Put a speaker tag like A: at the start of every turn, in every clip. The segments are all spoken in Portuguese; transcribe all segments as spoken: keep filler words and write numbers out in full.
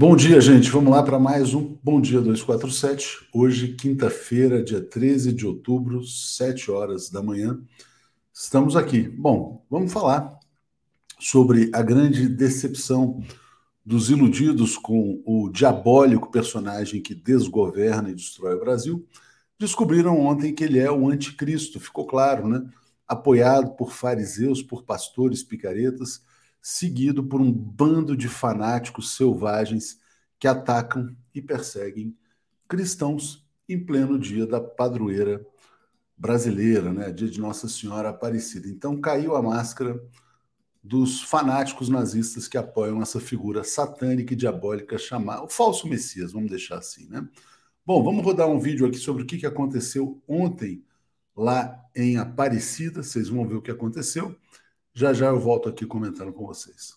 A: Bom dia, gente. Vamos lá para mais um Bom Dia duzentos e quarenta e sete. Hoje, quinta-feira, dia treze de outubro, sete horas da manhã. Estamos aqui. Bom, vamos falar sobre a grande decepção dos iludidos com o diabólico personagem que desgoverna e destrói o Brasil. Descobriram ontem que ele é o anticristo, ficou claro, né? Apoiado por fariseus, por pastores picaretas, seguido por um bando de fanáticos selvagens que atacam e perseguem cristãos em pleno dia da padroeira brasileira, né? Dia de Nossa Senhora Aparecida. Então caiu a máscara dos fanáticos nazistas que apoiam essa figura satânica e diabólica chamada o falso Messias, vamos deixar assim, né? Bom, vamos rodar um vídeo aqui sobre o que aconteceu ontem lá em Aparecida, vocês vão ver o que aconteceu. Já já eu volto aqui comentando com vocês.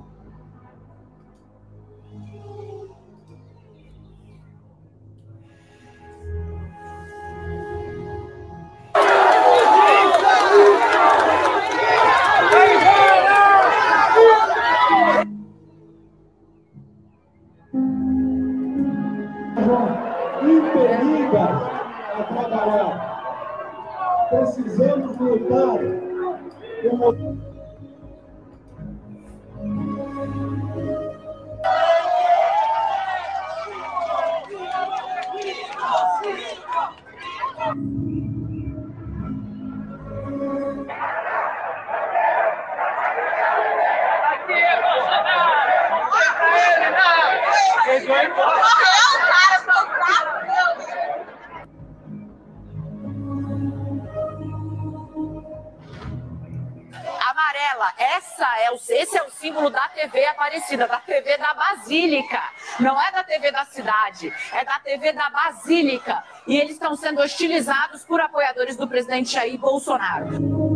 B: Impelida a trabalhar. Precisamos lutar como...
C: Amarela, essa é o, esse é o símbolo da T V Aparecida, da T V da Basílica. Não é da T V da cidade, é da T V da Basílica. E eles estão sendo hostilizados por apoiadores do presidente Jair Bolsonaro.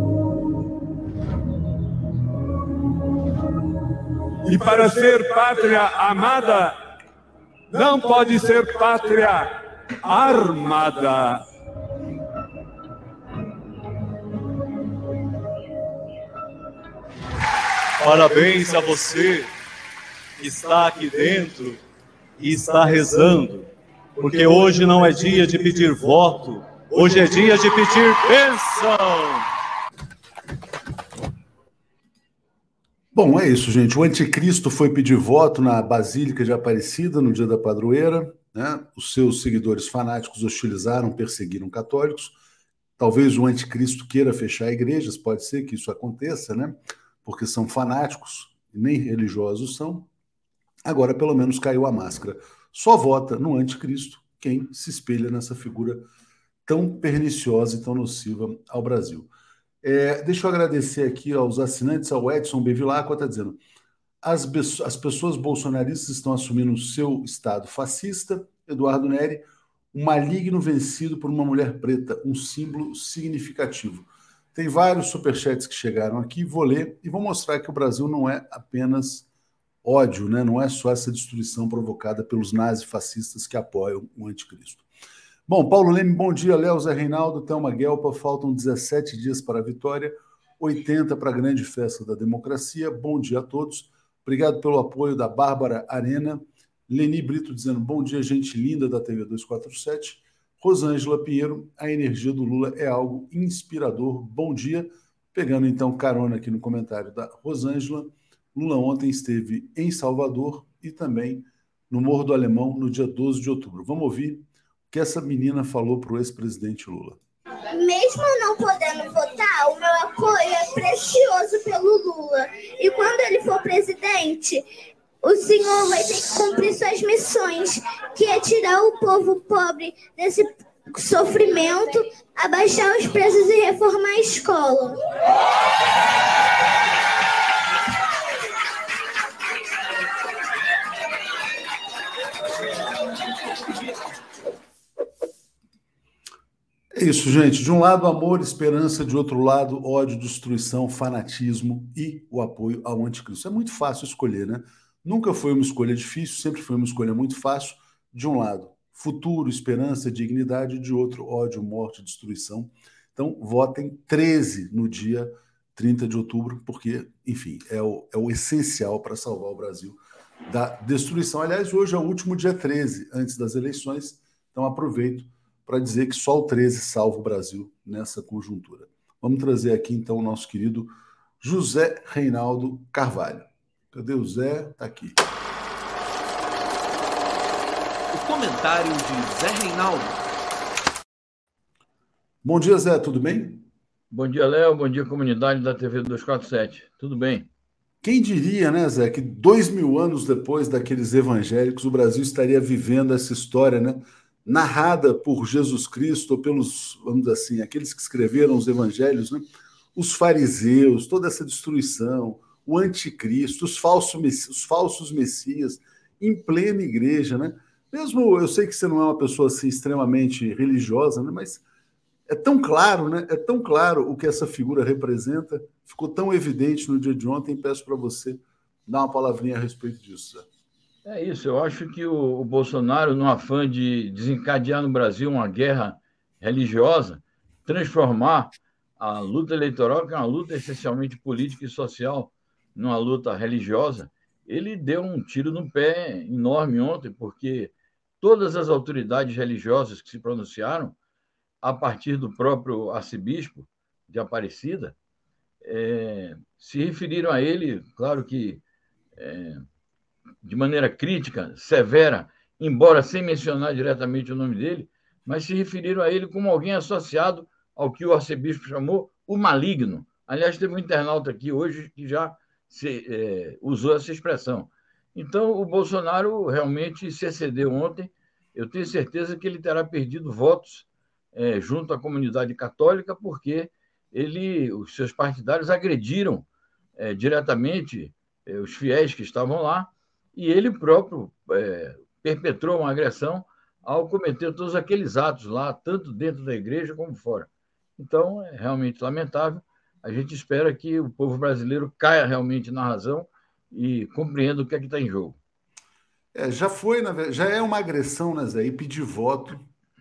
D: E para ser pátria amada, não pode ser pátria armada.
E: Parabéns a você que está aqui dentro e está rezando, porque hoje não é dia de pedir voto, hoje é dia de pedir bênção.
A: Bom, é isso, gente. O anticristo foi pedir voto na Basílica de Aparecida no dia da padroeira, né? Os seus seguidores fanáticos hostilizaram, perseguiram católicos. Talvez o anticristo queira fechar igrejas, pode ser que isso aconteça, né? Porque são fanáticos, nem religiosos são. Agora, pelo menos, caiu a máscara. Só vota no anticristo quem se espelha nessa figura tão perniciosa e tão nociva ao Brasil. É, deixa eu agradecer aqui aos assinantes, ao Edson Bevilacqua, está dizendo: as, as pessoas bolsonaristas estão assumindo o seu estado fascista. Eduardo Neri, um maligno vencido por uma mulher preta, um símbolo significativo. Tem vários superchats que chegaram aqui, vou ler e vou mostrar que o Brasil não é apenas ódio, né? Não é só essa destruição provocada pelos nazifascistas que apoiam o anticristo. Bom, Paulo Leme, bom dia. Léo, Zé Reinaldo, Thelma Guelpa, faltam dezessete dias para a vitória, oitenta para a grande festa da democracia. Bom dia a todos. Obrigado pelo apoio da Bárbara Arena. Leni Brito dizendo, bom dia, gente linda da T V duzentos e quarenta e sete. Rosângela Pinheiro, a energia do Lula é algo inspirador. Bom dia. Pegando então carona aqui no comentário da Rosângela, Lula ontem esteve em Salvador e também no Morro do Alemão no dia doze de outubro. Vamos ouvir o que essa menina falou para o ex-presidente Lula.
F: Mesmo não podendo votar, o meu apoio é precioso pelo Lula. E quando ele for presidente, o senhor vai ter que cumprir suas missões, que é tirar o povo pobre desse sofrimento, abaixar os preços e reformar a escola.
A: É isso, gente. De um lado, amor, esperança. De outro lado, ódio, destruição, fanatismo e o apoio ao anticristo. É muito fácil escolher, né? Nunca foi uma escolha difícil, sempre foi uma escolha muito fácil. De um lado, futuro, esperança, dignidade. De outro, ódio, morte, destruição. Então, votem treze no dia trinta de outubro, porque, enfim, é o, é o essencial para salvar o Brasil da destruição. Aliás, hoje é o último dia treze, antes das eleições, então aproveito para dizer que só o treze salva o Brasil nessa conjuntura. Vamos trazer aqui, então, o nosso querido José Reinaldo Carvalho. Cadê o Zé? Está aqui.
G: O comentário de Zé Reinaldo.
A: Bom dia, Zé, tudo bem?
H: Bom dia, Léo. Bom dia, comunidade da T V duzentos e quarenta e sete. Tudo bem?
A: Quem diria, né, Zé, que dois mil anos depois daqueles evangélicos, o Brasil estaria vivendo essa história, né, narrada por Jesus Cristo, ou pelos, vamos dizer assim, aqueles que escreveram os evangelhos, né, os fariseus, toda essa destruição, o anticristo, os falsos, os falsos messias, em plena igreja, né? Mesmo, eu sei que você não é uma pessoa assim extremamente religiosa, né, mas é tão claro, né? É tão claro o que essa figura representa, ficou tão evidente no dia de ontem. Peço para você dar uma palavrinha a respeito disso, Zé.
H: É isso, eu acho que o, o Bolsonaro, no afã de desencadear no Brasil uma guerra religiosa, transformar a luta eleitoral, que é uma luta essencialmente política e social, numa luta religiosa, ele deu um tiro no pé enorme ontem, porque todas as autoridades religiosas que se pronunciaram, a partir do próprio arcebispo de Aparecida, é, se referiram a ele, claro que é, de maneira crítica, severa, embora sem mencionar diretamente o nome dele, mas se referiram a ele como alguém associado ao que o arcebispo chamou o maligno. Aliás, teve um internauta aqui hoje que já se, é, usou essa expressão. Então, o Bolsonaro realmente se excedeu ontem. Eu tenho certeza que ele terá perdido votos É, junto à comunidade católica, porque ele, os seus partidários agrediram é, diretamente é, os fiéis que estavam lá, e ele próprio é, perpetrou uma agressão ao cometer todos aqueles atos lá, tanto dentro da igreja como fora. Então, é realmente lamentável. A gente espera que o povo brasileiro caia realmente na razão e compreenda o que é que está em jogo.
A: É, já foi, já é uma agressão, né, Zé? E pedir voto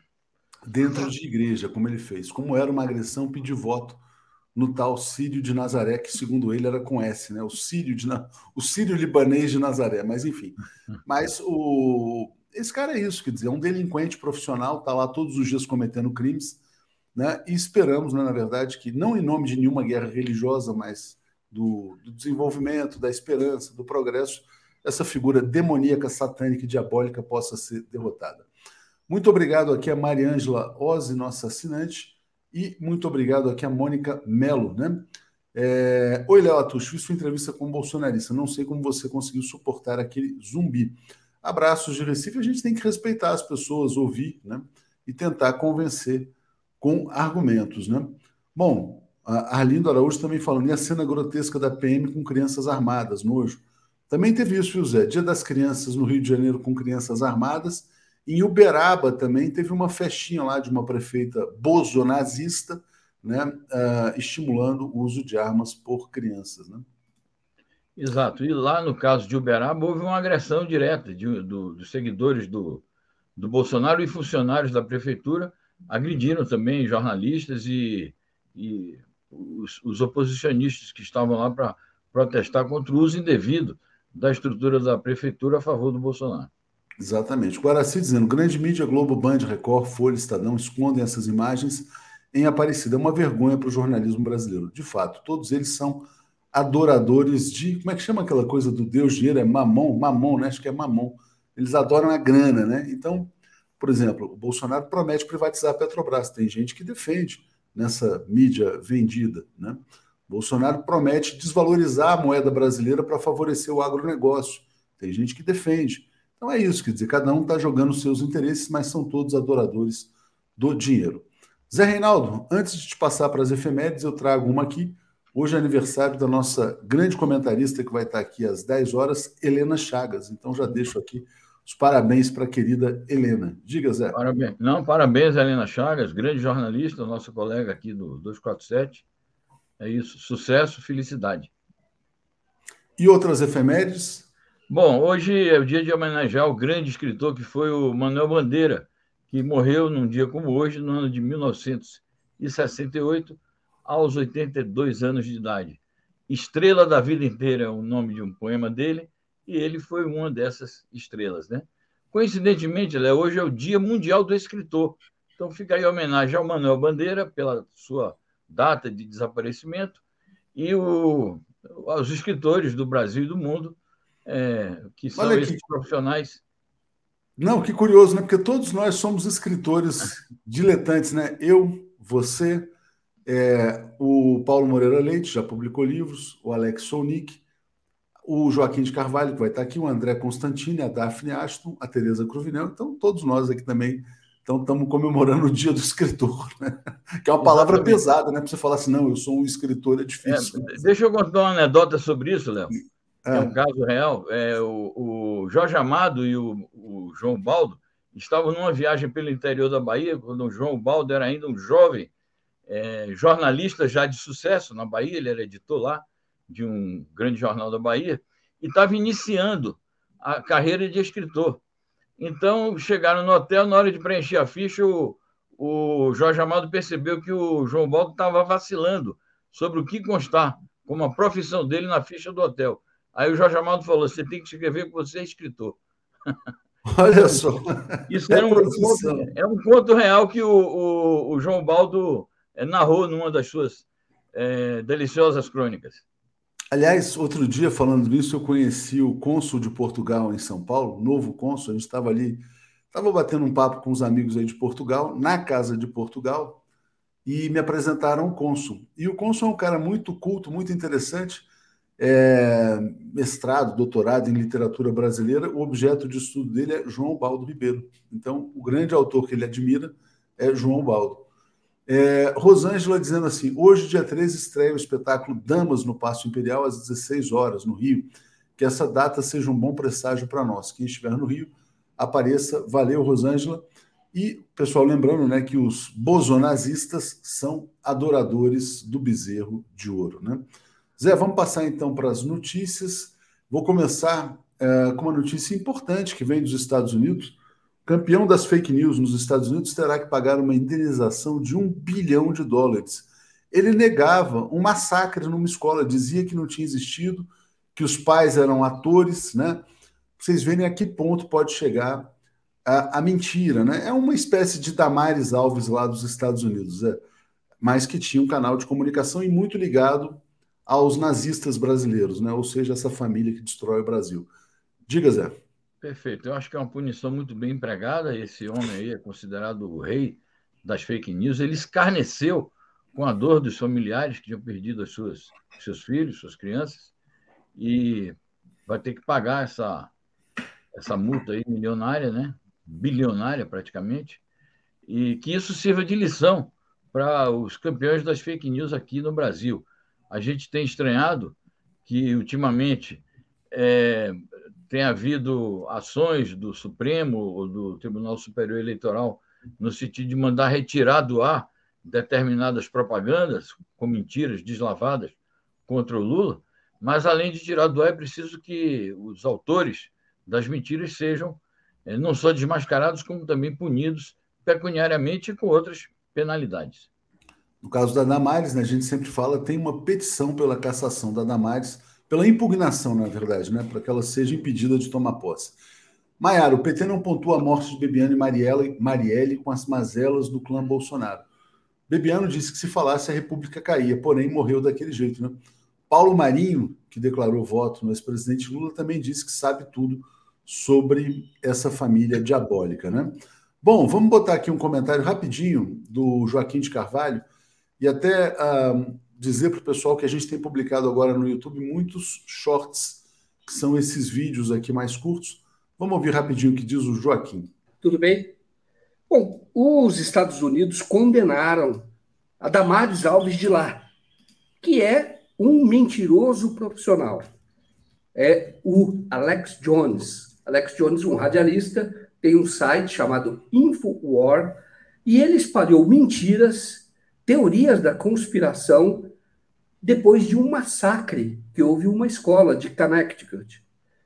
A: dentro de igreja, como ele fez. Como era uma agressão pedir voto no tal Sírio de Nazaré, que segundo ele era com S, né? O Sírio, de, o Sírio libanês de Nazaré, mas enfim. Mas o, esse cara é isso, quer dizer, é um delinquente profissional, está lá todos os dias cometendo crimes, né? E esperamos, né, na verdade, que não em nome de nenhuma guerra religiosa, mas do, do desenvolvimento, da esperança, do progresso, essa figura demoníaca, satânica e diabólica possa ser derrotada. Muito obrigado aqui a Mariângela Ozzi, nossa assinante, e muito obrigado aqui a Mônica Melo, né? É... Oi, Léo Atucho, fiz sua entrevista com o bolsonarista, não sei como você conseguiu suportar aquele zumbi. Abraços de Recife, a gente tem que respeitar as pessoas, ouvir, né? E tentar convencer com argumentos, né? Bom, a Arlindo Araújo também falando, e a cena grotesca da P M com crianças armadas, nojo. Também teve isso, viu, Zé? Dia das Crianças no Rio de Janeiro com crianças armadas. Em Uberaba também teve uma festinha lá de uma prefeita bolsonazista, né, uh, estimulando o uso de armas por crianças, né?
H: Exato. E lá no caso de Uberaba houve uma agressão direta de, do, dos seguidores do, do Bolsonaro e funcionários da prefeitura agrediram também jornalistas e, e os, os oposicionistas que estavam lá para protestar contra o uso indevido da estrutura da prefeitura a favor do Bolsonaro.
A: Exatamente. Guaraci dizendo, grande mídia, Globo, Band, Record, Folha, Estadão, escondem essas imagens em Aparecida. É uma vergonha para o jornalismo brasileiro. De fato, todos eles são adoradores de... Como é que chama aquela coisa do Deus dinheiro? É mamon? Mamon, né? Acho que é mamon. Eles adoram a grana, né? Então, por exemplo, o Bolsonaro promete privatizar a Petrobras. Tem gente que defende nessa mídia vendida, né? O Bolsonaro promete desvalorizar a moeda brasileira para favorecer o agronegócio. Tem gente que defende. Então é isso, quer dizer, cada um está jogando os seus interesses, mas são todos adoradores do dinheiro. Zé Reinaldo, antes de te passar para as efemérides, eu trago uma aqui. Hoje é aniversário da nossa grande comentarista que vai estar aqui às dez horas, Helena Chagas. Então já deixo aqui os parabéns para a querida Helena. Diga, Zé.
H: Parabéns. Não, parabéns, Helena Chagas, grande jornalista, nossa colega aqui do duzentos e quarenta e sete. É isso, sucesso, felicidade.
A: E outras efemérides?
H: Bom, hoje é o dia de homenagear o grande escritor que foi o Manuel Bandeira, que morreu num dia como hoje, no ano de mil novecentos e sessenta e oito, aos oitenta e dois anos de idade. Estrela da Vida Inteira é o nome de um poema dele, e ele foi uma dessas estrelas, né? Coincidentemente, Léo, hoje é o Dia Mundial do Escritor. Então fica aí a homenagem ao Manuel Bandeira pela sua data de desaparecimento e o, aos escritores do Brasil e do mundo, é, que são
A: Olha
H: esses
A: aqui.
H: profissionais.
A: Não, que curioso, né? Porque todos nós somos escritores diletantes, né? Eu, você, é, o Paulo Moreira Leite, já publicou livros, o Alex Solnick, o Joaquim de Carvalho, que vai estar aqui, o André Constantini, a Daphne Ashton, a Tereza Cruvinel. Então, todos nós aqui também então, estamos comemorando o Dia do Escritor, né? Que é uma palavra Exatamente. pesada, né? Para você falar assim, não, eu sou um escritor, é difícil.
H: É, deixa eu contar uma anedota sobre isso, Léo. É. é um caso real. É, o, o Jorge Amado e o, o João Baldo estavam numa viagem pelo interior da Bahia, quando o João Baldo era ainda um jovem é, jornalista já de sucesso na Bahia, ele era editor lá de um grande jornal da Bahia, e estava iniciando a carreira de escritor. Então, chegaram no hotel, na hora de preencher a ficha, o, o Jorge Amado percebeu que o João Baldo estava vacilando sobre o que constar como a profissão dele na ficha do hotel. Aí o Jorge Amado falou, você tem que escrever que você é escritor.
A: Olha só.
H: Isso é, é, um, conto, é um conto real que o, o, o João Baldo narrou numa das suas é, deliciosas crônicas.
A: Aliás, outro dia, falando nisso, eu conheci o cônsul de Portugal em São Paulo, o novo cônsul. A gente estava ali, estava batendo um papo com os amigos aí de Portugal, na Casa de Portugal, e me apresentaram o cônsul. E o cônsul é um cara muito culto, muito interessante, é, mestrado, doutorado em literatura brasileira. O objeto de estudo dele é João Baldo Ribeiro. Então, o grande autor que ele admira é João Baldo. É, Rosângela dizendo assim, hoje, dia treze, estreia o espetáculo Damas no Paço Imperial às dezesseis horas, no Rio. Que essa data seja um bom presságio para nós. Quem estiver no Rio, apareça. Valeu, Rosângela. E, pessoal, lembrando, né, que os bosonazistas são adoradores do bezerro de ouro, né? Zé, vamos passar então para as notícias. Vou começar é, com uma notícia importante que vem dos Estados Unidos. O campeão das fake news nos Estados Unidos terá que pagar uma indenização de um bilhão de dólares. Ele negava um massacre numa escola, dizia que não tinha existido, que os pais eram atores, né? Vocês verem a que ponto pode chegar a, a mentira, né? É uma espécie de Damares Alves lá dos Estados Unidos, é, mas que tinha um canal de comunicação e muito ligado aos nazistas brasileiros, né? Ou seja, essa família que destrói o Brasil. Diga, Zé.
H: Perfeito. Eu acho que é uma punição muito bem empregada. Esse homem aí é considerado o rei das fake news. Ele escarneceu com a dor dos familiares que tinham perdido as suas, seus filhos, suas crianças, e vai ter que pagar essa, essa multa aí milionária, né? Bilionária praticamente, e que isso sirva de lição para os campeões das fake news aqui no Brasil. A gente tem estranhado que, ultimamente, é, tem havido ações do Supremo ou do Tribunal Superior Eleitoral no sentido de mandar retirar do ar determinadas propagandas com mentiras deslavadas contra o Lula, mas, além de tirar do ar, é preciso que os autores das mentiras sejam é, não só desmascarados, como também punidos pecuniariamente e com outras penalidades.
A: No caso da Damares, né, a gente sempre fala, tem uma petição pela cassação da Damares, pela impugnação, na verdade, né, para que ela seja impedida de tomar posse. Maiara, o P T não pontua a morte de Bebiano e Marielle, Marielle com as mazelas do clã Bolsonaro. Bebiano disse que se falasse a República caía, porém morreu daquele jeito, né? Paulo Marinho, que declarou voto no ex-presidente Lula, também disse que sabe tudo sobre essa família diabólica, né? Bom, vamos botar aqui um comentário rapidinho do Joaquim de Carvalho e até uh, dizer para o pessoal que a gente tem publicado agora no YouTube muitos shorts, que são esses vídeos aqui mais curtos. Vamos ouvir rapidinho o que diz o Joaquim.
I: Tudo bem? Bom, os Estados Unidos condenaram a Damares Alves de lá, que é um mentiroso profissional. É o Alex Jones. Alex Jones, um radialista, tem um site chamado InfoWar, e ele espalhou mentiras, teorias da conspiração, depois de um massacre que houve em uma escola de Connecticut.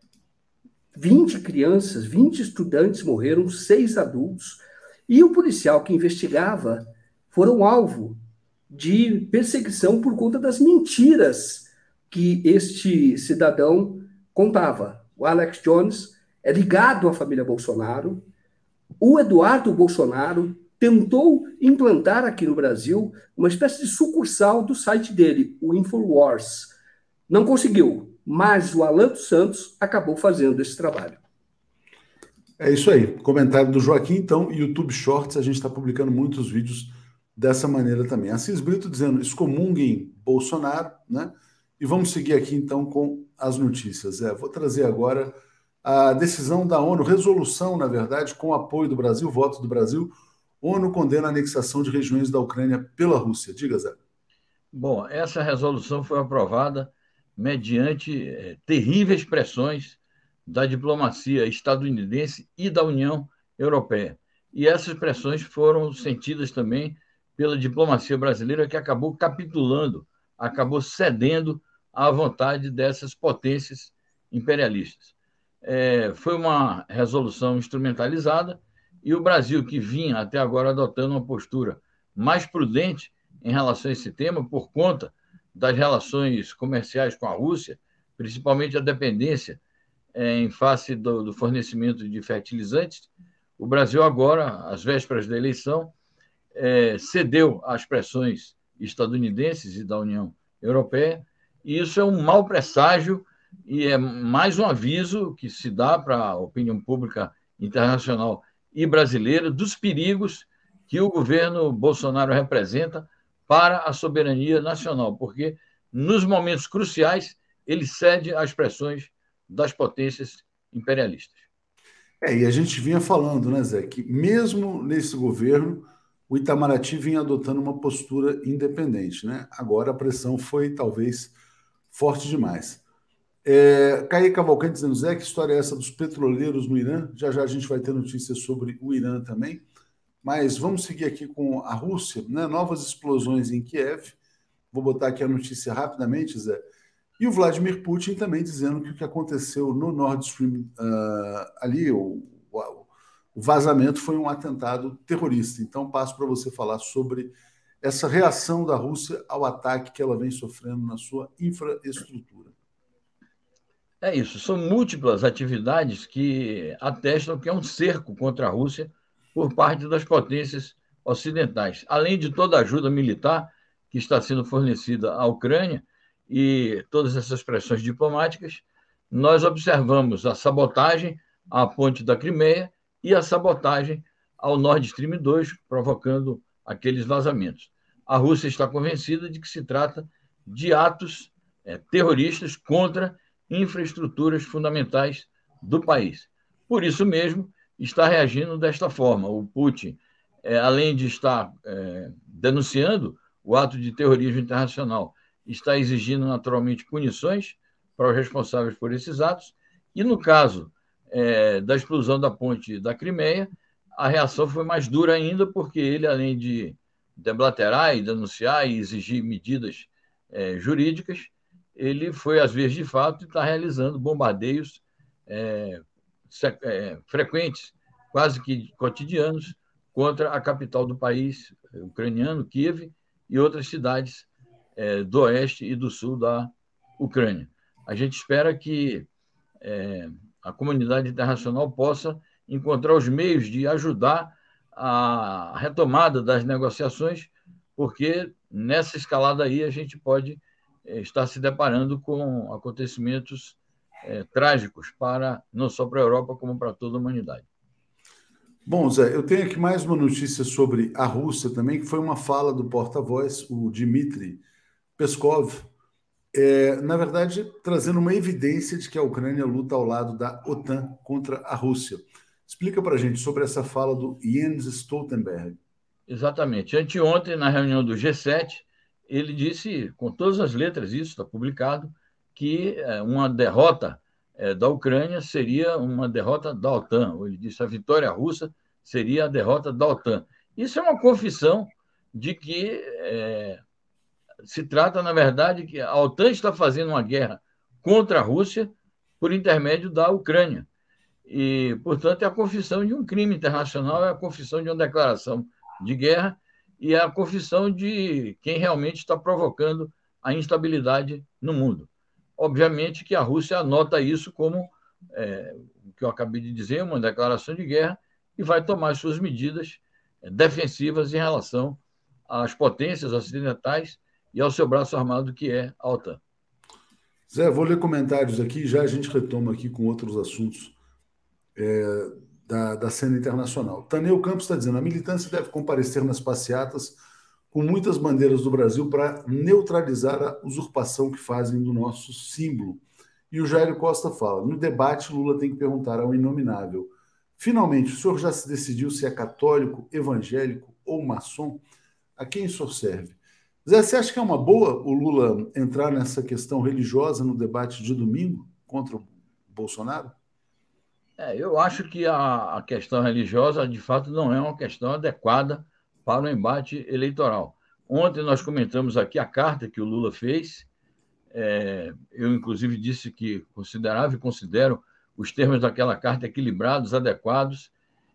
I: vinte crianças, vinte estudantes morreram, seis adultos, e o policial que investigava foram alvo de perseguição por conta das mentiras que este cidadão contava. o Alex Jones, é ligado à família Bolsonaro. O Eduardo Bolsonaro tentou implantar aqui no Brasil uma espécie de sucursal do site dele, o InfoWars. Não conseguiu, mas o Alan dos Santos acabou fazendo esse trabalho.
A: É isso aí. Comentário do Joaquim, então, YouTube Shorts, a gente está publicando muitos vídeos dessa maneira também. Assis Brito dizendo, excomunguem Bolsonaro, né? E vamos seguir aqui, então, com as notícias. É, vou trazer agora a decisão da ONU, resolução, na verdade, com apoio do Brasil, voto do Brasil. ONU condena a anexação de regiões da Ucrânia pela Rússia. Diga, Zé.
H: Bom, essa resolução foi aprovada mediante é, terríveis pressões da diplomacia estadunidense e da União Europeia. E essas pressões foram sentidas também pela diplomacia brasileira, que acabou capitulando, acabou cedendo à vontade dessas potências imperialistas. É, foi uma resolução instrumentalizada e o Brasil, que vinha até agora adotando uma postura mais prudente em relação a esse tema, por conta das relações comerciais com a Rússia, principalmente a dependência é, em face do, do fornecimento de fertilizantes, o Brasil agora, às vésperas da eleição, é, cedeu às pressões estadunidenses e da União Europeia, e isso é um mau presságio e é mais um aviso que se dá para a opinião pública internacional e brasileira dos perigos que o governo Bolsonaro representa para a soberania nacional, porque nos momentos cruciais ele cede às pressões das potências imperialistas.
A: É, e a gente vinha falando, né, Zé, que mesmo nesse governo o Itamaraty vinha adotando uma postura independente, né? Agora a pressão foi talvez forte demais. É, Caí Cavalcante dizendo, Zé, que história é essa dos petroleiros no Irã? Já já a gente vai ter notícias sobre o Irã também. Mas vamos seguir aqui com a Rússia, né? Novas explosões em Kiev. Vou botar aqui a notícia rapidamente, Zé. E o Vladimir Putin também dizendo que o que aconteceu no Nord Stream, uh, ali, o, o, o vazamento foi um atentado terrorista. Então, passo para você falar sobre essa reação da Rússia ao ataque que ela vem sofrendo na sua infraestrutura.
H: É isso, são múltiplas atividades que atestam que é um cerco contra a Rússia por parte das potências ocidentais, além de toda a ajuda militar que está sendo fornecida à Ucrânia e todas essas pressões diplomáticas. Nós observamos a sabotagem à ponte da Crimeia e a sabotagem ao Nord Stream dois, provocando aqueles vazamentos. A Rússia está convencida de que se trata de atos é, terroristas contra infraestruturas fundamentais do país. Por isso mesmo, está reagindo desta forma. O Putin, é, além de estar é, denunciando o ato de terrorismo internacional, está exigindo naturalmente punições para os responsáveis por esses atos, e no caso é, da explosão da ponte da Crimeia, a reação foi mais dura ainda, porque ele, além de deblaterar e denunciar e exigir medidas é, jurídicas, ele foi às vezes de fato e está realizando bombardeios é, é, frequentes, quase que cotidianos, contra a capital do país ucraniano, Kiev, e outras cidades é, do oeste e do sul da Ucrânia. A gente espera que é, a comunidade internacional possa encontrar os meios de ajudar a retomada das negociações, porque nessa escalada aí a gente pode está se deparando com acontecimentos é, trágicos para não só para a Europa, como para toda a humanidade.
A: Bom, Zé, eu tenho aqui mais uma notícia sobre a Rússia também, que foi uma fala do porta-voz, o Dmitry Peskov, é, na verdade, trazendo uma evidência de que a Ucrânia luta ao lado da OTAN contra a Rússia. Explica para a gente sobre essa fala do Jens Stoltenberg.
H: Exatamente. Anteontem, na reunião do G sete, ele disse, com todas as letras, isso está publicado, que uma derrota da Ucrânia seria uma derrota da OTAN. Ele disse que a vitória russa seria a derrota da OTAN. Isso é uma confissão de que é, se trata, na verdade, que a OTAN está fazendo uma guerra contra a Rússia por intermédio da Ucrânia. E, portanto, é a confissão de um crime internacional, é a confissão de uma declaração de guerra, e a confissão de quem realmente está provocando a instabilidade no mundo. Obviamente que a Rússia anota isso como é, o que eu acabei de dizer, uma declaração de guerra, e vai tomar suas medidas defensivas em relação às potências ocidentais e ao seu braço armado, que é a OTAN.
A: Zé, vou ler comentários aqui, já a gente retoma aqui com outros assuntos é, da, da cena internacional. Taneu Campos está dizendo, a militância deve comparecer nas passeatas com muitas bandeiras do Brasil para neutralizar a usurpação que fazem do nosso símbolo. E o Jair Costa fala, no debate Lula tem que perguntar ao inominável, finalmente, o senhor já se decidiu se é católico, evangélico ou maçom? A quem isso serve? Zé, você acha que é uma boa o Lula entrar nessa questão religiosa no debate de domingo contra o Bolsonaro?
H: É, eu acho que a, a questão religiosa, de fato, não é uma questão adequada para o embate eleitoral. Ontem nós comentamos aqui a carta que o Lula fez. É, eu, inclusive, disse que considerava e considero os termos daquela carta equilibrados, adequados,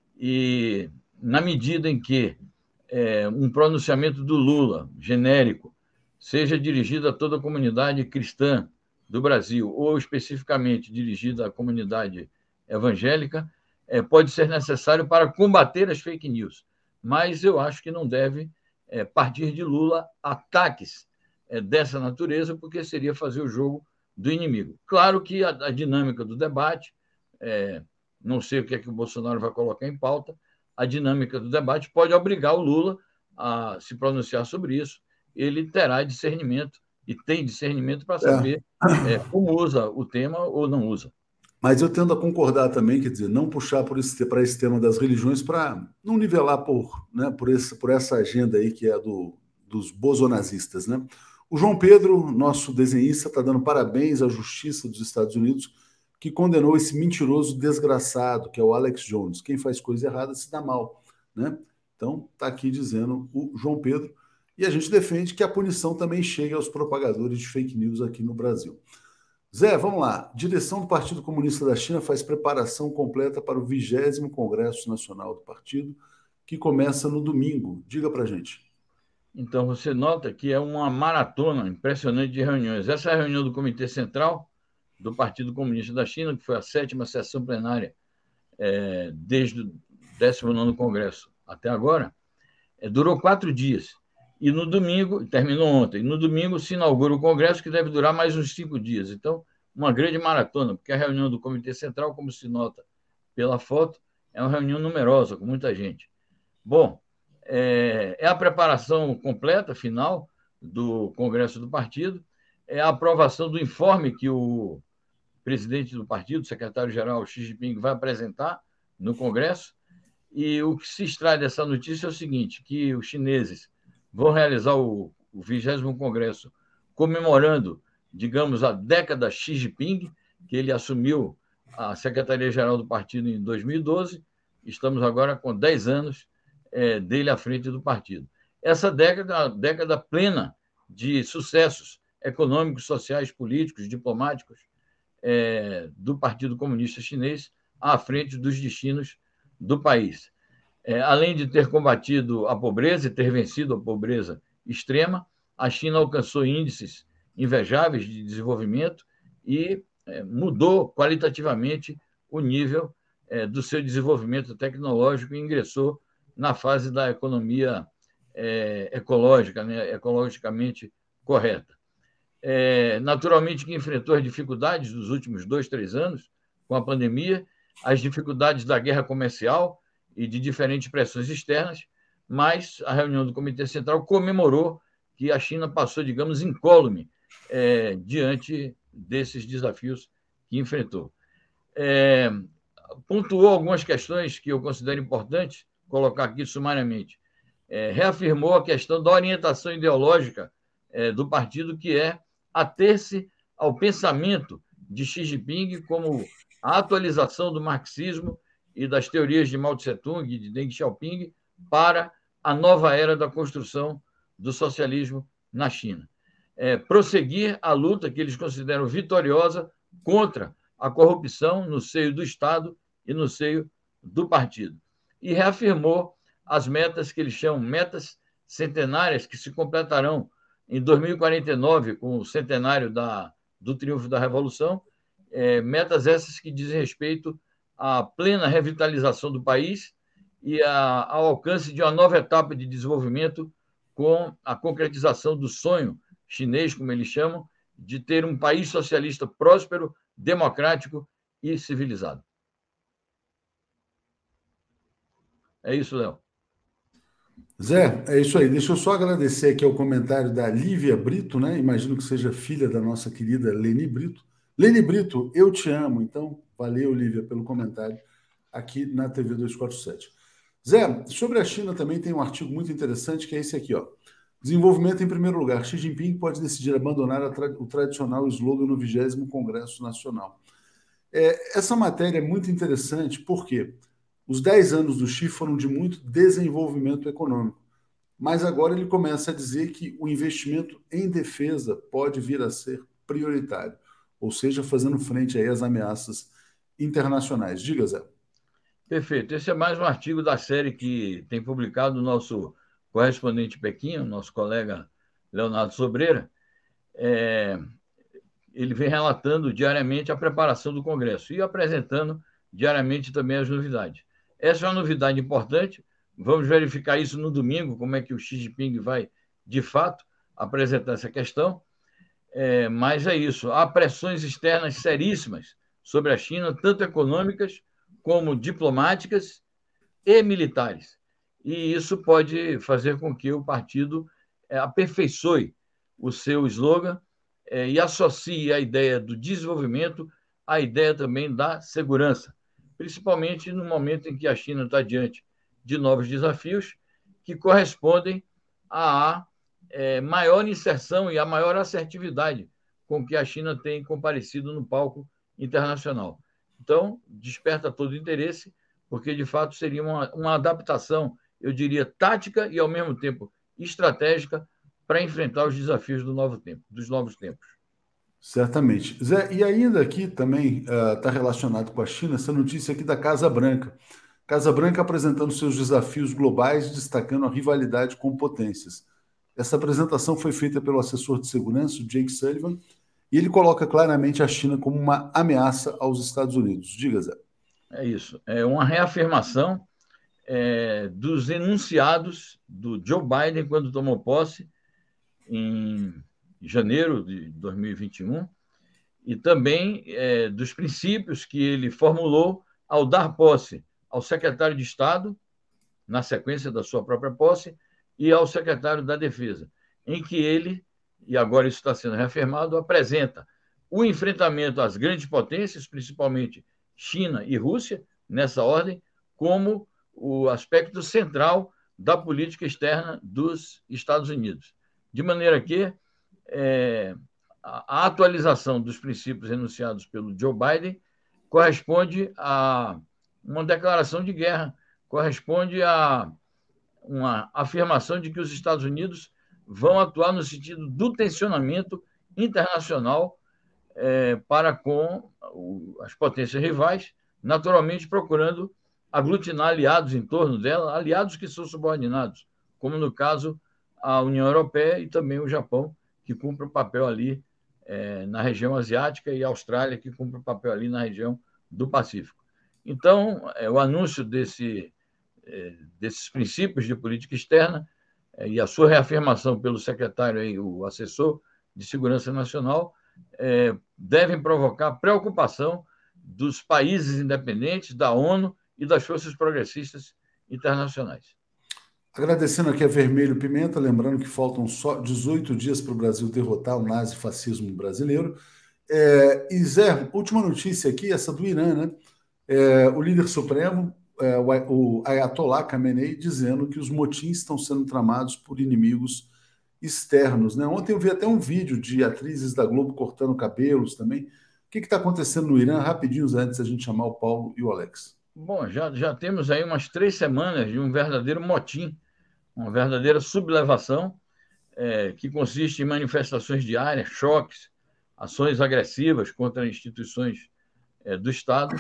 H: e na medida em que é, um pronunciamento do Lula, genérico, seja dirigido a toda a comunidade cristã do Brasil, ou especificamente dirigido à comunidade evangélica, é, pode ser necessário para combater as fake news. Mas eu acho que não deve é, partir de Lula ataques é, dessa natureza, porque seria fazer o jogo do inimigo. Claro que a, a dinâmica do debate, é, não sei o que é que o Bolsonaro vai colocar em pauta, a dinâmica do debate pode obrigar o Lula a se pronunciar sobre isso. Ele terá discernimento, e tem discernimento para saber é. É, como usa o tema ou não usa.
A: Mas eu tendo a concordar também, quer dizer, não puxar por esse, para esse tema das religiões para não nivelar por, né, por, esse, por essa agenda aí que é a do, dos bosonazistas, né? O João Pedro, nosso desenhista, está dando parabéns à Justiça dos Estados Unidos que condenou esse mentiroso desgraçado, que é o Alex Jones. Quem faz coisa errada se dá mal, né? Então, está aqui dizendo o João Pedro. E a gente defende que a punição também chegue aos propagadores de fake news aqui no Brasil. Zé, vamos lá. Direção do Partido Comunista da China faz preparação completa para o vigésimo Congresso Nacional do Partido, que começa no domingo. Diga para a gente.
H: Então, você nota que é uma maratona impressionante de reuniões. Essa é a reunião do Comitê Central do Partido Comunista da China, que foi a sétima sessão plenária é, desde o décimo nono Congresso até agora, é, durou quatro dias. E no domingo, terminou ontem, no domingo se inaugura o Congresso, que deve durar mais uns cinco dias. Então, uma grande maratona, porque a reunião do Comitê Central, como se nota pela foto, é uma reunião numerosa, com muita gente. Bom, é, é a preparação completa, final, do Congresso do Partido, é a aprovação do informe que o presidente do partido, o secretário-geral Xi Jinping, vai apresentar no Congresso. E o que se extrai dessa notícia é o seguinte, que os chineses vão realizar o, o vigésimo Congresso comemorando, digamos, a década Xi Jinping, que ele assumiu a Secretaria-Geral do Partido em dois mil e doze. Estamos agora com dez anos é, dele à frente do partido. Essa década é uma década plena de sucessos econômicos, sociais, políticos, diplomáticos é, do Partido Comunista Chinês à frente dos destinos do país. É, além de ter combatido a pobreza e ter vencido a pobreza extrema, a China alcançou índices invejáveis de desenvolvimento e é, mudou qualitativamente o nível é, do seu desenvolvimento tecnológico e ingressou na fase da economia é, ecológica, né, ecologicamente correta. É, naturalmente que enfrentou as dificuldades dos últimos dois, três anos com a pandemia, as dificuldades da guerra comercial e de diferentes pressões externas, mas a reunião do Comitê Central comemorou que a China passou, digamos, incólume é, diante desses desafios que enfrentou. É, pontuou algumas questões que eu considero importantes colocar aqui sumariamente. É, reafirmou a questão da orientação ideológica é, do partido, que é ater-se ao pensamento de Xi Jinping como a atualização do marxismo e das teorias de Mao Tse-tung e de Deng Xiaoping para a nova era da construção do socialismo na China. É, prosseguir a luta que eles consideram vitoriosa contra a corrupção no seio do Estado e no seio do partido. E reafirmou as metas que eles chamam metas centenárias, que se completarão em dois mil e quarenta e nove, com o centenário da, do triunfo da Revolução, É, metas essas que dizem respeito à plena revitalização do país e a, ao alcance de uma nova etapa de desenvolvimento com a concretização do sonho chinês, como eles chamam, de ter um país socialista próspero, democrático e civilizado. É isso, Léo.
A: Zé, é isso aí. Deixa eu só agradecer aqui ao comentário da Lívia Brito, né? Imagino que seja filha da nossa querida Leni Brito. Leni Brito, eu te amo. Então, valeu, Lívia, pelo comentário aqui na T V duzentos e quarenta e sete. Zé, sobre a China também tem um artigo muito interessante, que é esse aqui, ó. Desenvolvimento em primeiro lugar. Xi Jinping pode decidir abandonar a tra o tradicional slogan no vigésimo Congresso Nacional. É, essa matéria é muito interessante porque os dez anos do Xi foram de muito desenvolvimento econômico, mas agora ele começa a dizer que o investimento em defesa pode vir a ser prioritário, ou seja, fazendo frente aí às ameaças internacionais. Diga, Zé.
H: Perfeito. Esse é mais um artigo da série que tem publicado o nosso correspondente em Pequim, o nosso colega Leonardo Sobreira. É, ele vem relatando diariamente a preparação do Congresso e apresentando diariamente também as novidades. Essa é uma novidade importante. Vamos verificar isso no domingo, como é que o Xi Jinping vai, de fato, apresentar essa questão. É, mas é isso. Há pressões externas seríssimas sobre a China, tanto econômicas como diplomáticas e militares. E isso pode fazer com que o partido é, aperfeiçoe o seu slogan é, e associe a ideia do desenvolvimento à ideia também da segurança, principalmente no momento em que a China está diante de novos desafios que correspondem à é, maior inserção e à maior assertividade com que a China tem comparecido no palco internacional. Então, desperta todo o interesse, porque, de fato, seria uma, uma adaptação, eu diria, tática e, ao mesmo tempo, estratégica para enfrentar os desafios do novo tempo, dos novos tempos.
A: Certamente. Zé, e ainda aqui também está uh, relacionado com a China, essa notícia aqui da Casa Branca. Casa Branca apresentando seus desafios globais, destacando a rivalidade com potências. Essa apresentação foi feita pelo assessor de segurança, o Jake Sullivan, e ele coloca claramente a China como uma ameaça aos Estados Unidos. Diga, Zé.
H: É isso. É uma reafirmação é, dos enunciados do Joe Biden quando tomou posse em janeiro de dois mil e vinte e um e também é, dos princípios que ele formulou ao dar posse ao secretário de Estado, na sequência da sua própria posse, e ao secretário da Defesa, em que ele, e agora isso está sendo reafirmado, apresenta o enfrentamento às grandes potências, principalmente China e Rússia, nessa ordem, como o aspecto central da política externa dos Estados Unidos. De maneira que é, a atualização dos princípios enunciados pelo Joe Biden corresponde a uma declaração de guerra, corresponde a uma afirmação de que os Estados Unidos vão atuar no sentido do tensionamento internacional é, para com o, as potências rivais, naturalmente procurando aglutinar aliados em torno dela, aliados que são subordinados, como no caso a União Europeia e também o Japão, que cumpre o papel ali é, na região asiática, e a Austrália, que cumpre o papel ali na região do Pacífico. Então, é, o anúncio desse, é, desses princípios de política externa é, e a sua reafirmação pelo secretário, aí, o assessor de Segurança Nacional, é, devem provocar preocupação dos países independentes, da ONU e das forças progressistas internacionais.
A: Agradecendo aqui a Vermelho Pimenta, lembrando que faltam só dezoito dias para o Brasil derrotar o nazifascismo brasileiro. É, e Zé, última notícia aqui, essa do Irã, né? É, o líder supremo, é, o Ayatollah Khamenei, dizendo que os motins estão sendo tramados por inimigos externos, né? Ontem eu vi até um vídeo de atrizes da Globo cortando cabelos também. O que está acontecendo no Irã? Rapidinho, antes a gente chamar o Paulo e o Alex.
H: Bom, já, já temos aí umas três semanas de um verdadeiro motim, uma verdadeira sublevação, é, que consiste em manifestações diárias, choques, ações agressivas contra instituições é, do Estado,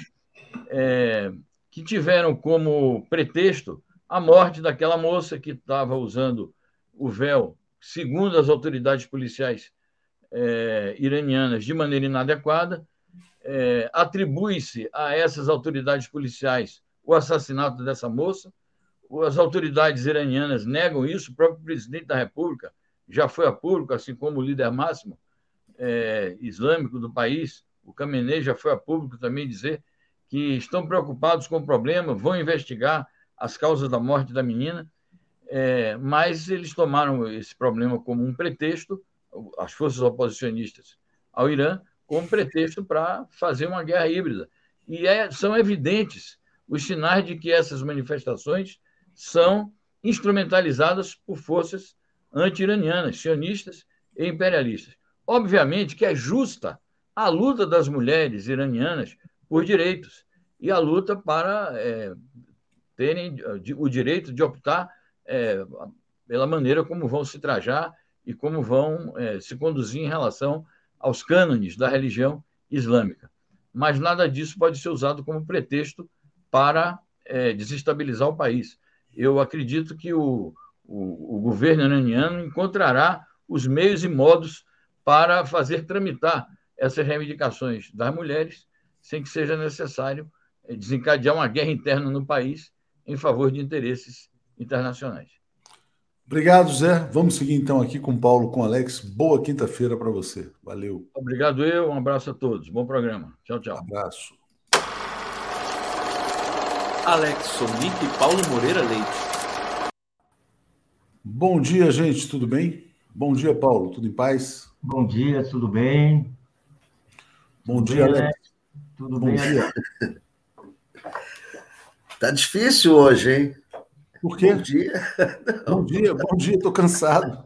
H: é, que tiveram como pretexto a morte daquela moça que estava usando o véu, segundo as autoridades policiais é, iranianas, de maneira inadequada, é, atribui-se a essas autoridades policiais o assassinato dessa moça. As autoridades iranianas negam isso, o próprio presidente da República já foi a público, assim como o líder máximo é, islâmico do país, o Khamenei, já foi a público também dizer que estão preocupados com o problema, vão investigar as causas da morte da menina, é, mas eles tomaram esse problema como um pretexto, as forças oposicionistas ao Irã, como pretexto para fazer uma guerra híbrida. E é, são evidentes os sinais de que essas manifestações são instrumentalizadas por forças anti-iranianas, sionistas e imperialistas. Obviamente que é justa a luta das mulheres iranianas por direitos e a luta para é, terem o direito de optar é, pela maneira como vão se trajar e como vão é, se conduzir em relação aos cânones da religião islâmica. Mas nada disso pode ser usado como pretexto para é, desestabilizar o país. Eu acredito que o, o, o governo iraniano encontrará os meios e modos para fazer tramitar essas reivindicações das mulheres sem que seja necessário desencadear uma guerra interna no país em favor de interesses internacionais.
A: Obrigado, Zé. Vamos seguir então aqui com o Paulo, com o Alex. Boa quinta-feira para você. Valeu.
H: Obrigado eu, um abraço a todos. Bom programa. Tchau, tchau.
A: Abraço.
G: Alex Sonic e Paulo Moreira Leite.
A: Bom dia, gente. Tudo bem? Bom dia, Paulo. Tudo em paz?
J: Bom dia, tudo bem?
A: Bom
J: tudo
A: dia,
J: bem,
A: Alex.
J: Tudo
A: Bom
J: bem,
A: dia.
K: Tá difícil hoje, hein?
A: Por quê?
K: Bom dia.
A: Bom dia, bom dia. Estou cansado.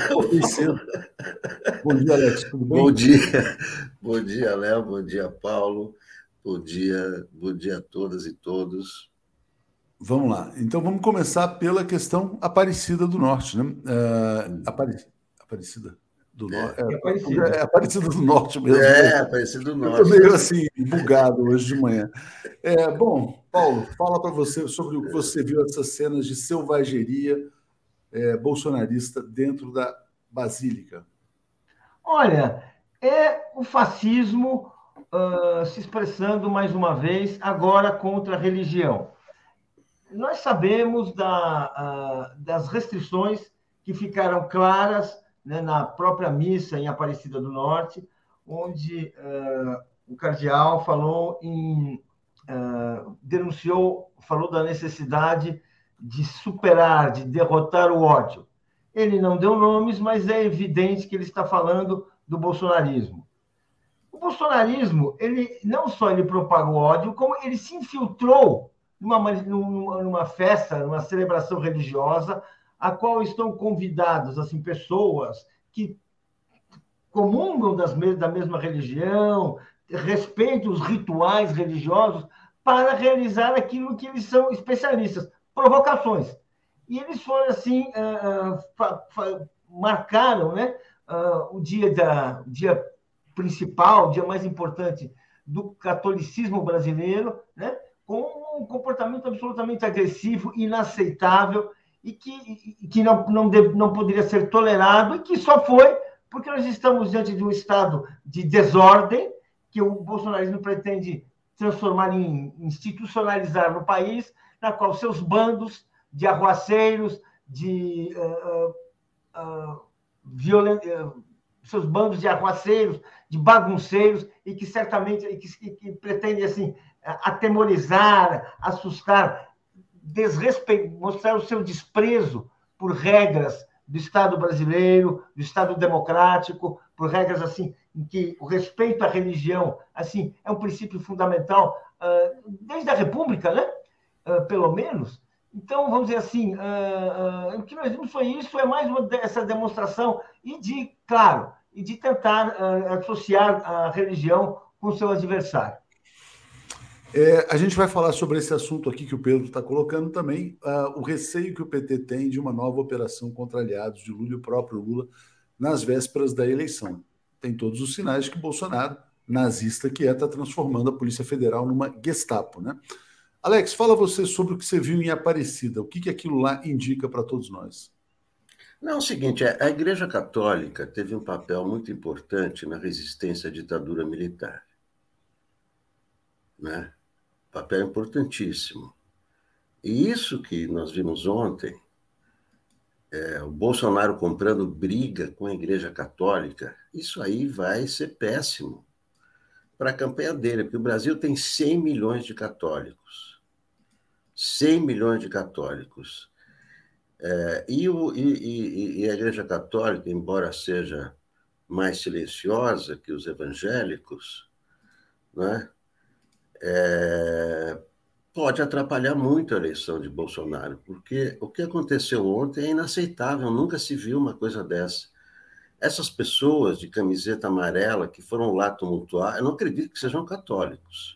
A: Bom dia, Alex. Tudo bem?
K: Bom dia. Bom dia, Léo. Bom dia, Paulo. Bom dia, bom dia a todas e todos.
A: Vamos lá. Então, vamos começar pela questão Aparecida do Norte, né? Uh, Apare... Aparecida do Norte. É, é, Aparecida. é Aparecida do Norte mesmo.
K: É, né? Aparecida do Norte.
A: Eu estou meio assim, bugado hoje de manhã. É, bom, Paulo, fala para você sobre o que você viu essas cenas de selvageria é, bolsonarista dentro da Basílica.
J: Olha, é o fascismo uh, se expressando mais uma vez, agora contra a religião. Nós sabemos da, uh, das restrições que ficaram claras, né, na própria missa em Aparecida do Norte, onde uh, o cardeal falou em uh, denunciou, falou da necessidade de superar, de derrotar o ódio. Ele não deu nomes, mas é evidente que ele está falando do bolsonarismo. O bolsonarismo, ele não só ele propaga o ódio, como ele se infiltrou numa, numa, numa festa, numa celebração religiosa, a qual estão convidados assim, pessoas que comungam das, da mesma religião, respeitam os rituais religiosos, para realizar aquilo que eles são especialistas, provocações. E eles foram assim, uh, fa, fa, marcaram, né, uh, o dia, da, o dia principal, o dia mais importante do catolicismo brasileiro, né, com um comportamento absolutamente agressivo, inaceitável, e que, e que não, não, deve, não poderia ser tolerado, e que só foi porque nós estamos diante de um estado de desordem, que o bolsonarismo pretende transformar em institucionalizar no país, na qual seus bandos de arruaceiros, de uh, uh, violen... uh, seus bandos de arruaceiros, de bagunceiros, e que certamente e que, que pretendem assim, atemorizar, assustar, desrespe... mostrar o seu desprezo por regras do Estado brasileiro, do Estado democrático, por regras assim em que o respeito à religião assim é um princípio fundamental uh, desde a República, né? Uh, pelo menos. Então, vamos dizer assim, uh, uh, o que nós vimos foi isso, é mais uma essa demonstração e de, claro, e de tentar uh, associar a religião com o seu adversário.
A: É, a gente vai falar sobre esse assunto aqui que o Pedro está colocando também, uh, o receio que o P T tem de uma nova operação contra aliados de Lula e o próprio Lula nas vésperas da eleição. Tem todos os sinais de que Bolsonaro, nazista que é, está transformando a Polícia Federal numa Gestapo, né? Alex, fala você sobre o que você viu em Aparecida. O que, que aquilo lá indica para todos nós?
K: Não, é o seguinte, a Igreja Católica teve um papel muito importante na resistência à ditadura militar. né? Papel importantíssimo. E isso que nós vimos ontem, é, o Bolsonaro comprando briga com a Igreja Católica, isso aí vai ser péssimo para a campanha dele, porque o Brasil tem cem milhões de católicos. cem milhões de católicos. É, e, o, e, e a Igreja Católica, embora seja mais silenciosa que os evangélicos, né, é, pode atrapalhar muito a eleição de Bolsonaro, porque o que aconteceu ontem é inaceitável, nunca se viu uma coisa dessa. Essas pessoas de camiseta amarela que foram lá tumultuar, eu não acredito que sejam católicos.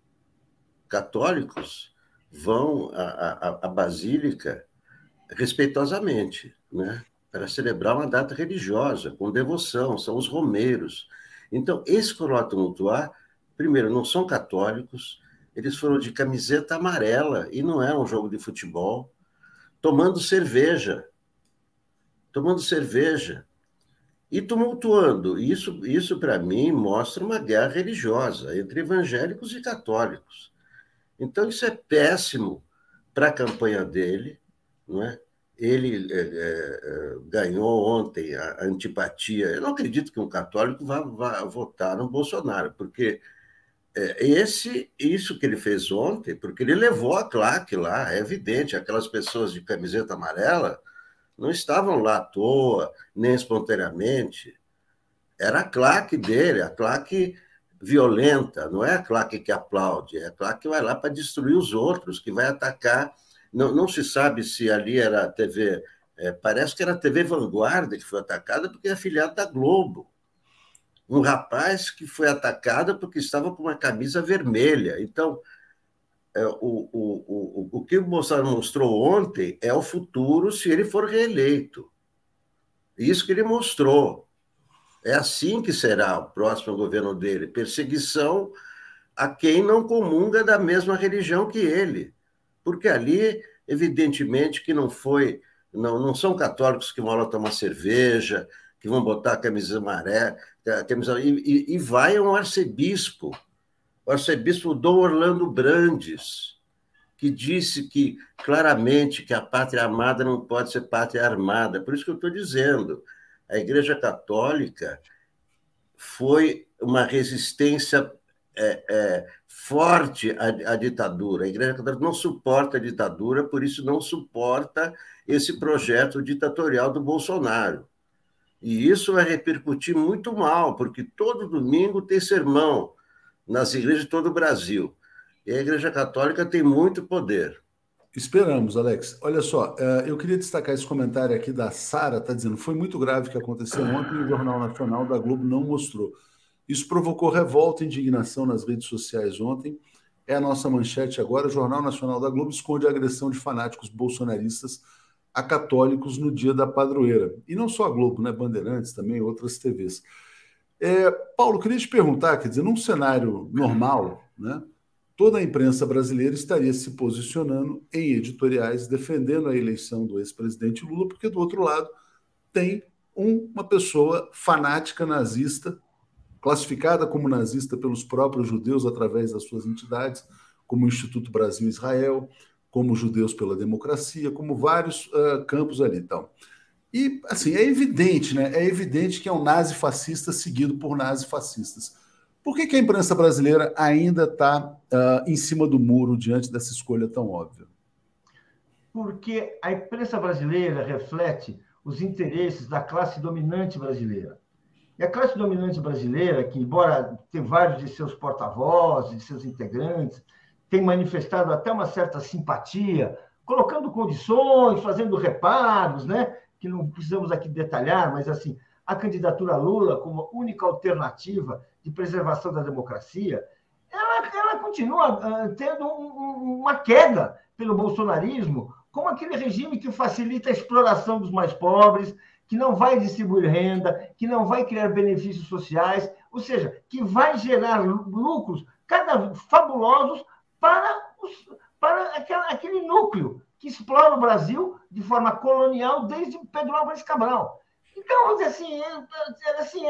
K: Católicos vão à, à, à Basílica respeitosamente, né, para celebrar uma data religiosa, com devoção, são os romeiros. Então, esses que foram lá tumultuar, primeiro, não são católicos, eles foram de camiseta amarela, e não era um jogo de futebol, tomando cerveja, tomando cerveja, e tumultuando. Isso, isso para mim, mostra uma guerra religiosa entre evangélicos e católicos. Então, isso é péssimo para a campanha dele, não é? Ele é, é, ganhou ontem a antipatia. Eu não acredito que um católico vá, vá votar no Bolsonaro, porque é, esse, isso que ele fez ontem, porque ele levou a claque lá, é evidente, aquelas pessoas de camiseta amarela não estavam lá à toa, nem espontaneamente. Era a claque dele, a claque violenta, não é a claque que aplaude, é a claque que vai lá para destruir os outros, que vai atacar. Não, não se sabe se ali era a T V, é, parece que era a T V Vanguarda que foi atacada porque é afiliado da Globo. Um rapaz que foi atacado porque estava com uma camisa vermelha. Então, é, o, o, o, o que o Bolsonaro mostrou ontem é o futuro se ele for reeleito. Isso que ele mostrou. É assim que será o próximo governo dele. Perseguição a quem não comunga da mesma religião que ele. Porque ali, evidentemente, que não foi, não, não são católicos que vão lá tomar cerveja, que vão botar a camisa amarela, a camisa, e, e, e vai um arcebispo, o arcebispo Dom Orlando Brandes, que disse que claramente que a pátria amada não pode ser pátria armada. Por isso que eu estou dizendo, a Igreja Católica foi uma resistência É, é, forte a, a ditadura. A Igreja Católica não suporta a ditadura, por isso não suporta esse projeto ditatorial do Bolsonaro. E isso vai repercutir muito mal, porque todo domingo tem sermão nas igrejas de todo o Brasil. E a Igreja Católica tem muito poder.
A: Esperamos, Alex. Olha só, eu queria destacar esse comentário aqui da Sara, está dizendo, foi muito grave o que aconteceu ontem e o Jornal Nacional da Globo não mostrou. Isso provocou revolta e indignação nas redes sociais ontem. É a nossa manchete agora. O Jornal Nacional da Globo esconde a agressão de fanáticos bolsonaristas a católicos no dia da padroeira. E não só a Globo, né? Bandeirantes também, outras T Vs. É, Paulo, queria te perguntar, quer dizer, num cenário normal, né, toda a imprensa brasileira estaria se posicionando em editoriais defendendo a eleição do ex-presidente Lula, porque do outro lado tem um, uma pessoa fanática nazista, classificada como nazista pelos próprios judeus através das suas entidades, como o Instituto Brasil-Israel, como Judeus pela Democracia, como vários uh, campos ali. Então. E, assim, é evidente, né? É evidente que é um nazi-fascista seguido por nazi-fascistas. Por que, que a imprensa brasileira ainda está uh, em cima do muro diante dessa escolha tão óbvia?
J: Porque a imprensa brasileira reflete os interesses da classe dominante brasileira. E a classe dominante brasileira, que, embora tenha vários de seus porta-vozes, de seus integrantes, tem manifestado até uma certa simpatia, colocando condições, fazendo reparos, né? Que não precisamos aqui detalhar, mas assim, a candidatura Lula como única alternativa de preservação da democracia, ela, ela continua uh, tendo um, um, uma queda pelo bolsonarismo, como aquele regime que facilita a exploração dos mais pobres, que não vai distribuir renda, que não vai criar benefícios sociais, ou seja, que vai gerar lucros cada fabulosos para, os, para aquela, aquele núcleo que explora o Brasil de forma colonial desde Pedro Álvares Cabral. Então, vamos dizer assim, é, assim é,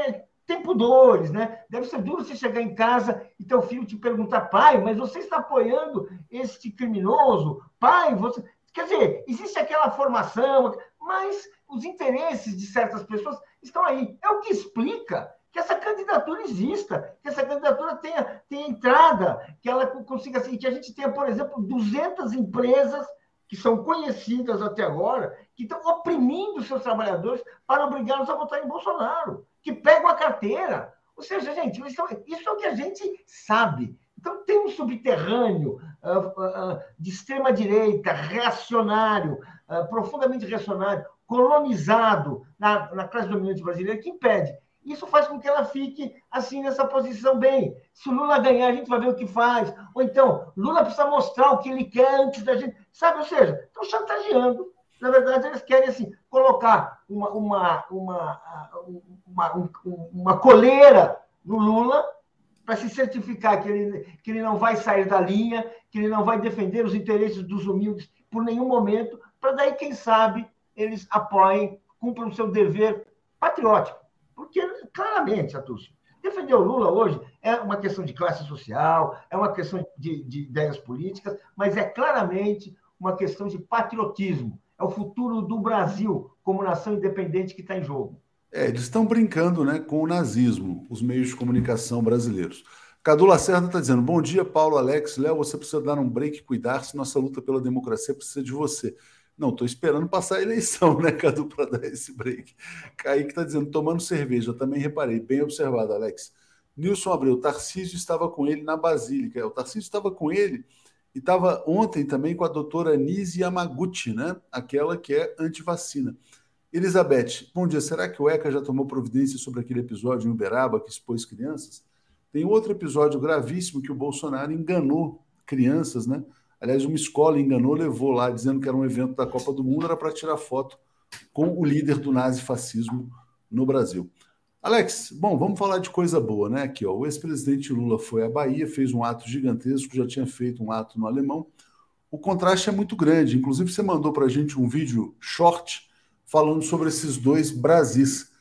J: tem pudores, né? Deve ser duro você chegar em casa e teu filho te perguntar, pai, mas você está apoiando este criminoso? Pai, você... Quer dizer, existe aquela formação, mas os interesses de certas pessoas estão aí. É o que explica que essa candidatura exista, que essa candidatura tenha, tenha entrada, que ela consiga, assim, que a gente tenha, por exemplo, duzentas empresas que são conhecidas até agora, que estão oprimindo seus trabalhadores para obrigá-los a votar em Bolsonaro, que pegam a carteira. Ou seja, gente, isso, isso é o que a gente sabe. Então, tem um subterrâneo uh, uh, de extrema-direita, reacionário, uh, profundamente reacionário, colonizado na, na classe dominante brasileira, que impede. Isso faz com que ela fique assim nessa posição bem. Se o Lula ganhar, a gente vai ver o que faz. Ou então, Lula precisa mostrar o que ele quer antes da gente. Sabe? Ou seja, estão chantageando. Na verdade, eles querem assim, colocar uma, uma, uma, uma, uma coleira no Lula para se certificar que ele, que ele não vai sair da linha, que ele não vai defender os interesses dos humildes por nenhum momento, para daí, quem sabe, eles apoiem, cumpram o seu dever patriótico. Porque, claramente, Satúcio, defender o Lula hoje é uma questão de classe social, é uma questão de, de ideias políticas, mas é claramente uma questão de patriotismo. É o futuro do Brasil como nação independente que está em jogo.
A: É, eles estão brincando, né, com o nazismo, os meios de comunicação brasileiros. Cadu Lacerda está dizendo, bom dia, Paulo, Alex, Léo, você precisa dar um break e cuidar-se, nossa luta pela democracia precisa de você. Não, estou esperando passar a eleição, né, Cadu, para dar esse break. Kaique está dizendo, tomando cerveja, eu também reparei, bem observado, Alex. Nilson Abreu, Tarcísio estava com ele na Basílica. O Tarcísio estava com ele e estava ontem também com a doutora Nise Yamaguchi, né, aquela que é antivacina. Elizabeth, bom dia, será que o ECA já tomou providência sobre aquele episódio em Uberaba que expôs crianças? Tem outro episódio gravíssimo que o Bolsonaro enganou crianças, né? Aliás, uma escola enganou, levou lá, dizendo que era um evento da Copa do Mundo, era para tirar foto com o líder do nazifascismo no Brasil. Alex, bom, vamos falar de coisa boa, né? Aqui, ó, o ex-presidente Lula foi à Bahia, fez um ato gigantesco, já tinha feito um ato no Alemão. O contraste é muito grande. Inclusive, você mandou para a gente um vídeo short falando sobre esses dois Brasis.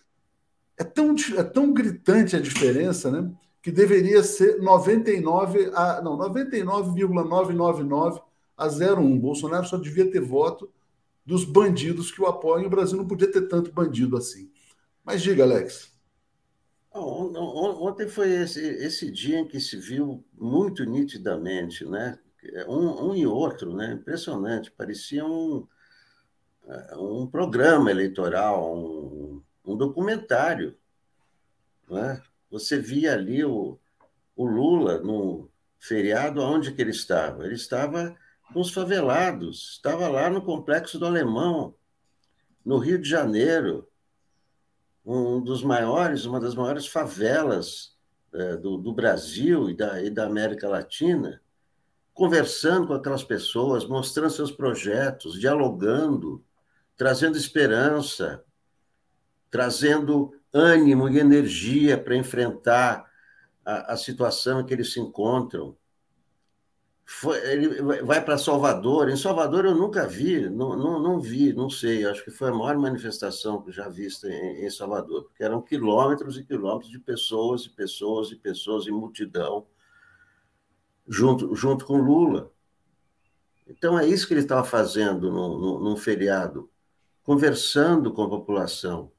A: É tão, é tão gritante a diferença, né? Que deveria ser noventa e nove a, não, noventa e nove vírgula novecentos e noventa e nove a zero vírgula um. Bolsonaro só devia ter voto dos bandidos que o apoiam. O Brasil não podia ter tanto bandido assim. Mas diga, Alex.
K: Ontem foi esse, esse dia em que se viu muito nitidamente, né? Um, um e outro, né? Impressionante. Parecia um, um programa eleitoral, um, um documentário, né? Você via ali o, o Lula no feriado, aonde que ele estava? Ele estava com os favelados, estava lá no Complexo do Alemão, no Rio de Janeiro, um dos maiores, uma das maiores favelas é, do, do Brasil e da, e da América Latina, conversando com aquelas pessoas, mostrando seus projetos, dialogando, trazendo esperança, trazendo ânimo e energia para enfrentar a, a situação em que eles se encontram. Foi, ele vai para Salvador. Em Salvador eu nunca vi, não, não, não vi, não sei, acho que foi a maior manifestação que já vista em, em Salvador, porque eram quilômetros e quilômetros de pessoas e pessoas e pessoas em multidão junto, junto com Lula. Então é isso que ele estava fazendo no, no, num feriado, conversando com a população.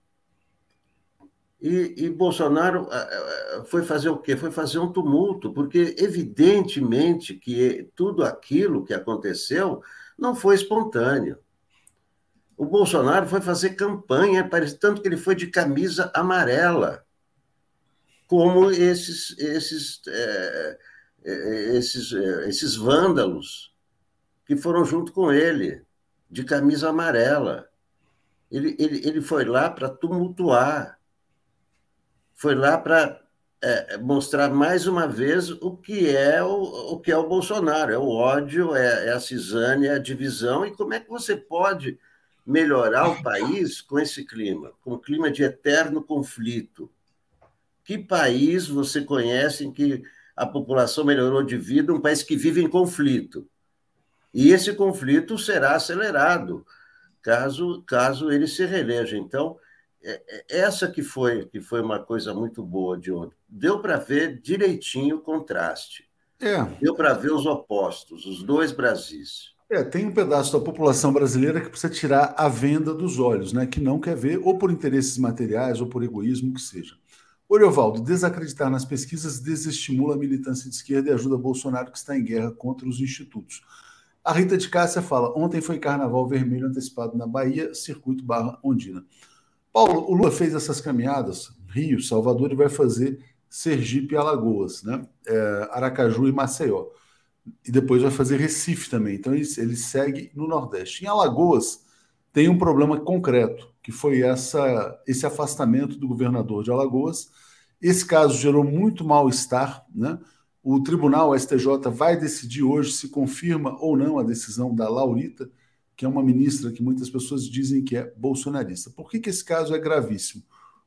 K: E, e Bolsonaro foi fazer o quê? Foi fazer um tumulto, porque evidentemente que tudo aquilo que aconteceu não foi espontâneo. O Bolsonaro foi fazer campanha, tanto que ele foi de camisa amarela, como esses, esses, é, esses, é, esses vândalos que foram junto com ele, de camisa amarela. Ele, ele, ele foi lá para tumultuar. Foi lá para é, mostrar mais uma vez o que é o, o que é o Bolsonaro, é o ódio, é, é a cisânia, é a divisão, e como é que você pode melhorar o país com esse clima, com um clima de eterno conflito? Que país você conhece em que a população melhorou de vida? Um país que vive em conflito. E esse conflito será acelerado caso, caso ele se reeleja. Então, essa que foi, que foi uma coisa muito boa de ontem. Deu para ver direitinho o contraste.
A: É.
K: Deu para ver os opostos, os dois Brasis.
A: É, tem um pedaço da população brasileira que precisa tirar a venda dos olhos, né? Que não quer ver, ou por interesses materiais, ou por egoísmo, que seja. Oriovaldo, desacreditar nas pesquisas desestimula a militância de esquerda e ajuda Bolsonaro, que está em guerra contra os institutos. A Rita de Cássia fala, ontem foi Carnaval Vermelho antecipado na Bahia, circuito Barra Ondina. Paulo, o Lula fez essas caminhadas, Rio, Salvador, e vai fazer Sergipe e Alagoas, né? É, Aracaju e Maceió. E depois vai fazer Recife também. Então ele, ele segue no Nordeste. Em Alagoas tem um problema concreto, que foi essa, esse afastamento do governador de Alagoas. Esse caso gerou muito mal-estar, né? O tribunal, o S T J, vai decidir hoje se confirma ou não a decisão da Laurita, que é uma ministra que muitas pessoas dizem que é bolsonarista. Por que, que esse caso é gravíssimo?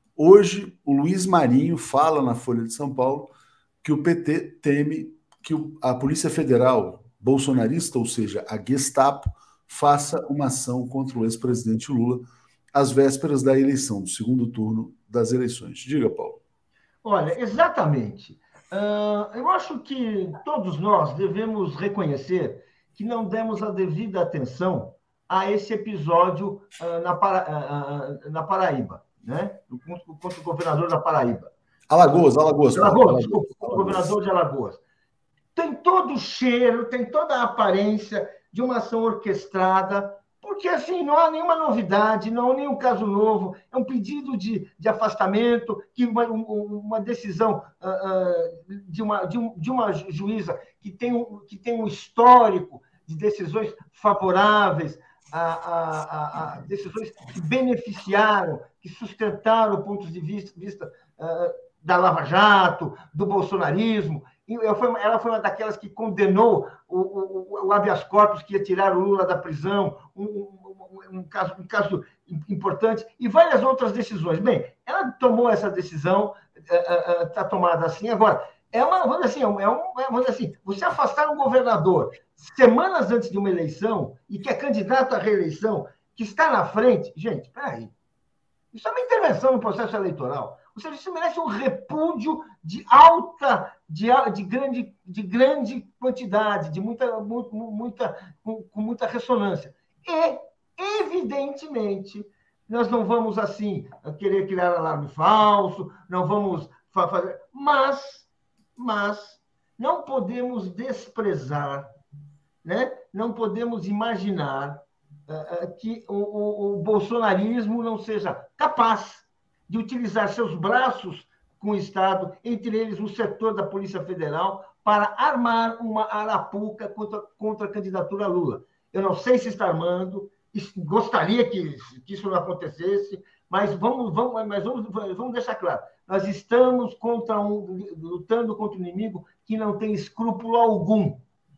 A: Hoje, o Luiz Marinho fala na Folha de São Paulo que o P T teme que a Polícia Federal bolsonarista, ou seja, a Gestapo, faça uma ação contra o ex-presidente Lula às vésperas da eleição, do segundo turno das eleições. Diga, Paulo.
J: Olha, exatamente. Uh, eu acho que todos nós devemos reconhecer que não demos a devida atenção a esse episódio uh, na, Para, uh, na Paraíba, né? Contra o governador da Paraíba.
A: Alagoas, Alagoas.
J: Alagoas, Alagoas. Desculpa, o governador de Alagoas. Tem todo o cheiro, tem toda a aparência de uma ação orquestrada, porque, assim, não há nenhuma novidade, não há nenhum caso novo, é um pedido de, de afastamento, que uma, uma decisão uh, uh, de, uma, de, um, de uma juíza que tem, um, que tem um histórico de decisões favoráveis, a, a, a, a decisões que beneficiaram, que sustentaram pontos de vista, vista uh, da Lava Jato, do bolsonarismo. Ela foi uma daquelas que condenou o, o, o habeas corpus, que ia tirar o Lula da prisão, um, um, um, caso, um caso importante, e várias outras decisões. Bem, ela tomou essa decisão, está tomada assim. Agora, é uma, vamos dizer assim, é um, vamos dizer assim, você afastar um governador semanas antes de uma eleição e que é candidato à reeleição, que está na frente, gente, peraí, isso é uma intervenção no processo eleitoral. Ou seja, isso merece um repúdio de alta, de, de, grande, de grande quantidade, de muita, muita, com, com muita ressonância. E, evidentemente, nós não vamos, assim, querer criar alarme falso, não vamos fazer... Mas, mas não podemos desprezar, né? Não podemos imaginar uh, que o, o, o bolsonarismo não seja capaz de utilizar seus braços com o Estado, entre eles o setor da Polícia Federal, para armar uma arapuca contra, contra a candidatura Lula. Eu não sei se está armando, gostaria que, que isso não acontecesse, mas vamos, vamos, mas vamos, vamos deixar claro, nós estamos contra um, lutando contra um inimigo que não tem escrúpulo algum,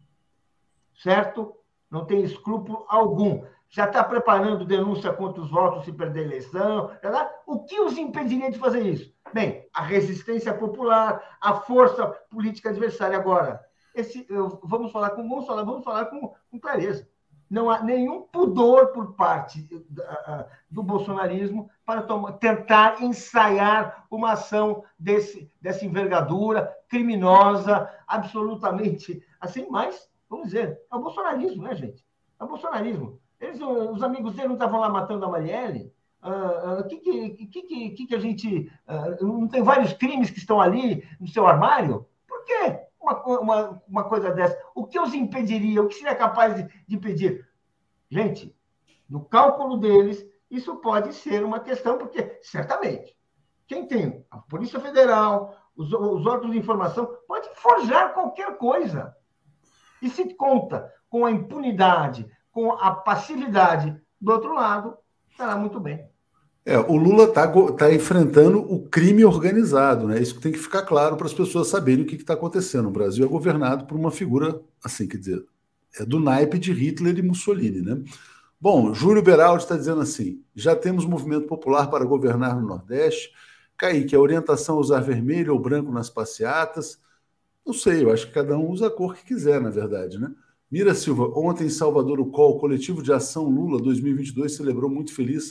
J: certo? Não tem escrúpulo algum. Já está preparando denúncia contra os votos se perder a eleição. Tá? O que os impediria de fazer isso? Bem, a resistência popular, a força política adversária. Agora, esse, vamos falar com vamos falar, vamos falar com, com clareza. Não há nenhum pudor por parte do bolsonarismo para tomar, tentar ensaiar uma ação desse, dessa envergadura criminosa, absolutamente assim, mas, vamos dizer, é o bolsonarismo, né, gente? É o bolsonarismo. Eles, os amigos dele não estavam lá matando a Marielle? O uh, uh, que, que, que, que, que a gente... Uh, não tem vários crimes que estão ali no seu armário? Por quê uma, uma, uma coisa dessa? O que os impediria? O que seria capaz de, de impedir? Gente, no cálculo deles, isso pode ser uma questão, porque, certamente, quem tem a Polícia Federal, os, os órgãos de informação, pode forjar qualquer coisa. E se conta com a impunidade, com a passividade do outro lado, estará muito bem.
A: É, o Lula está tá enfrentando o crime organizado, né? Isso que tem que ficar claro para as pessoas saberem o que está acontecendo. O Brasil é governado por uma figura, assim, quer dizer, é do naipe de Hitler e Mussolini, né? Bom, Júlio Beraldi está dizendo assim, já temos movimento popular para governar no Nordeste. Kaique, a orientação é usar vermelho ou branco nas passeatas? Não sei, eu acho que cada um usa a cor que quiser, na verdade, né? Mira Silva, ontem em Salvador, o C O L, Coletivo de Ação Lula dois mil e vinte e dois, celebrou muito feliz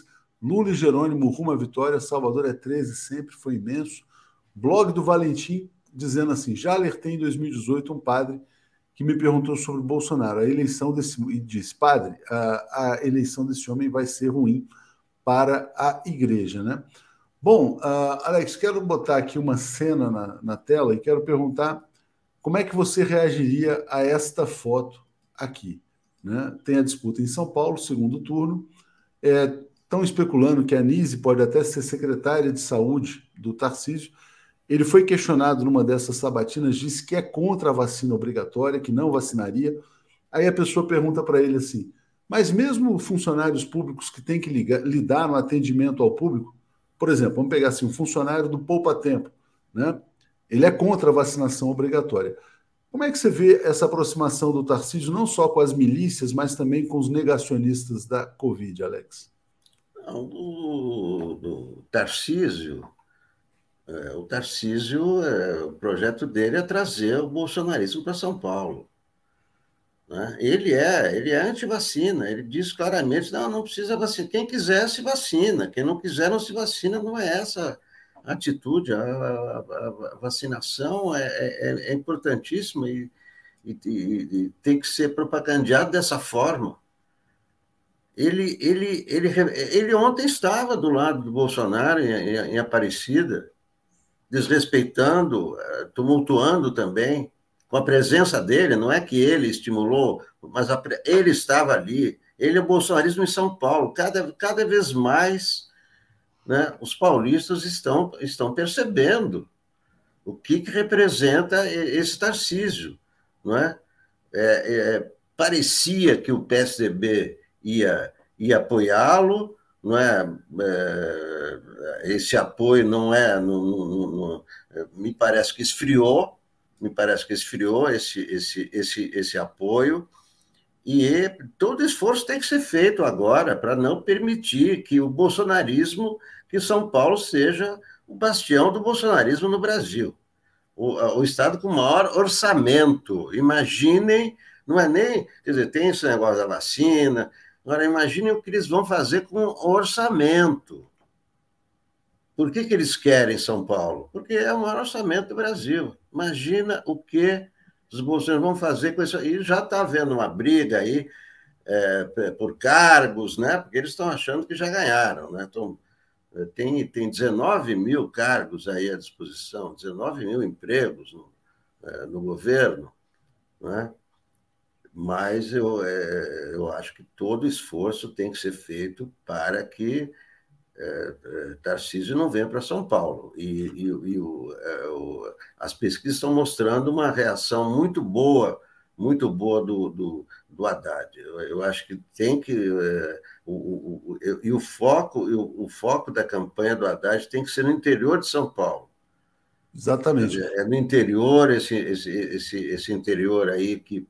A: Lula e Jerônimo rumo à vitória, Salvador é treze, sempre foi imenso. Blog do Valentim, dizendo assim, já alertei em dois mil e dezoito um padre que me perguntou sobre o Bolsonaro. A eleição desse... E disse, padre, a, a eleição desse homem vai ser ruim para a igreja, né? Bom, uh, Alex, quero botar aqui uma cena na, na tela e quero perguntar como é que você reagiria a esta foto aqui, né? Tem a disputa em São Paulo, segundo turno. Estão é, especulando que a Anísio pode até ser secretária de saúde do Tarcísio. Ele foi questionado numa dessas sabatinas, disse que é contra a vacina obrigatória, que não vacinaria. Aí a pessoa pergunta para ele assim, mas mesmo funcionários públicos que têm que ligar, lidar no atendimento ao público, por exemplo, vamos pegar assim, um funcionário do Poupa Tempo, né? Ele é contra a vacinação obrigatória. Como é que você vê essa aproximação do Tarcísio, não só com as milícias, mas também com os negacionistas da Covid, Alex?
K: O, o Tarcísio... É, o Tarcísio, é, o projeto dele é trazer o bolsonarismo para São Paulo. Né? Ele é, ele é anti-vacina, ele diz claramente, não, não precisa vacinar. Quem quiser se vacina, quem não quiser não se vacina, não é essa a atitude. A, a, a vacinação é, é, é importantíssima e, e, e tem que ser propagandeado dessa forma. Ele, ele, ele, ele ontem estava do lado do Bolsonaro em, em, em Aparecida, desrespeitando, tumultuando também, com a presença dele, não é que ele estimulou, mas a, ele estava ali, ele é o bolsonarismo em São Paulo, cada, cada vez mais, né, os paulistas estão, estão percebendo o que, que representa esse Tarcísio, não é? É, é, parecia que o P S D B ia, ia apoiá-lo, não é, é, esse apoio não é, não, não, não, me parece que esfriou, me parece que esfriou esse, esse, esse, esse apoio, e todo esforço tem que ser feito agora para não permitir que o bolsonarismo, que São Paulo seja o bastião do bolsonarismo no Brasil. O, o estado com maior orçamento, imaginem, não é nem, quer dizer, tem esse negócio da vacina. Agora, imaginem o que eles vão fazer com o orçamento. Por que, que eles querem São Paulo? Porque é o maior orçamento do Brasil. Imagina o que os bolsonaristas vão fazer com isso. E já está havendo uma briga aí é, por cargos, né? Porque eles estão achando que já ganharam, né? Então, tem, tem dezenove mil cargos aí à disposição, dezenove mil empregos no, é, no governo, né? Mas eu, é, eu acho que todo esforço tem que ser feito para que é, é, Tarcísio não venha para São Paulo. E, e, e o, é, o, as pesquisas estão mostrando uma reação muito boa, muito boa do, do, do Haddad. Eu, eu acho que tem que... É, o, o, o, e o foco, o, o foco da campanha do Haddad tem que ser no interior de São Paulo.
A: Exatamente.
K: É, é no interior, esse, esse, esse, esse interior aí que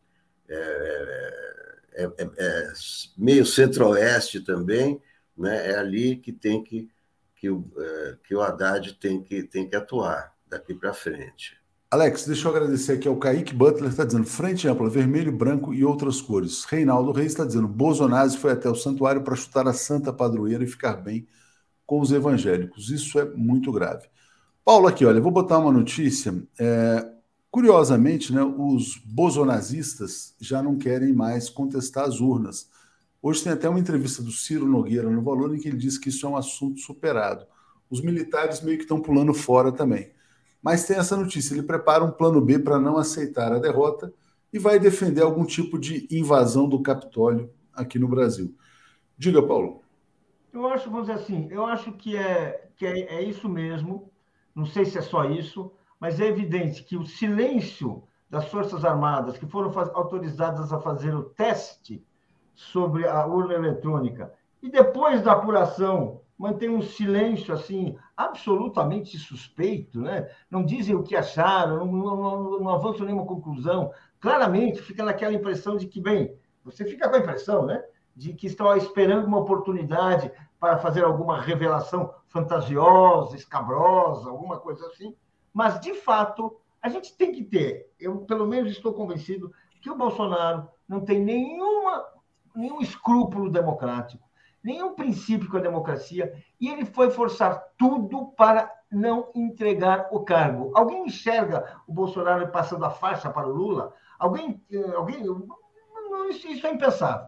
K: É, é, é, é meio centro-oeste também, né? É ali que tem que, que, o, é, que o Haddad tem que, tem que atuar daqui para frente.
A: Alex, deixa eu agradecer aqui ao Kaique Butler, está dizendo frente ampla, vermelho, branco e outras cores. Reinaldo Reis está dizendo Bolsonaro foi até o santuário para chutar a santa padroeira e ficar bem com os evangélicos. Isso é muito grave. Paulo, aqui, olha, eu vou botar uma notícia... É... Curiosamente, né, os bolsonazistas já não querem mais contestar as urnas. Hoje tem até uma entrevista do Ciro Nogueira no Valor em que ele diz que isso é um assunto superado. Os militares meio que estão pulando fora também. Mas tem essa notícia, ele prepara um plano B para não aceitar a derrota e vai defender algum tipo de invasão do Capitólio aqui no Brasil. Diga, Paulo.
J: Eu acho, vamos dizer assim, eu acho que é, que é, é isso mesmo, não sei se é só isso, mas é evidente que o silêncio das Forças Armadas, que foram autorizadas a fazer o teste sobre a urna eletrônica, e depois da apuração mantém um silêncio assim absolutamente suspeito, né? Não dizem o que acharam, não, não, não avançam nenhuma conclusão. Claramente fica naquela impressão de que, bem, você fica com a impressão, né? De que estão esperando uma oportunidade para fazer alguma revelação fantasiosa, escabrosa, alguma coisa assim. Mas, de fato, a gente tem que ter, eu pelo menos estou convencido, que o Bolsonaro não tem nenhuma, nenhum escrúpulo democrático. nenhum princípio com a democracia, e ele foi forçar tudo para não entregar o cargo. Alguém enxerga o Bolsonaro passando a faixa para o Lula? Alguém... alguém isso, isso é impensável,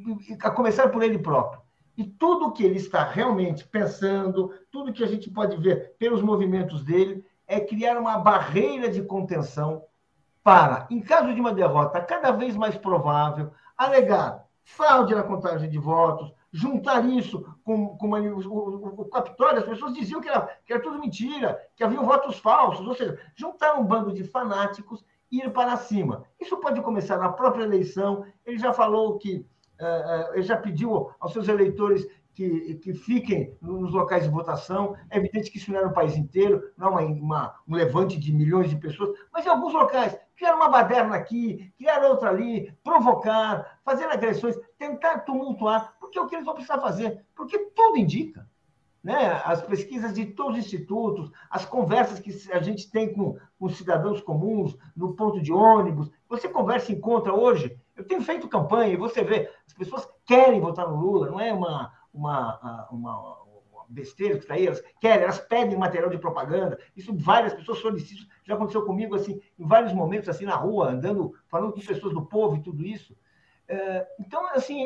J: a começar por ele próprio. E tudo que ele está realmente pensando, tudo que a gente pode ver pelos movimentos dele, é criar uma barreira de contenção para, em caso de uma derrota cada vez mais provável, alegar fraude na contagem de votos, juntar isso com, com uma, o, o Capitólio. As pessoas diziam que era, que era tudo mentira, que havia votos falsos, ou seja, juntar um bando de fanáticos e ir para cima. Isso pode começar na própria eleição. Ele já falou que, uh, ele já pediu aos seus eleitores que, que fiquem nos locais de votação. É evidente que isso não é no país inteiro, não é uma, uma, um levante de milhões de pessoas, mas em alguns locais, criar uma baderna aqui, criar outra ali, provocar, fazer agressões, tentar tumultuar, porque é o que eles vão precisar fazer, porque tudo indica, né? As pesquisas de todos os institutos, as conversas que a gente tem com, com cidadãos comuns, no ponto de ônibus, você conversa e encontra hoje. Eu tenho feito campanha e você vê, as pessoas querem votar no Lula, não é uma, uma, uma, uma besteira que está aí, elas querem, elas pedem material de propaganda, isso várias pessoas solicitam, já aconteceu comigo assim, em vários momentos, assim, na rua, andando, falando com pessoas do povo e tudo isso. Então, assim,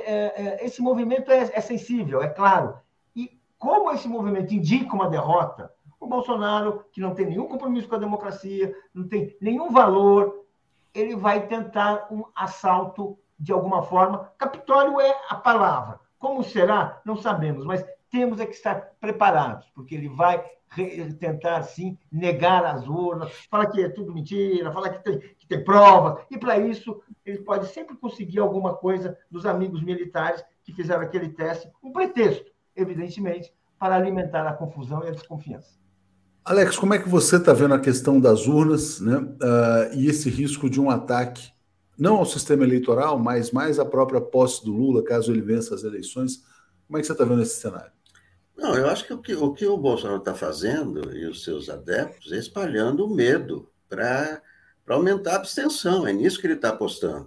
J: esse movimento é, é sensível, é claro. E como esse movimento indica uma derrota, o Bolsonaro, que não tem nenhum compromisso com a democracia, não tem nenhum valor, ele vai tentar um assalto de alguma forma. Capitólio é a palavra. Como será? Não sabemos, mas temos é que estar preparados, porque ele vai tentar, sim, negar as urnas, falar que é tudo mentira, falar que tem, que tem provas, e, para isso, ele pode sempre conseguir alguma coisa dos amigos militares que fizeram aquele teste, um pretexto, evidentemente, para alimentar a confusão e a desconfiança.
A: Alex, como é que você está vendo a questão das urnas, né, uh, e esse risco de um ataque, não ao sistema eleitoral, mas mais à própria posse do Lula, caso ele vença as eleições? Como é que você está vendo esse cenário?
K: Não, eu acho que o que o, que o Bolsonaro está fazendo, e os seus adeptos, é espalhando o medo para aumentar a abstenção. É nisso que ele está apostando.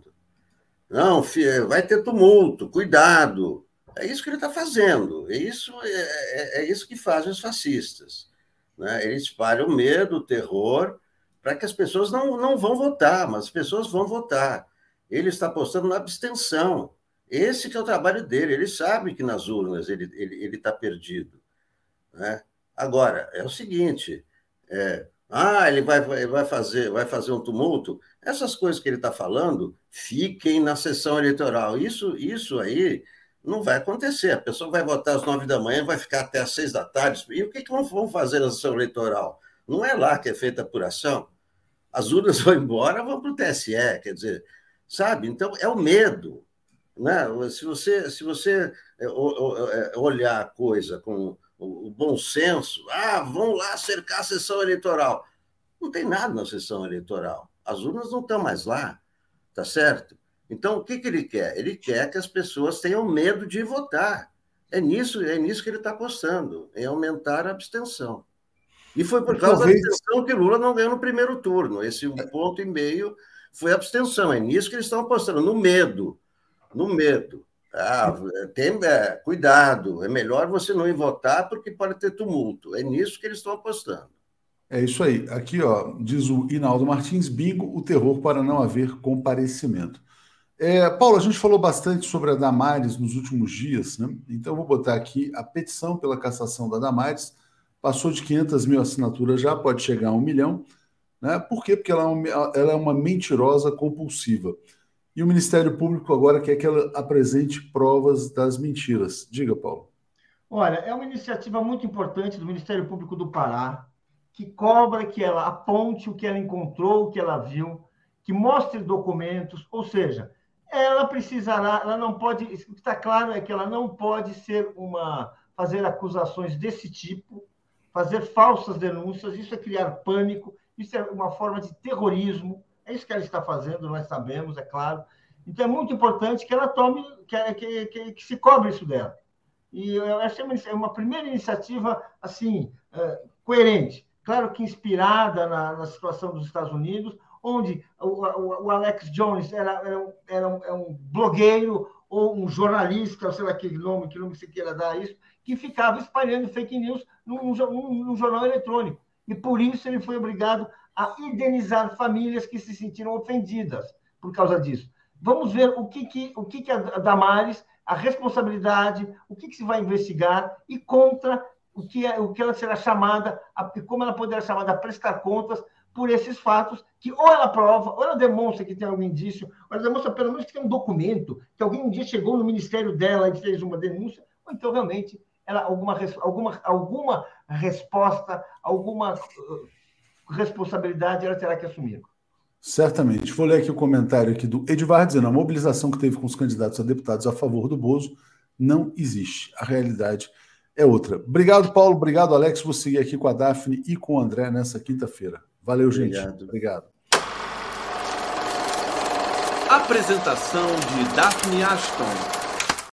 K: Não, filho, vai ter tumulto, cuidado. É isso que ele está fazendo. É isso, é, é, é isso que fazem os fascistas, né? Eles espalham o medo, o terror, para que as pessoas não, não vão votar, mas as pessoas vão votar. Ele está apostando na abstenção. Esse que é o trabalho dele. Ele sabe que nas urnas ele está ele, ele tá perdido, né? Agora, é o seguinte, é, ah, ele vai, vai, fazer, vai fazer um tumulto. Essas coisas que ele está falando, fiquem na sessão eleitoral. Isso, isso aí não vai acontecer. A pessoa vai votar às nove da manhã, vai ficar até às seis da tarde. E o que, que vão fazer na sessão eleitoral? Não é lá que é feita a apuração. As urnas vão embora, vão para o T S E, quer dizer, sabe? Então, é o medo, né? Se você, se você olhar a coisa com o bom senso, ah, vão lá cercar a sessão eleitoral. Não tem nada na sessão eleitoral. As urnas não estão mais lá, tá certo? Então, o que, que ele quer? Ele quer que as pessoas tenham medo de votar. É nisso, é nisso que ele está apostando, em aumentar a abstenção. E foi por causa Talvez... da abstenção que Lula não ganhou no primeiro turno. Esse um ponto e meio foi a abstenção. É nisso que eles estão apostando, no medo. No medo. Ah, tem, é, cuidado, é melhor você não ir votar porque pode ter tumulto. É nisso que eles estão apostando.
A: É isso aí. Aqui, ó, diz o Hinaldo Martins, bingo, o terror para não haver comparecimento. É, Paulo, a gente falou bastante sobre a Damares nos últimos dias, né? Então eu vou botar aqui a petição pela cassação da Damares, passou de quinhentas mil assinaturas já, pode chegar a um milhão, né? Por quê? Porque ela é, uma, ela é uma mentirosa compulsiva. E o Ministério Público agora quer que ela apresente provas das mentiras. Diga, Paulo.
J: Olha, é uma iniciativa muito importante do Ministério Público do Pará, que cobra que ela aponte o que ela encontrou, o que ela viu, que mostre documentos, ou seja, ela precisará, ela não pode, o que está claro é que ela não pode ser uma, fazer acusações desse tipo, fazer falsas denúncias, isso é criar pânico, isso é uma forma de terrorismo. É isso que ela está fazendo, nós sabemos, é claro. Então, é muito importante que ela tome, que, que, que, que se cobre isso dela. E eu acho que é uma primeira iniciativa, assim, coerente. Claro que inspirada na, na situação dos Estados Unidos, onde o, o, o Alex Jones era, era, um, era um, é um blogueiro, ou um jornalista, ou sei lá que nome, que nome você queira dar a isso, que ficava espalhando fake news num, num, num jornal eletrônico. E por isso ele foi obrigado a indenizar famílias que se sentiram ofendidas por causa disso. Vamos ver o que, que, o que, que a Damares, a responsabilidade, o que, que se vai investigar e contra o que, é, o que ela será chamada, e como ela poderá ser chamada a prestar contas por esses fatos que ou ela prova, ou ela demonstra que tem algum indício, ou ela demonstra pelo menos que tem um documento, que alguém um dia chegou no ministério dela e fez uma denúncia, ou então realmente ela, alguma, alguma, alguma resposta, alguma uh, responsabilidade ela terá que assumir.
A: Certamente. Vou ler aqui o comentário aqui do Edivar dizendo: a mobilização que teve com os candidatos a deputados a favor do Bozo não existe. A realidade é outra. Obrigado, Paulo. Obrigado, Alex. Vou seguir aqui com a Daphne e com o André nessa quinta-feira. Valeu,
K: Obrigado.
A: gente. Obrigado.
G: Apresentação de Daphne Ashton.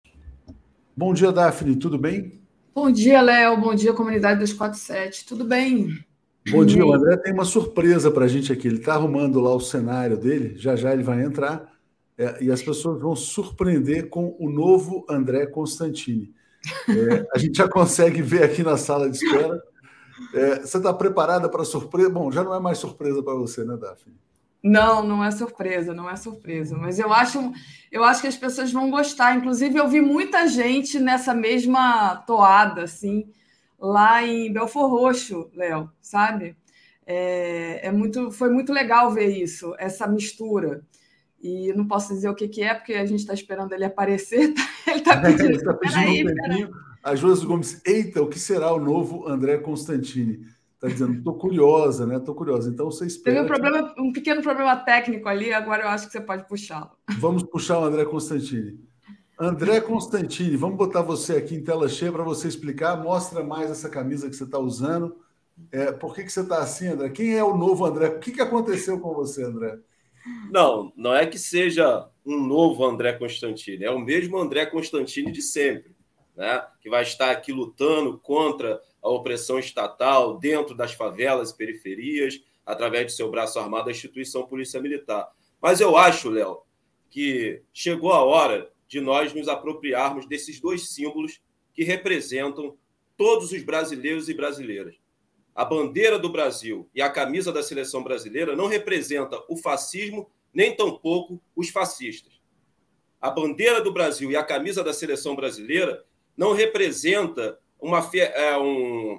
A: Bom dia, Daphne. Tudo bem?
L: Bom dia, Léo. Bom dia, comunidade dois quatro sete. Tudo bem?
A: Bom dia, o André tem uma surpresa para a gente aqui. Ele está arrumando lá o cenário dele, já já ele vai entrar, é, e as pessoas vão surpreender com o novo André Constantini. É, a gente já consegue ver aqui na sala de espera. É, você está preparada para a surpresa? Bom, já não é mais surpresa para você, né, Daphne?
L: Não, não é surpresa, não é surpresa. Mas eu acho, eu acho que as pessoas vão gostar. Inclusive, eu vi muita gente nessa mesma toada, assim, lá em Belford Roxo, Léo, sabe? É, é muito, foi muito legal ver isso, essa mistura. E não posso dizer o que, que é, porque a gente está esperando ele aparecer. Ele está pedindo,
A: ele tá pedindo aí, um tempinho. A Josi Gomes, eita, o que será o novo André Constantini? Está dizendo, estou curiosa, né? Estou curiosa. Então, você espera...
L: Teve um, problema, um pequeno problema técnico ali, agora eu acho que você pode puxá-lo.
A: Vamos puxar o André Constantini. André Constantini, vamos botar você aqui em tela cheia para você explicar. Mostra mais essa camisa que você está usando. É, por que, que você está assim, André? Quem é o novo André? O que, que aconteceu com você, André?
M: Não, não é que seja um novo André Constantini. É o mesmo André Constantini de sempre, né? Que vai estar aqui lutando contra a opressão estatal dentro das favelas e periferias, através de seu braço armado, a instituição Polícia Militar. Mas eu acho, Léo, que chegou a hora de nós nos apropriarmos desses dois símbolos que representam todos os brasileiros e brasileiras. A bandeira do Brasil e a camisa da seleção brasileira não representa o fascismo, nem tampouco os fascistas. A bandeira do Brasil e a camisa da seleção brasileira não representa uma, é, um,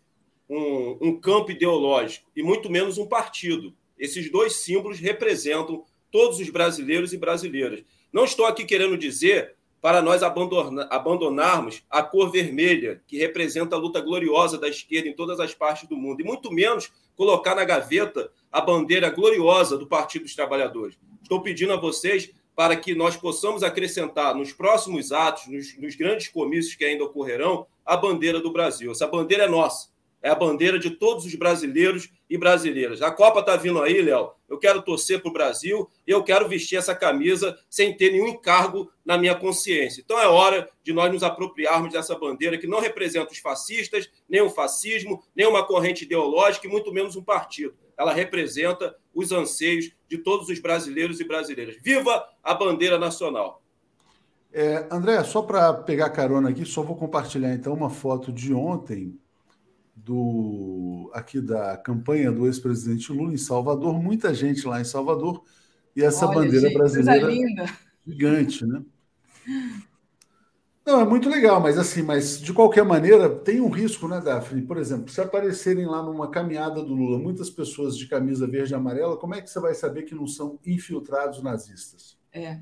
M: um, um campo ideológico e muito menos um partido. Esses dois símbolos representam todos os brasileiros e brasileiras. Não estou aqui querendo dizer para nós abandonarmos a cor vermelha, que representa a luta gloriosa da esquerda em todas as partes do mundo, e muito menos colocar na gaveta a bandeira gloriosa do Partido dos Trabalhadores. Estou pedindo a vocês para que nós possamos acrescentar nos próximos atos, nos, nos grandes comícios que ainda ocorrerão, a bandeira do Brasil. Essa bandeira é nossa. É a bandeira de todos os brasileiros e brasileiras. A Copa está vindo aí, Léo. Eu quero torcer para o Brasil e eu quero vestir essa camisa sem ter nenhum encargo na minha consciência. Então é hora de nós nos apropriarmos dessa bandeira que não representa os fascistas, nem o fascismo, nem uma corrente ideológica e muito menos um partido. Ela representa os anseios de todos os brasileiros e brasileiras. Viva a bandeira nacional!
A: É, André, só para pegar carona aqui, só vou compartilhar então uma foto de ontem do aqui da campanha do ex-presidente Lula em Salvador, muita gente lá em Salvador, e essa Olha, bandeira gente, brasileira gigante, né? Não, é muito legal, mas assim, mas de qualquer maneira tem um risco, né, Daphne? Por exemplo, se aparecerem lá numa caminhada do Lula muitas pessoas de camisa verde e amarela, como é que você vai saber que não são infiltrados nazistas?
L: É.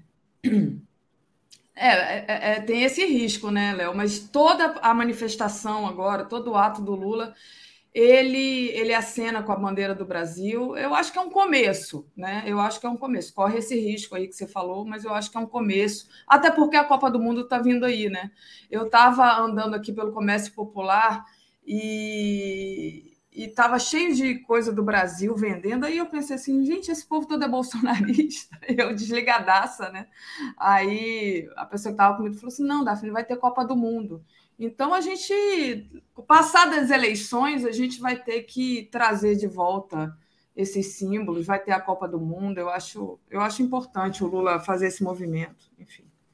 L: É, é, é, tem esse risco, né, Léo? Mas toda a manifestação agora, todo o ato do Lula, ele, ele acena com a bandeira do Brasil. Eu acho que é um começo, né? Eu acho que é um começo. Corre esse risco aí que você falou, mas eu acho que é um começo. Até porque a Copa do Mundo está vindo aí, né? Eu estava andando aqui pelo comércio popular e estava cheio de coisa do Brasil vendendo. Aí eu pensei assim, gente, esse povo todo é bolsonarista. Eu desligadaça, né? Aí a pessoa que estava comigo falou assim, não, Daphne, vai ter Copa do Mundo. Então, a gente, passadas as eleições, a gente vai ter que trazer de volta esses símbolos, vai ter a Copa do Mundo. Eu acho, eu acho importante o Lula fazer esse movimento, enfim.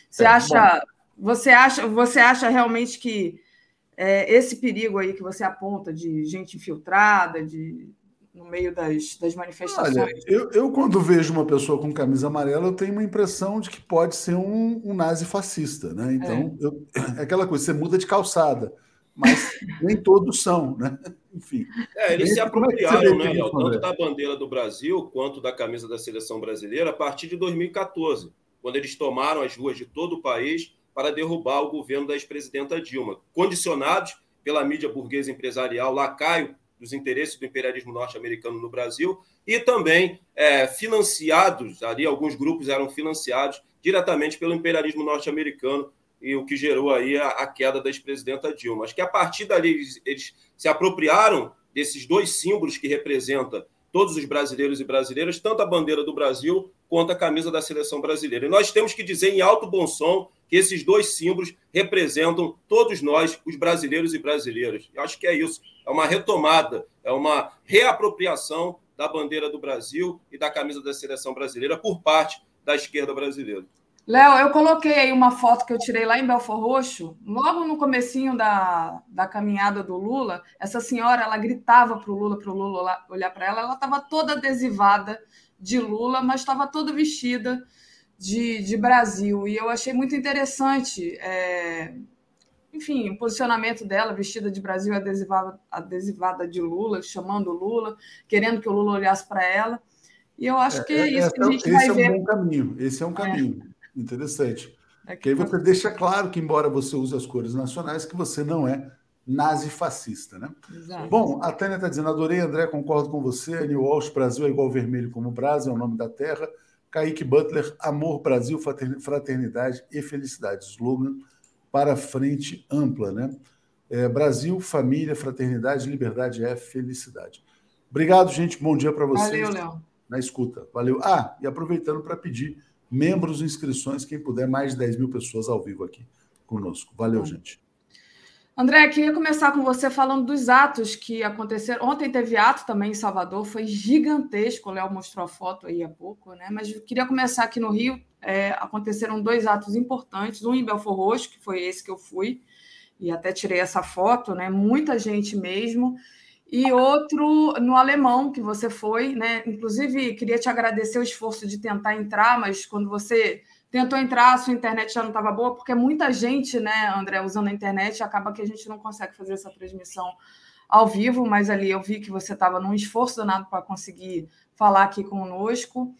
L: Você, é, acha, você, acha, você acha realmente que é, esse perigo aí que você aponta de gente infiltrada, de, no meio das, das manifestações...
A: Olha, eu, eu quando vejo uma pessoa com camisa amarela, eu tenho uma impressão de que pode ser um, um nazi fascista, né? Então, é. Eu, é aquela coisa, você muda de calçada, mas nem todos são, né? Enfim.
M: É, eles se apropriaram, né, Léo, tanto da bandeira do Brasil quanto da camisa da seleção brasileira a partir de dois mil e quatorze, quando eles tomaram as ruas de todo o país para derrubar o governo da ex-presidenta Dilma, condicionados pela mídia burguesa empresarial, lacaio dos interesses do imperialismo norte-americano no Brasil, e também é, financiados, ali alguns grupos eram financiados diretamente pelo imperialismo norte-americano, e o que gerou aí a, a queda da ex-presidenta Dilma. Acho que a partir dali eles, eles se apropriaram desses dois símbolos que representam todos os brasileiros e brasileiras, tanto a bandeira do Brasil quanto a camisa da seleção brasileira. E nós temos que dizer em alto bom som que esses dois símbolos representam todos nós, os brasileiros e brasileiras. Eu acho que é isso, é uma retomada, é uma reapropriação da bandeira do Brasil e da camisa da seleção brasileira por parte da esquerda brasileira.
L: Léo, eu coloquei aí uma foto que eu tirei lá em Belford Roxo, logo no comecinho da, da caminhada do Lula. Essa senhora, ela gritava para o Lula, para o Lula olhar para ela, ela estava toda adesivada de Lula, mas estava toda vestida de, de Brasil. E eu achei muito interessante, é, enfim, o posicionamento dela, vestida de Brasil, adesivada, adesivada de Lula, chamando o Lula, querendo que o Lula olhasse para ela. E eu acho que é, é isso é, que a gente
A: esse
L: vai
A: é um
L: ver.
A: Bom caminho, esse é um caminho. É. Interessante.
L: É que
A: que aí você deixa claro que, embora você use as cores nacionais, que você não é nazi-fascista, né?
L: Exato.
A: Bom, a Tânia está dizendo, adorei, André, concordo com você. A New Walsh, Brasil é igual vermelho como brasa, é o nome da terra. Kaique Butler, amor, Brasil, fraternidade e felicidade. Slogan para frente ampla, né? É, Brasil, família, fraternidade, liberdade é felicidade. Obrigado, gente. Bom dia para vocês.
L: Valeu, Léo.
A: Na escuta. Valeu. Ah, e aproveitando para pedir membros, inscrições, quem puder, mais de dez mil pessoas ao vivo aqui conosco. Valeu, gente.
L: André, queria começar com você falando dos atos que aconteceram. Ontem teve ato também em Salvador, foi gigantesco, o Léo mostrou a foto aí há pouco, né? Mas eu queria começar aqui no Rio. É, aconteceram dois atos importantes, um em Belford Roxo, que foi esse que eu fui, e até tirei essa foto, né? Muita gente mesmo. E outro no Alemão, que você foi, né? Inclusive, queria te agradecer o esforço de tentar entrar, mas quando você tentou entrar, a sua internet já não estava boa, porque muita gente, né, André, usando a internet, acaba que a gente não consegue fazer essa transmissão ao vivo, mas ali eu vi que você estava num esforço danado para conseguir falar aqui conosco.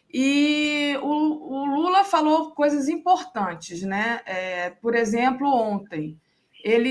L: E o, o Lula falou coisas importantes, né? É, por exemplo, ontem, ele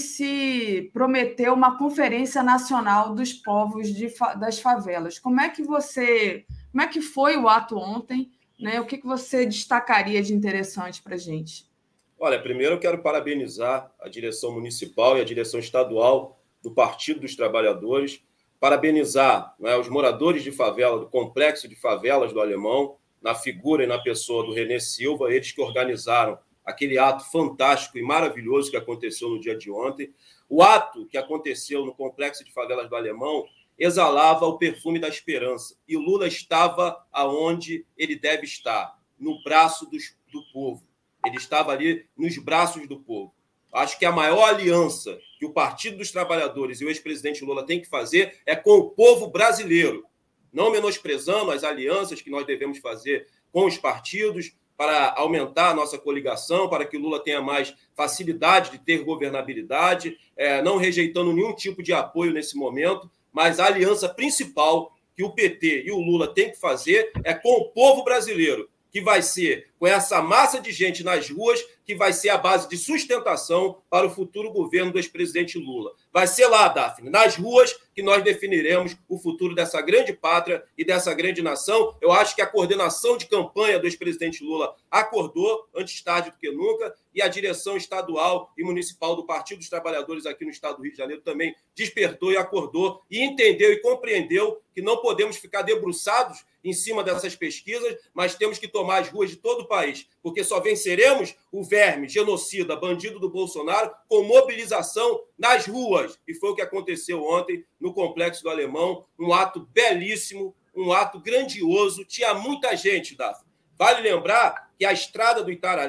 L: disse, prometeu uma conferência nacional dos povos de, das favelas. Como é que você, como é que foi o ato ontem, né? O que, que você destacaria de interessante para a gente?
M: Olha, primeiro eu quero parabenizar a direção municipal e a direção estadual do Partido dos Trabalhadores, parabenizar, né, os moradores de favela, do complexo de favelas do Alemão, na figura e na pessoa do René Silva, eles que organizaram aquele ato fantástico e maravilhoso que aconteceu no dia de ontem. O ato que aconteceu no Complexo de Favelas do Alemão exalava o perfume da esperança. E o Lula estava aonde ele deve estar, no braço dos, do povo. Ele estava ali nos braços do povo. Acho que a maior aliança que o Partido dos Trabalhadores e o ex-presidente Lula têm que fazer é com o povo brasileiro, não menosprezando as alianças que nós devemos fazer com os partidos, para aumentar a nossa coligação, para que o Lula tenha mais facilidade de ter governabilidade, é, não rejeitando nenhum tipo de apoio nesse momento, mas a aliança principal que o P T e o Lula têm que fazer é com o povo brasileiro, que vai ser com essa massa de gente nas ruas, que vai ser a base de sustentação para o futuro governo do ex-presidente Lula. Vai ser lá, Daphne, nas ruas, que nós definiremos o futuro dessa grande pátria e dessa grande nação. Eu acho que a coordenação de campanha do ex-presidente Lula acordou, antes tarde do que nunca, e a direção estadual e municipal do Partido dos Trabalhadores aqui no estado do Rio de Janeiro também despertou e acordou e entendeu e compreendeu que não podemos ficar debruçados em cima dessas pesquisas, mas temos que tomar as ruas de todo o país, porque só venceremos o verme, genocida, bandido do Bolsonaro com mobilização nas ruas. E foi o que aconteceu ontem no Complexo do Alemão, um ato belíssimo, um ato grandioso. Tinha muita gente, Daphne. Vale lembrar que a estrada do Itararé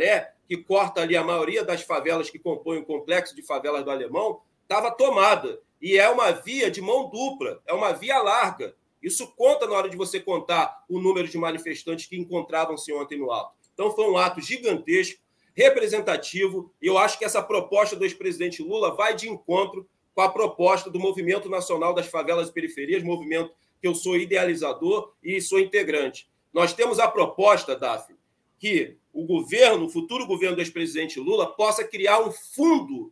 M: que corta ali a maioria das favelas que compõem o complexo de favelas do Alemão, estava tomada. E é uma via de mão dupla, é uma via larga. Isso conta na hora de você contar o número de manifestantes que encontravam-se ontem no alto. Então, foi um ato gigantesco, representativo, e eu acho que essa proposta do ex-presidente Lula vai de encontro com a proposta do Movimento Nacional das Favelas e Periferias, movimento que eu sou idealizador e sou integrante. Nós temos a proposta, Daphne, que o governo, o futuro governo do ex-presidente Lula, possa criar um fundo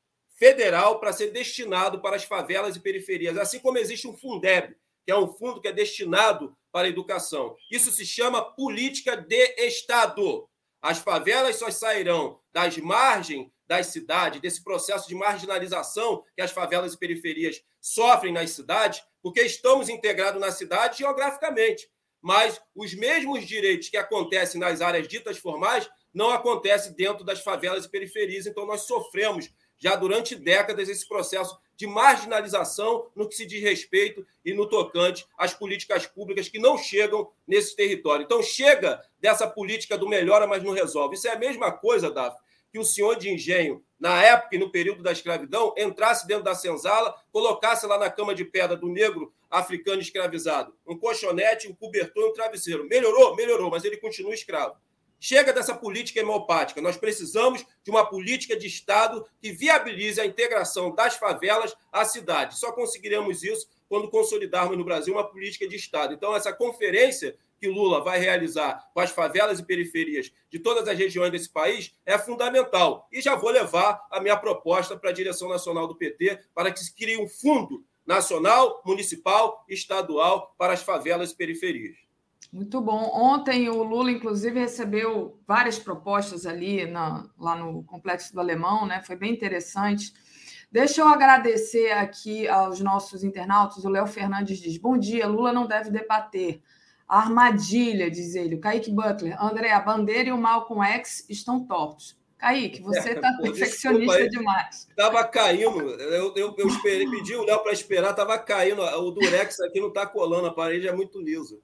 M: federal para ser destinado para as favelas e periferias, assim como existe um Fundeb, que é um fundo que é destinado para a educação. Isso se chama política de Estado. As favelas só sairão das margens das cidades, desse processo de marginalização que as favelas e periferias sofrem nas cidades, porque estamos integrados na cidade geograficamente. Mas os mesmos direitos que acontecem nas áreas ditas formais não acontecem dentro das favelas e periferias. Então, nós sofremos já durante décadas esse processo de marginalização no que se diz respeito e no tocante às políticas públicas que não chegam nesse território. Então, chega dessa política do melhora, mas não resolve. Isso é a mesma coisa, Daphne, que o senhor de engenho, na época e no período da escravidão, entrasse dentro da senzala, colocasse lá na cama de pedra do negro africano escravizado um colchonete, um cobertor e um travesseiro. Melhorou? Melhorou, mas ele continua escravo. Chega dessa política hemopática. Nós precisamos de uma política de Estado que viabilize a integração das favelas à cidade. Só conseguiremos isso quando consolidarmos no Brasil uma política de Estado. Então, essa conferência que Lula vai realizar com as favelas e periferias de todas as regiões desse país é fundamental. E já vou levar a minha proposta para a direção nacional do P T para que se crie um fundo nacional, municipal e estadual para as favelas e periferias.
L: Muito bom. Ontem o Lula, inclusive, recebeu várias propostas ali na, lá no Complexo do Alemão, né? Foi bem interessante. Deixa eu agradecer aqui aos nossos internautas. O Léo Fernandes diz: bom dia, Lula não deve debater. Armadilha, diz ele. O Kaique Butler. André, a Bandeira e o Malcolm X estão tortos. Kaique, você está é, perfeccionista demais.
M: Estava caindo. Eu, eu, eu esperei, pedi o Léo para esperar, estava caindo. O Durex aqui não está colando, a parede é muito lisa.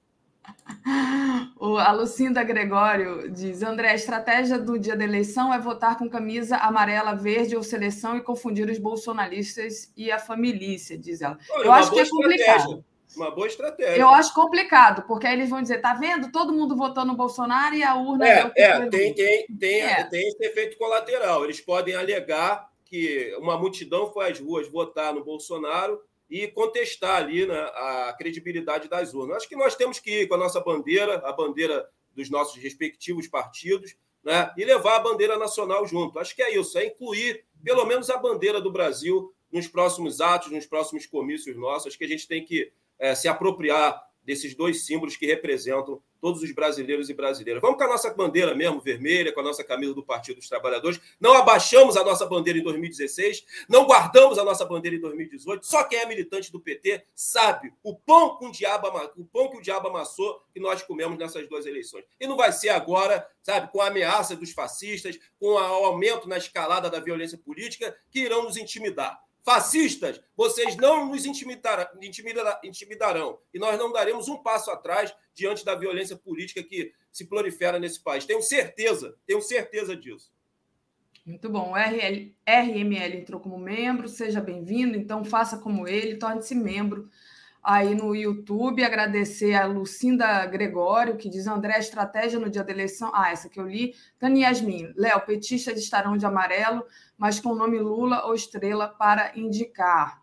L: A Lucinda Gregório diz: André, a estratégia do dia da eleição é votar com camisa amarela, verde ou seleção e confundir os bolsonaristas e a família, diz ela.
M: Olha,
L: eu acho que é complicado.
M: Uma boa estratégia.
L: Eu acho complicado, porque aí eles vão dizer: tá vendo? Todo mundo votou no Bolsonaro e a urna.
M: É, é tem, tem, tem, é. tem esse efeito colateral. Eles podem alegar que uma multidão foi às ruas votar no Bolsonaro e contestar ali, né, a credibilidade das urnas. Acho que nós temos que ir com a nossa bandeira, a bandeira dos nossos respectivos partidos, né, e levar a bandeira nacional junto. Acho que é isso, é incluir pelo menos a bandeira do Brasil nos próximos atos, nos próximos comícios nossos. Acho que a gente tem que é, se apropriar desses dois símbolos que representam todos os brasileiros e brasileiras. Vamos com a nossa bandeira mesmo, vermelha, com a nossa camisa do Partido dos Trabalhadores. Não abaixamos a nossa bandeira em dois mil e dezesseis, não guardamos a nossa bandeira em dois mil e dezoito. Só quem é militante do P T sabe o pão, com o, diabo, o pão que o diabo amassou que nós comemos nessas duas eleições. E não vai ser agora, sabe, com a ameaça dos fascistas, com o aumento na escalada da violência política, que irão nos intimidar. Fascistas, vocês não nos intimidarão, intimidarão e nós não daremos um passo atrás diante da violência política que se prolifera nesse país. Tenho certeza, tenho certeza disso.
L: Muito bom. O R M L entrou como membro, seja bem-vindo, então faça como ele, torne-se membro aí no YouTube. Agradecer a Lucinda Gregório, que diz: André, estratégia no dia da eleição. Ah, essa que eu li. Tânia Yasmin: Léo, petistas estarão de amarelo, mas com o nome Lula ou Estrela para indicar.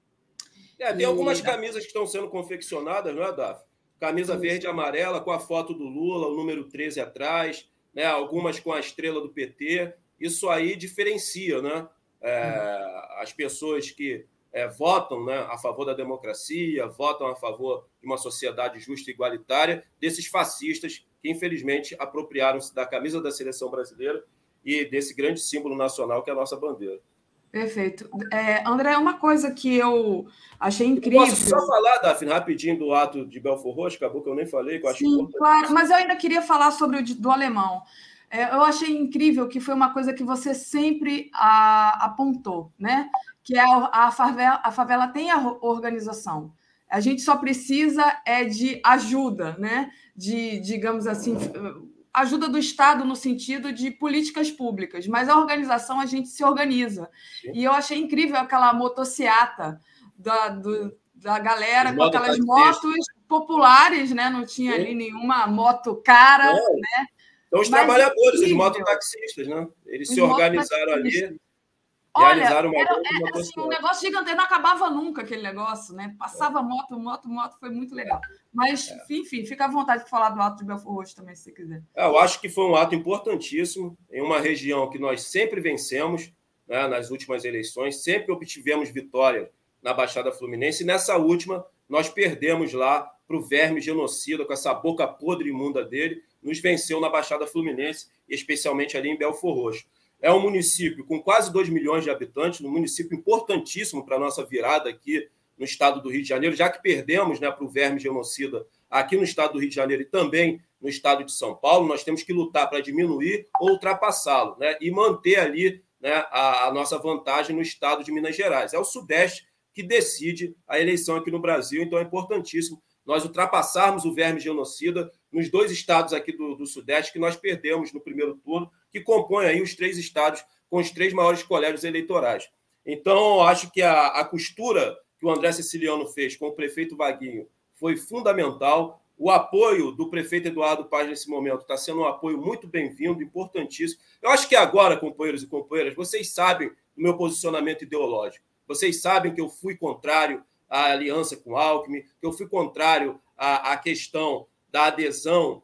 M: É, tem e... algumas camisas que estão sendo confeccionadas, não é, Daphne? Camisa Isso. verde e amarela com a foto do Lula, o número treze atrás, né? Algumas com a estrela do P T. Isso aí diferencia, né? É, hum. As pessoas que É, votam, né, a favor da democracia, votam a favor de uma sociedade justa e igualitária, desses fascistas que, infelizmente, apropriaram-se da camisa da seleção brasileira e desse grande símbolo nacional que é a nossa bandeira.
L: Perfeito. É, André, uma coisa que eu achei incrível...
M: Eu posso só falar, Daphne, rapidinho do ato de Belfort Roxo? Acabou que eu nem falei, que eu acho
L: Sim, importante. Claro, mas eu ainda queria falar sobre o do alemão. É, eu achei incrível que foi uma coisa que você sempre a, apontou, né? Que é a, a, favela, a favela tem a organização. A gente só precisa é de ajuda, né? De, digamos assim, ajuda do Estado no sentido de políticas públicas, mas a organização a gente se organiza. Sim. E eu achei incrível aquela motociata da, do, da galera com aquelas motos populares, né? Não tinha Sim. ali nenhuma moto cara,
M: Não.
L: né?
M: Então, os
L: Mas
M: trabalhadores,
L: incrível.
M: os mototaxistas, né? Eles
L: Os
M: se organizaram ali.
L: Olha, era, era assim, um negócio gigantesco, não acabava nunca aquele negócio, né? Passava moto, moto, moto, foi muito legal. Mas, é. enfim, fica à vontade de falar do ato de Belfort Roxo também, se você quiser.
M: É, eu acho que foi um ato importantíssimo em uma região que nós sempre vencemos, né, nas últimas eleições, sempre obtivemos vitória na Baixada Fluminense, e nessa última nós perdemos lá para o verme genocida, com essa boca podre e imunda dele, nos venceu na Baixada Fluminense, especialmente ali em Belfort Roxo. É um município com quase dois milhões de habitantes, um município importantíssimo para a nossa virada aqui no estado do Rio de Janeiro, já que perdemos, né, para o verme genocida aqui no estado do Rio de Janeiro e também no estado de São Paulo. Nós temos que lutar para diminuir ou ultrapassá-lo, né, e manter ali, né, a, a nossa vantagem no estado de Minas Gerais. É o Sudeste que decide a eleição aqui no Brasil, então é importantíssimo nós ultrapassarmos o verme genocida nos dois estados aqui do, do Sudeste que nós perdemos no primeiro turno, que compõem aí os três estados com os três maiores colégios eleitorais. Então, acho que a, a costura que o André Siciliano fez com o prefeito Vaguinho foi fundamental. O apoio do prefeito Eduardo Paz nesse momento está sendo um apoio muito bem-vindo, importantíssimo. Eu acho que agora, companheiros e companheiras, vocês sabem do meu posicionamento ideológico. Vocês sabem que eu fui contrário à aliança com o Alckmin, que eu fui contrário à, à questão da adesão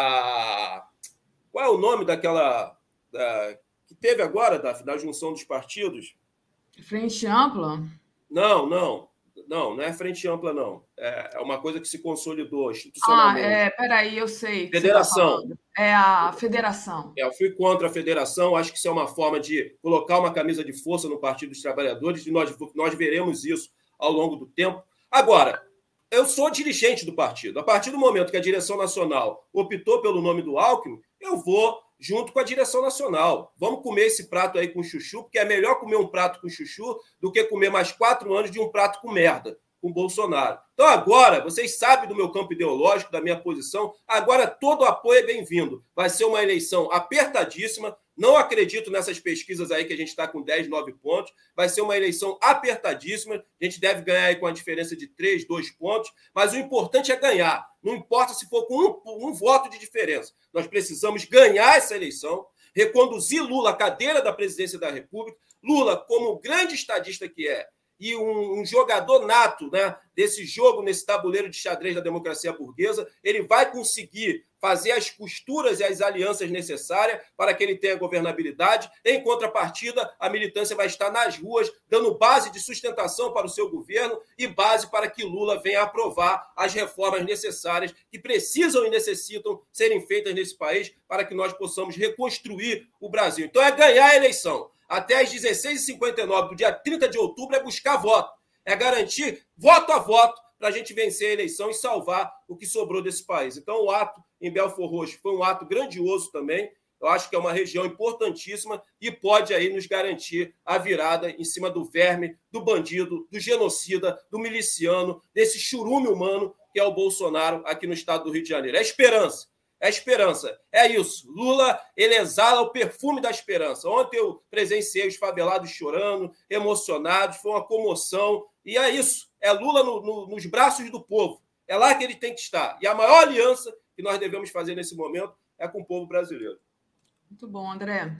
M: a... Qual é o nome daquela... Da... que teve agora, da, da junção dos partidos?
L: Frente Ampla?
M: Não, não. Não, não é frente ampla, não. É uma coisa que se consolidou institucionalmente.
L: Ah, é, peraí, eu sei.
M: Federação.
L: Tá é a federação.
M: É, eu fui contra a federação, acho que isso é uma forma de colocar uma camisa de força no Partido dos Trabalhadores, e nós, nós veremos isso ao longo do tempo. Agora, eu sou dirigente do partido. A partir do momento que a direção nacional optou pelo nome do Alckmin, eu vou junto com a direção nacional. Vamos comer esse prato aí com chuchu, porque é melhor comer um prato com chuchu do que comer mais quatro anos de um prato com merda, com Bolsonaro. Então agora, vocês sabem do meu campo ideológico, da minha posição, agora todo apoio é bem-vindo. Vai ser uma eleição apertadíssima, não acredito nessas pesquisas aí que a gente está com dez, nove pontos, vai ser uma eleição apertadíssima, a gente deve ganhar aí com a diferença de três, dois pontos, mas o importante é ganhar, não importa se for com um, um voto de diferença. Nós precisamos ganhar essa eleição, reconduzir Lula à cadeira da presidência da República, Lula, como grande estadista que é, e um, um jogador nato, né, desse jogo, nesse tabuleiro de xadrez da democracia burguesa, ele vai conseguir fazer as costuras e as alianças necessárias para que ele tenha governabilidade. Em contrapartida, a militância vai estar nas ruas, dando base de sustentação para o seu governo e base para que Lula venha aprovar as reformas necessárias que precisam e necessitam serem feitas nesse país para que nós possamos reconstruir o Brasil. Então é ganhar a eleição. Até às dezesseis e cinquenta e nove do dia trinta de outubro é buscar voto. É garantir voto a voto para a gente vencer a eleição e salvar o que sobrou desse país. Então, o ato em Belfort Roxo foi um ato grandioso também. Eu acho que é uma região importantíssima e pode aí nos garantir a virada em cima do verme, do bandido, do genocida, do miliciano, desse churume humano que é o Bolsonaro aqui no estado do Rio de Janeiro. É esperança. É esperança. É isso. Lula, ele exala o perfume da esperança. Ontem eu presenciei os favelados chorando, emocionados, foi uma comoção. E é isso. É Lula no, no, nos braços do povo. É lá que ele tem que estar. E a maior aliança que nós devemos fazer nesse momento é com o povo brasileiro.
L: Muito bom, André.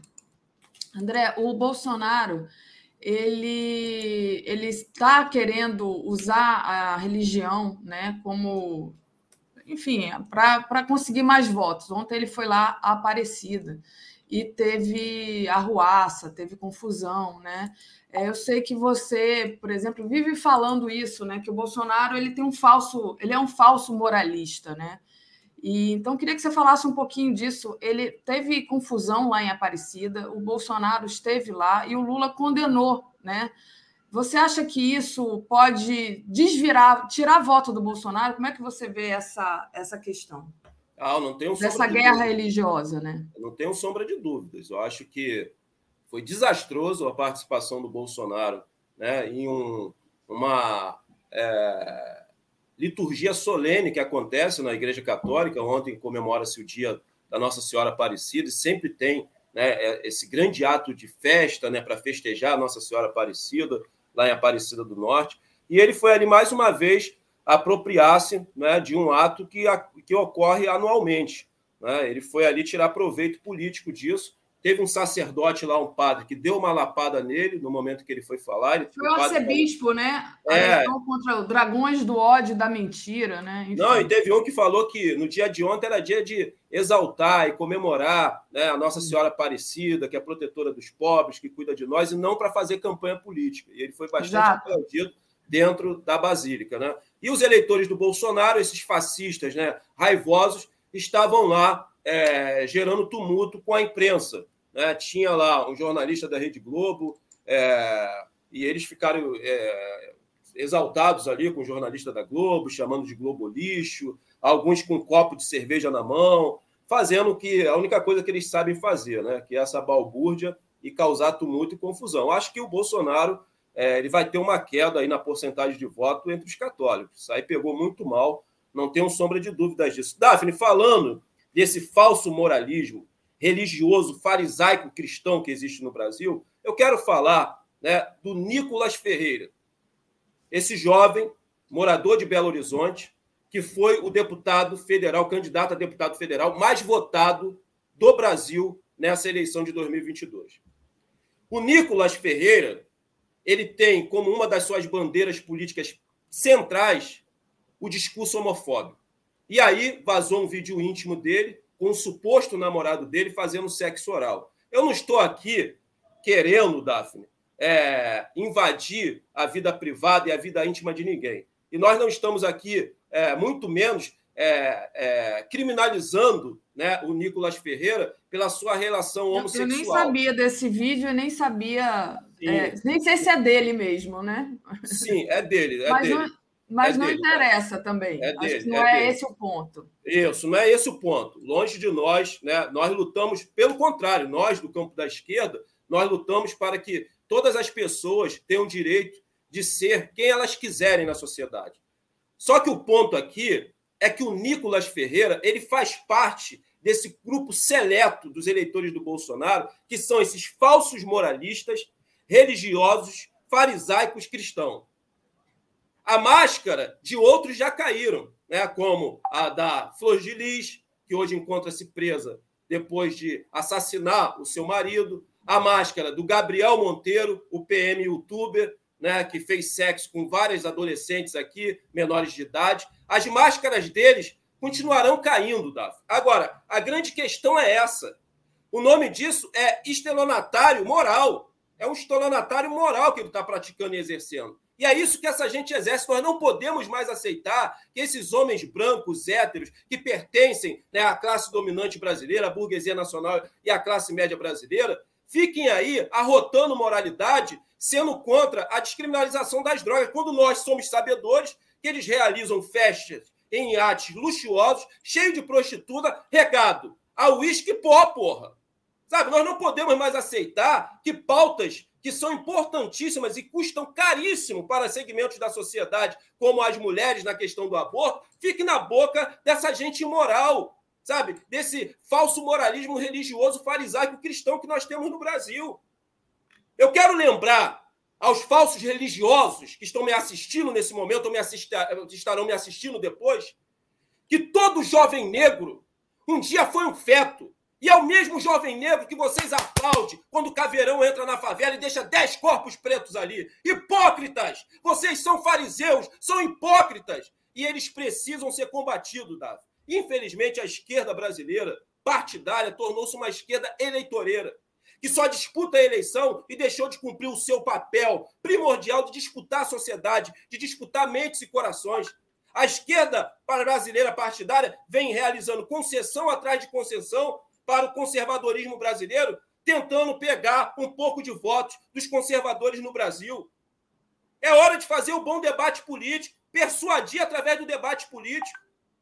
L: André, o Bolsonaro, ele, ele está querendo usar a religião, né, como... enfim, para conseguir mais votos. Ontem ele foi lá a Aparecida e teve arruaça, teve confusão, né? Eu sei que você, por exemplo, vive falando isso, né? Que o Bolsonaro ele tem um falso, ele é um falso moralista, né? E então queria que você falasse um pouquinho disso. Ele teve confusão lá em Aparecida, o Bolsonaro esteve lá e o Lula condenou, né? Você acha que isso pode desvirar, tirar voto do Bolsonaro? Como é que você vê essa, essa questão?
M: Ah, não tenho sombra
L: Dessa
M: de
L: guerra
M: dúvidas.
L: religiosa, né?
M: Eu não tenho sombra de dúvidas. Eu acho que foi desastroso a participação do Bolsonaro, né, em um, uma é, liturgia solene que acontece na Igreja Católica. Ontem comemora-se o dia da Nossa Senhora Aparecida, e sempre tem, né, esse grande ato de festa, né, para festejar a Nossa Senhora Aparecida, lá em Aparecida do Norte. E ele foi ali, mais uma vez, apropriar-se, né, de um ato que, que ocorre anualmente. Né? Ele foi ali tirar proveito político disso. Teve um sacerdote lá, um padre, que deu uma lapada nele no momento que ele foi falar. Ele,
L: foi o arcebispo, né?
M: É.
L: Contra o Dragões do Ódio e da Mentira, né? Enfim.
M: Não, e teve um que falou que no dia de ontem era dia de exaltar e comemorar, né, a Nossa Senhora Aparecida, que é protetora dos pobres, que cuida de nós, e não para fazer campanha política. E ele foi bastante aplaudido dentro da Basílica. Né? E os eleitores do Bolsonaro, esses fascistas, né, raivosos, estavam lá é, gerando tumulto com a imprensa. Né? Tinha lá um jornalista da Rede Globo, é, e eles ficaram é, exaltados ali com o jornalista da Globo, chamando de Globo lixo, alguns com um copo de cerveja na mão, fazendo que a única coisa que eles sabem fazer, né? Que é essa balbúrdia e causar tumulto e confusão. Acho que o Bolsonaro é, ele vai ter uma queda aí na porcentagem de voto entre os católicos. Isso aí pegou muito mal, não tenho sombra de dúvidas disso. Daphne, falando desse falso moralismo religioso, farisaico, cristão que existe no Brasil, eu quero falar, né, do Nicolas Ferreira, esse jovem morador de Belo Horizonte, que foi o deputado federal, candidato a deputado federal mais votado do Brasil nessa eleição de dois mil e vinte e dois. O Nicolas Ferreira, ele tem como uma das suas bandeiras políticas centrais o discurso homofóbico. E aí vazou um vídeo íntimo dele com o suposto namorado dele fazendo sexo oral. Eu não estou aqui querendo, Daphne, é, invadir a vida privada e a vida íntima de ninguém. E nós não estamos aqui, é, muito menos, é, é, criminalizando, né, o Nicolas Ferreira pela sua relação homossexual.
L: Eu nem sabia desse vídeo, eu nem sabia... É, nem sei se é dele mesmo, né?
M: Sim, é dele. É
L: mas
M: dele.
L: Não, mas
M: é
L: não
M: dele,
L: interessa também.
M: É
L: Acho
M: dele,
L: que não
M: é
L: é,
M: dele.
L: esse o ponto.
M: Isso, não é esse o ponto. Longe de nós, né? Nós lutamos, pelo contrário, nós do campo da esquerda, nós lutamos para que todas as pessoas tenham o direito de ser quem elas quiserem na sociedade. Só que o ponto aqui é que o Nicolas Ferreira, ele faz parte desse grupo seleto dos eleitores do Bolsonaro, que são esses falsos moralistas, religiosos, farisaicos cristãos. A máscara de outros já caíram, né? Como a da Flor de Lis, que hoje encontra-se presa depois de assassinar o seu marido, a máscara do Gabriel Monteiro, o P M youtuber, né, que fez sexo com várias adolescentes aqui, menores de idade. As máscaras deles continuarão caindo, Davi. Agora, a grande questão é essa. O nome disso é estelionatário moral. É um estelionatário moral que ele está praticando e exercendo. E é isso que essa gente exerce. Nós não podemos mais aceitar que esses homens brancos, héteros, que pertencem, né, à classe dominante brasileira, à burguesia nacional e à classe média brasileira, fiquem aí arrotando moralidade, sendo contra a descriminalização das drogas, quando nós somos sabedores que eles realizam festas em iates luxuosos, cheios de prostituta, regado a uísque pó, porra. Sabe, nós não podemos mais aceitar que pautas que são importantíssimas e custam caríssimo para segmentos da sociedade, como as mulheres na questão do aborto, fiquem na boca dessa gente imoral, sabe? Desse falso moralismo religioso farisaico cristão que nós temos no Brasil. Eu quero lembrar aos falsos religiosos que estão me assistindo nesse momento, ou me assista, estarão me assistindo depois, que todo jovem negro um dia foi um feto. E é o mesmo jovem negro que vocês aplaudem quando o caveirão entra na favela e deixa dez corpos pretos ali. Hipócritas! Vocês são fariseus, são hipócritas. E eles precisam ser combatidos, Davi. Infelizmente, a esquerda brasileira, partidária, tornou-se uma esquerda eleitoreira, que só disputa a eleição e deixou de cumprir o seu papel primordial de disputar a sociedade, de disputar mentes e corações. A esquerda brasileira partidária vem realizando concessão atrás de concessão para o conservadorismo brasileiro, tentando pegar um pouco de votos dos conservadores no Brasil. É hora de fazer o bom debate político, persuadir através do debate político.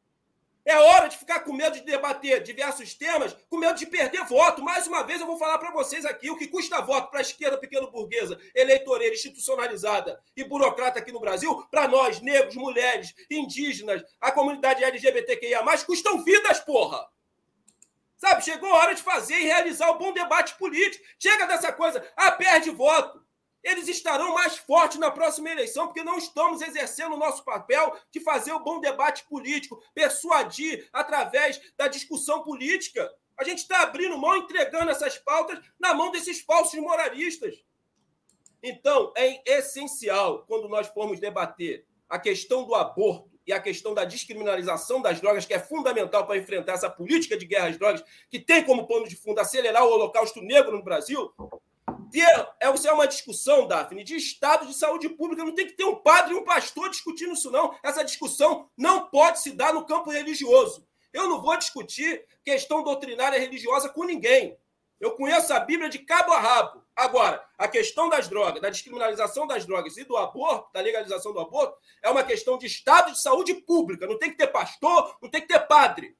M: É hora de ficar com medo de debater diversos temas, com medo de perder voto. Mais uma vez eu vou falar para vocês aqui o que custa voto para a esquerda pequeno-burguesa, eleitoreira, institucionalizada e burocrata aqui no Brasil, para nós, negros, mulheres, indígenas, a comunidade L G B T Q I A mais, custam vidas, porra! Sabe, chegou a hora de fazer e realizar o bom debate político. Chega dessa coisa, ah, perde voto. Eles estarão mais fortes na próxima eleição, porque não estamos exercendo o nosso papel de fazer o bom debate político, persuadir através da discussão política. A gente está abrindo mão, entregando essas pautas na mão desses falsos moralistas. Então, é essencial, quando nós formos debater a questão do aborto e a questão da descriminalização das drogas, que é fundamental para enfrentar essa política de guerra às drogas, que tem como pano de fundo acelerar o holocausto negro no Brasil, é uma discussão, Daphne, de estado de saúde pública. Não tem que ter um padre e um pastor discutindo isso, não. Essa discussão não pode se dar no campo religioso. Eu não vou discutir questão doutrinária religiosa com ninguém. Eu conheço a Bíblia de cabo a rabo. Agora, a questão das drogas, da descriminalização das drogas e do aborto, da legalização do aborto, é uma questão de estado de saúde pública. Não tem que ter pastor, não tem que ter padre.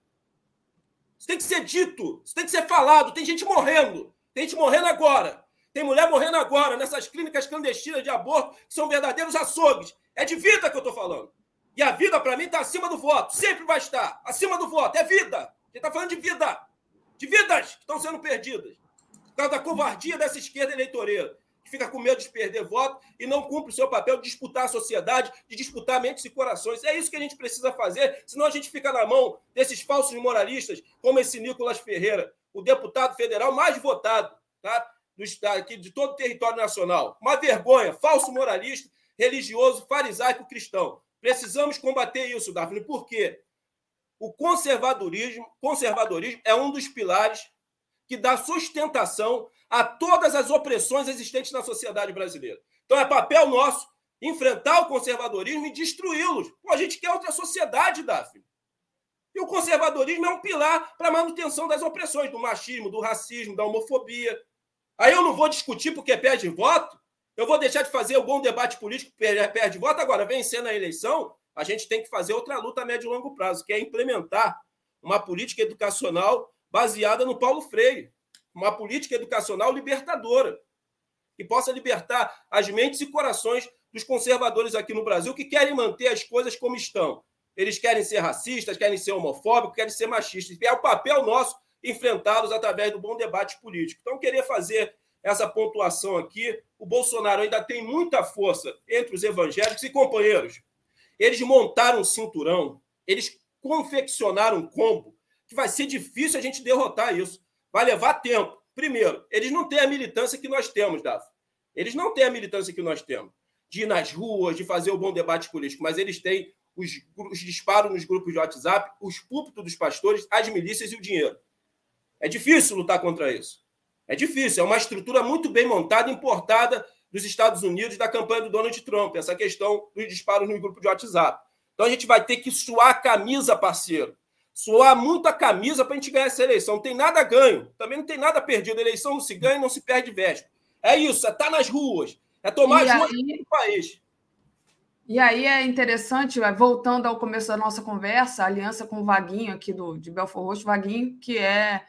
M: Isso tem que ser dito, isso tem que ser falado. Tem gente morrendo. Tem gente morrendo agora. Tem mulher morrendo agora nessas clínicas clandestinas de aborto, que são verdadeiros açougues. É de vida que eu estou falando. E a vida, para mim, está acima do voto. Sempre vai estar acima do voto. É vida. A gente está falando de vida. De vidas que estão sendo perdidas. Por causa da covardia dessa esquerda eleitoreira, que fica com medo de perder voto e não cumpre o seu papel de disputar a sociedade, de disputar mentes e corações. É isso que a gente precisa fazer, senão a gente fica na mão desses falsos moralistas, como esse Nicolas Ferreira, o deputado federal mais votado, tá? Do estado, aqui, de todo o território nacional. Uma vergonha, falso moralista, religioso, farisaico cristão. Precisamos combater isso, Daphne, porque o conservadorismo, conservadorismo é um dos pilares que dá sustentação a todas as opressões existentes na sociedade brasileira. Então é papel nosso enfrentar o conservadorismo e destruí-los. Pô, a gente quer outra sociedade, Daphne. E o conservadorismo é um pilar para a manutenção das opressões, do machismo, do racismo, da homofobia. Aí eu não vou discutir porque perde voto, eu vou deixar de fazer o bom debate político porque perde voto. Agora, vencendo a eleição, a gente tem que fazer outra luta a médio e longo prazo, que é implementar uma política educacional baseada no Paulo Freire, uma política educacional libertadora, que possa libertar as mentes e corações dos conservadores aqui no Brasil que querem manter as coisas como estão. Eles querem ser racistas, querem ser homofóbicos, querem ser machistas. E é o papel nosso enfrentá-los através do bom debate político. Então, eu queria fazer essa pontuação aqui. O Bolsonaro ainda tem muita força entre os evangélicos e, companheiros, eles montaram um cinturão, eles confeccionaram um combo que vai ser difícil a gente derrotar isso. Vai levar tempo. Primeiro, eles não têm a militância que nós temos, Daphne. Eles não têm a militância que nós temos de ir nas ruas, de fazer o bom debate político, mas eles têm os, os disparos nos grupos de WhatsApp, os púlpitos dos pastores, as milícias e o dinheiro. É difícil lutar contra isso. É difícil. É uma estrutura muito bem montada, importada dos Estados Unidos, da campanha do Donald Trump, essa questão dos disparos no grupo de WhatsApp. Então, a gente vai ter que suar a camisa, parceiro. Suar muito a camisa para a gente ganhar essa eleição. Não tem nada ganho. Também não tem nada perdido. A eleição não se ganha e não se perde véspera. É isso. É estar nas ruas. É tomar as ruas do país.
L: E aí é interessante, voltando ao começo da nossa conversa, a aliança com o Vaguinho aqui do, de Belford Roxo, Vaguinho, que é,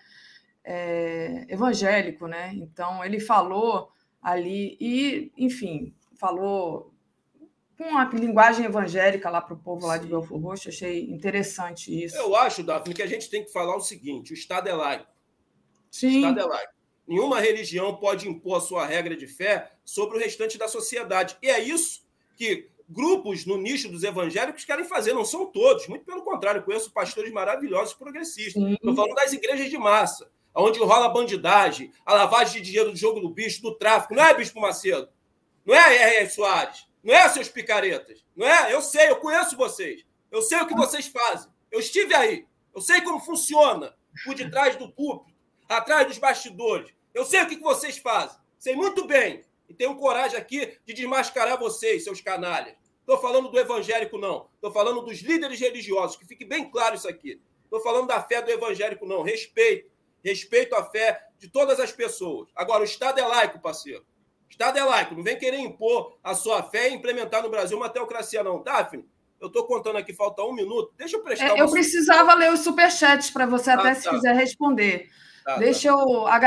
L: é evangélico, né? Então, ele falou ali e, enfim, falou com a linguagem evangélica lá para o povo lá de Belford Roxo. Achei interessante isso.
M: Eu acho, Daphne, que a gente tem que falar o seguinte: o Estado é laico.
L: Sim.
M: O Estado é laico. Nenhuma religião pode impor a sua regra de fé sobre o restante da sociedade. E é isso que grupos no nicho dos evangélicos querem fazer. Não são todos, muito pelo contrário. Eu conheço pastores maravilhosos progressistas. Estou falando das igrejas de massa, onde rola a bandidagem, a lavagem de dinheiro do jogo do bicho, do tráfico. Não é, Bispo Macedo? Não é, R R. Soares? Não é, seus picaretas? Não é? Eu sei, eu conheço vocês. Eu sei o que vocês fazem. Eu estive aí. Eu sei como funciona por detrás do púlpito, atrás dos bastidores. Eu sei o que vocês fazem. Sei muito bem. E tenho coragem aqui de desmascarar vocês, seus canalhas. Estou falando do evangélico, não. Estou falando dos líderes religiosos, que fique bem claro isso aqui. Estou falando da fé do evangélico, não. Respeito. Respeito a fé de todas as pessoas. Agora, o Estado é laico, parceiro. O Estado é laico. Não vem querer impor a sua fé e implementar no Brasil uma teocracia, não. Daphne, eu estou contando aqui, falta um minuto. Deixa eu prestar
L: é,
M: uma...
L: Eu precisava ler os superchats para você, até ah, se tá. quiser responder.
M: Tá,
L: Deixa
M: tá.
L: eu agradecer.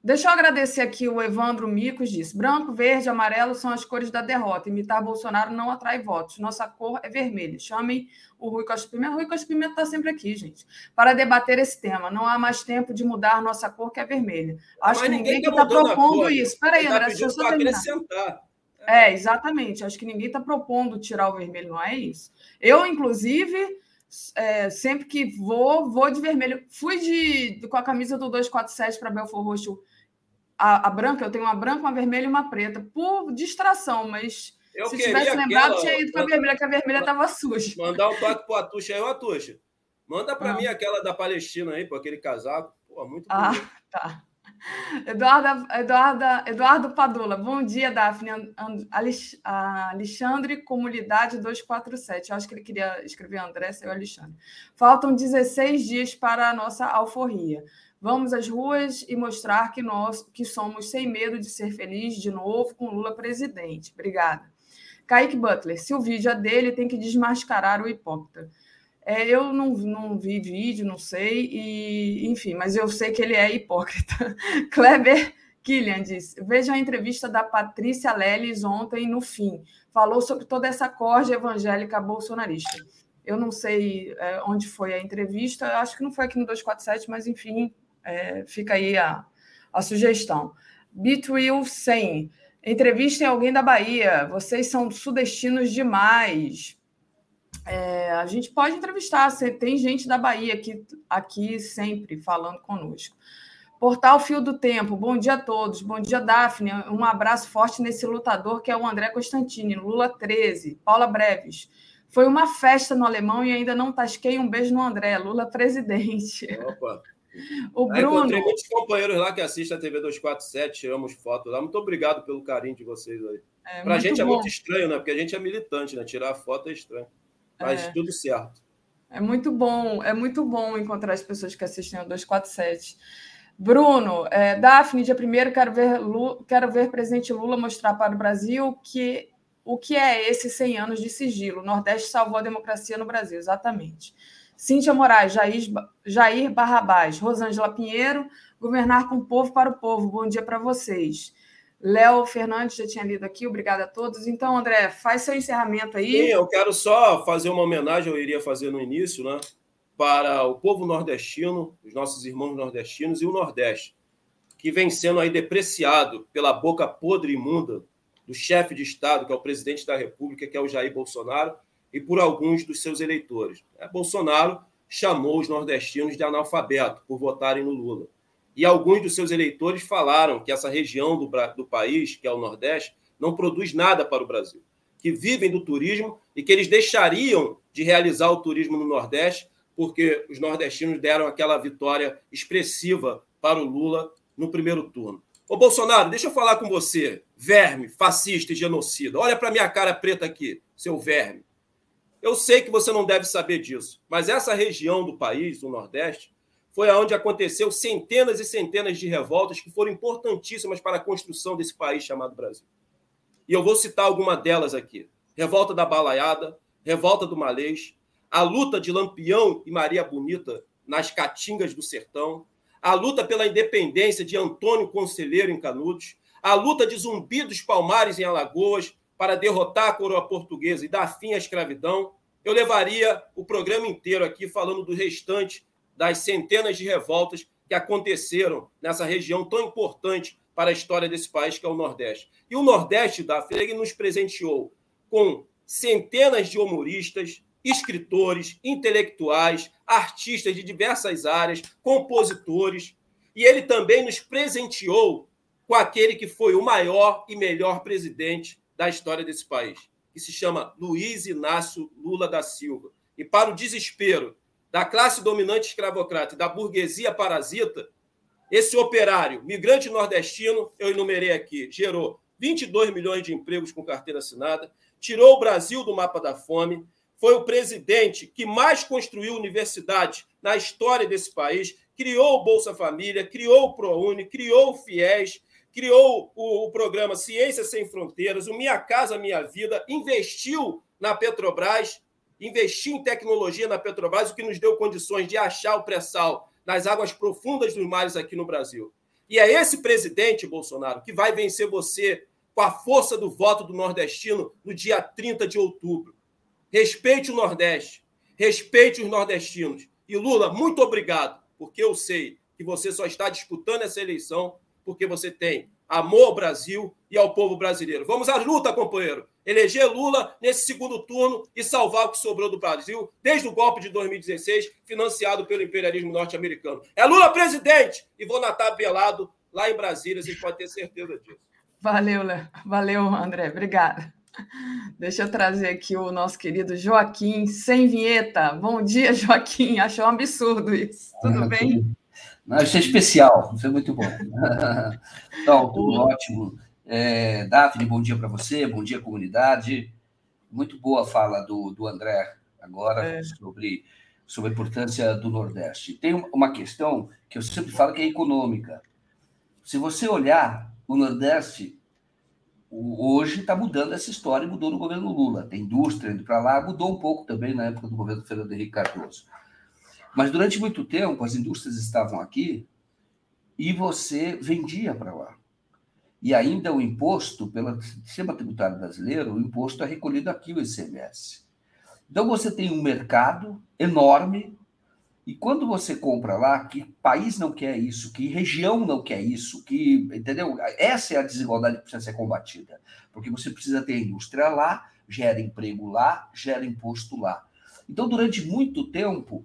L: Deixa eu agradecer aqui o Evandro Micos, disse: branco, verde, amarelo são as cores da derrota. Imitar Bolsonaro não atrai votos. Nossa cor é vermelha. Chamem o Rui Costa Pimenta. O Rui Costa Pimenta está sempre aqui, gente, para debater esse tema. Não há mais tempo de mudar nossa cor, que é vermelha. Acho Mas que ninguém está propondo isso. Espera aí, André, deixa eu só terminar. É, exatamente. Acho que ninguém está propondo tirar o vermelho, não é isso. Eu, inclusive... É, sempre que vou, vou de vermelho. Fui de, com a camisa do duzentos e quarenta e sete para Belfort Roxo, a, a branca. Eu tenho uma branca, uma vermelha e uma preta, por distração, mas eu se tivesse lembrado, aquela... tinha ido com a vermelha, que a vermelha estava suja.
M: Mandar um toque para o Atucha aí, ô Atucha. Manda para ah. mim aquela da Palestina aí, com aquele casaco. Pô, muito bonito.
L: Ah, tá. Eduardo, Eduardo, Eduardo Padula, bom dia, Daphne. Alexandre, Comunidade duzentos e quarenta e sete. Eu acho que ele queria escrever André, seu Alexandre. Faltam dezesseis dias para a nossa alforria. Vamos às ruas e mostrar que nós que somos sem medo de ser feliz de novo com Lula presidente. Obrigada. Kaique Butler, se o vídeo é dele, tem que desmascarar o hipócrita. É, eu não, não vi vídeo, não sei, e, enfim, mas eu sei que ele é hipócrita. Kleber Killian disse: veja a entrevista da Patrícia Leles ontem no Fim. Falou sobre toda essa corja evangélica bolsonarista. Eu não sei é, onde foi a entrevista, acho que não foi aqui no duzentos e quarenta e sete, mas, enfim, é, fica aí a, a sugestão. Bitwill cem. Entrevistem alguém da Bahia. Vocês são sudestinos demais. É, a gente pode entrevistar, tem gente da Bahia aqui, aqui sempre falando conosco. Portal Fio do Tempo, bom dia a todos. Bom dia, Daphne. Um abraço forte nesse lutador que é o André Constantini, Lula treze. Paula Breves. Foi uma festa no Alemão e ainda não tasquei. Um beijo no André, Lula presidente.
M: Opa.
L: O Bruno.
M: Encontrei muitos companheiros lá que assistem a T V duzentos e quarenta e sete, tiramos fotos lá. Muito obrigado pelo carinho de vocês aí. É, Para a gente bom. É muito estranho, né? Porque a gente é militante, né? Tirar foto é estranho. Mas é. Tudo certo.
L: É muito bom, é muito bom encontrar as pessoas que assistem ao duzentos e quarenta e sete. Bruno, é, Daphne, dia primeiro, quero ver, Lula, quero ver o presidente Lula mostrar para o Brasil que, o que é esses cem anos de sigilo. O Nordeste salvou a democracia no Brasil, exatamente. Cíntia Moraes, Jair, Jair Barrabás, Rosângela Pinheiro, governar com o povo para o povo. Bom dia para vocês. Léo Fernandes, já tinha lido aqui, obrigada a todos. Então, André, faz seu encerramento aí.
M: Sim, eu quero só fazer uma homenagem, eu iria fazer no início, né, para o povo nordestino, os nossos irmãos nordestinos e o Nordeste, que vem sendo aí depreciado pela boca podre e imunda do chefe de Estado, que é o presidente da República, que é o Jair Bolsonaro, e por alguns dos seus eleitores. Bolsonaro chamou os nordestinos de analfabeto por votarem no Lula. E alguns dos seus eleitores falaram que essa região do, do país, que é o Nordeste, não produz nada para o Brasil, que vivem do turismo e que eles deixariam de realizar o turismo no Nordeste porque os nordestinos deram aquela vitória expressiva para o Lula no primeiro turno. Ô, Bolsonaro, deixa eu falar com você, verme, fascista e genocida. Olha para minha cara preta aqui, seu verme. Eu sei que você não deve saber disso, mas essa região do país, do Nordeste, foi onde aconteceu centenas e centenas de revoltas que foram importantíssimas para a construção desse país chamado Brasil. E eu vou citar alguma delas aqui. Revolta da Balaiada, Revolta do Malês, a luta de Lampião e Maria Bonita nas Caatingas do Sertão, a luta pela independência de Antônio Conselheiro em Canudos, a luta de Zumbi dos Palmares em Alagoas para derrotar a coroa portuguesa e dar fim à escravidão. Eu levaria o programa inteiro aqui falando do restante das centenas de revoltas que aconteceram nessa região tão importante para a história desse país, que é o Nordeste. E o Nordeste, Daphne, ele nos presenteou com centenas de humoristas, escritores, intelectuais, artistas de diversas áreas, compositores, e ele também nos presenteou com aquele que foi o maior e melhor presidente da história desse país, que se chama Luiz Inácio Lula da Silva. E para o desespero da classe dominante escravocrata e da burguesia parasita, esse operário, migrante nordestino, eu enumerei aqui, gerou vinte e dois milhões de empregos com carteira assinada, tirou o Brasil do mapa da fome, foi o presidente que mais construiu universidades na história desse país, criou o Bolsa Família, criou o ProUni, criou o FIES, criou o, o programa Ciência Sem Fronteiras, o Minha Casa Minha Vida, investiu na Petrobras, investiu em tecnologia na Petrobras, o que nos deu condições de achar o pré-sal nas águas profundas dos mares aqui no Brasil. E é esse presidente, Bolsonaro, que vai vencer você com a força do voto do nordestino no dia trinta de outubro. Respeite o Nordeste, respeite os nordestinos. E Lula, muito obrigado, porque eu sei que você só está disputando essa eleição porque você tem amor ao Brasil e ao povo brasileiro. Vamos à luta, companheiro. Eleger Lula nesse segundo turno e salvar o que sobrou do Brasil desde o golpe de dois mil e dezesseis, financiado pelo imperialismo norte-americano. É Lula presidente! E vou natar pelado lá em Brasília, vocês podem ter certeza disso.
L: Valeu, Léo. Valeu, André. Obrigada. Deixa eu trazer aqui o nosso querido Joaquim, sem vinheta. Bom dia, Joaquim. Achou um absurdo isso. Tudo ah, bem?
N: Tudo... Não, isso é especial, isso é muito bom. Então, tudo ótimo. É, Daphne, bom dia para você, bom dia, comunidade. Muito boa a fala do, do André agora é. sobre, sobre a importância do Nordeste. Tem uma questão que eu sempre falo que é econômica. Se você olhar, o Nordeste hoje está mudando essa história, mudou no governo Lula. Tem indústria indo para lá, mudou um pouco também na época do governo Fernando Henrique Cardoso. Mas durante muito tempo as indústrias estavam aqui e você vendia para lá. E ainda o imposto, pelo sistema tributário brasileiro, o imposto é recolhido aqui, o I C M S. Então você tem um mercado enorme e quando você compra lá, que país não quer isso, que região não quer isso, que, entendeu? Essa é a desigualdade que precisa ser combatida, porque você precisa ter indústria lá, gera emprego lá, gera imposto lá. Então, durante muito tempo,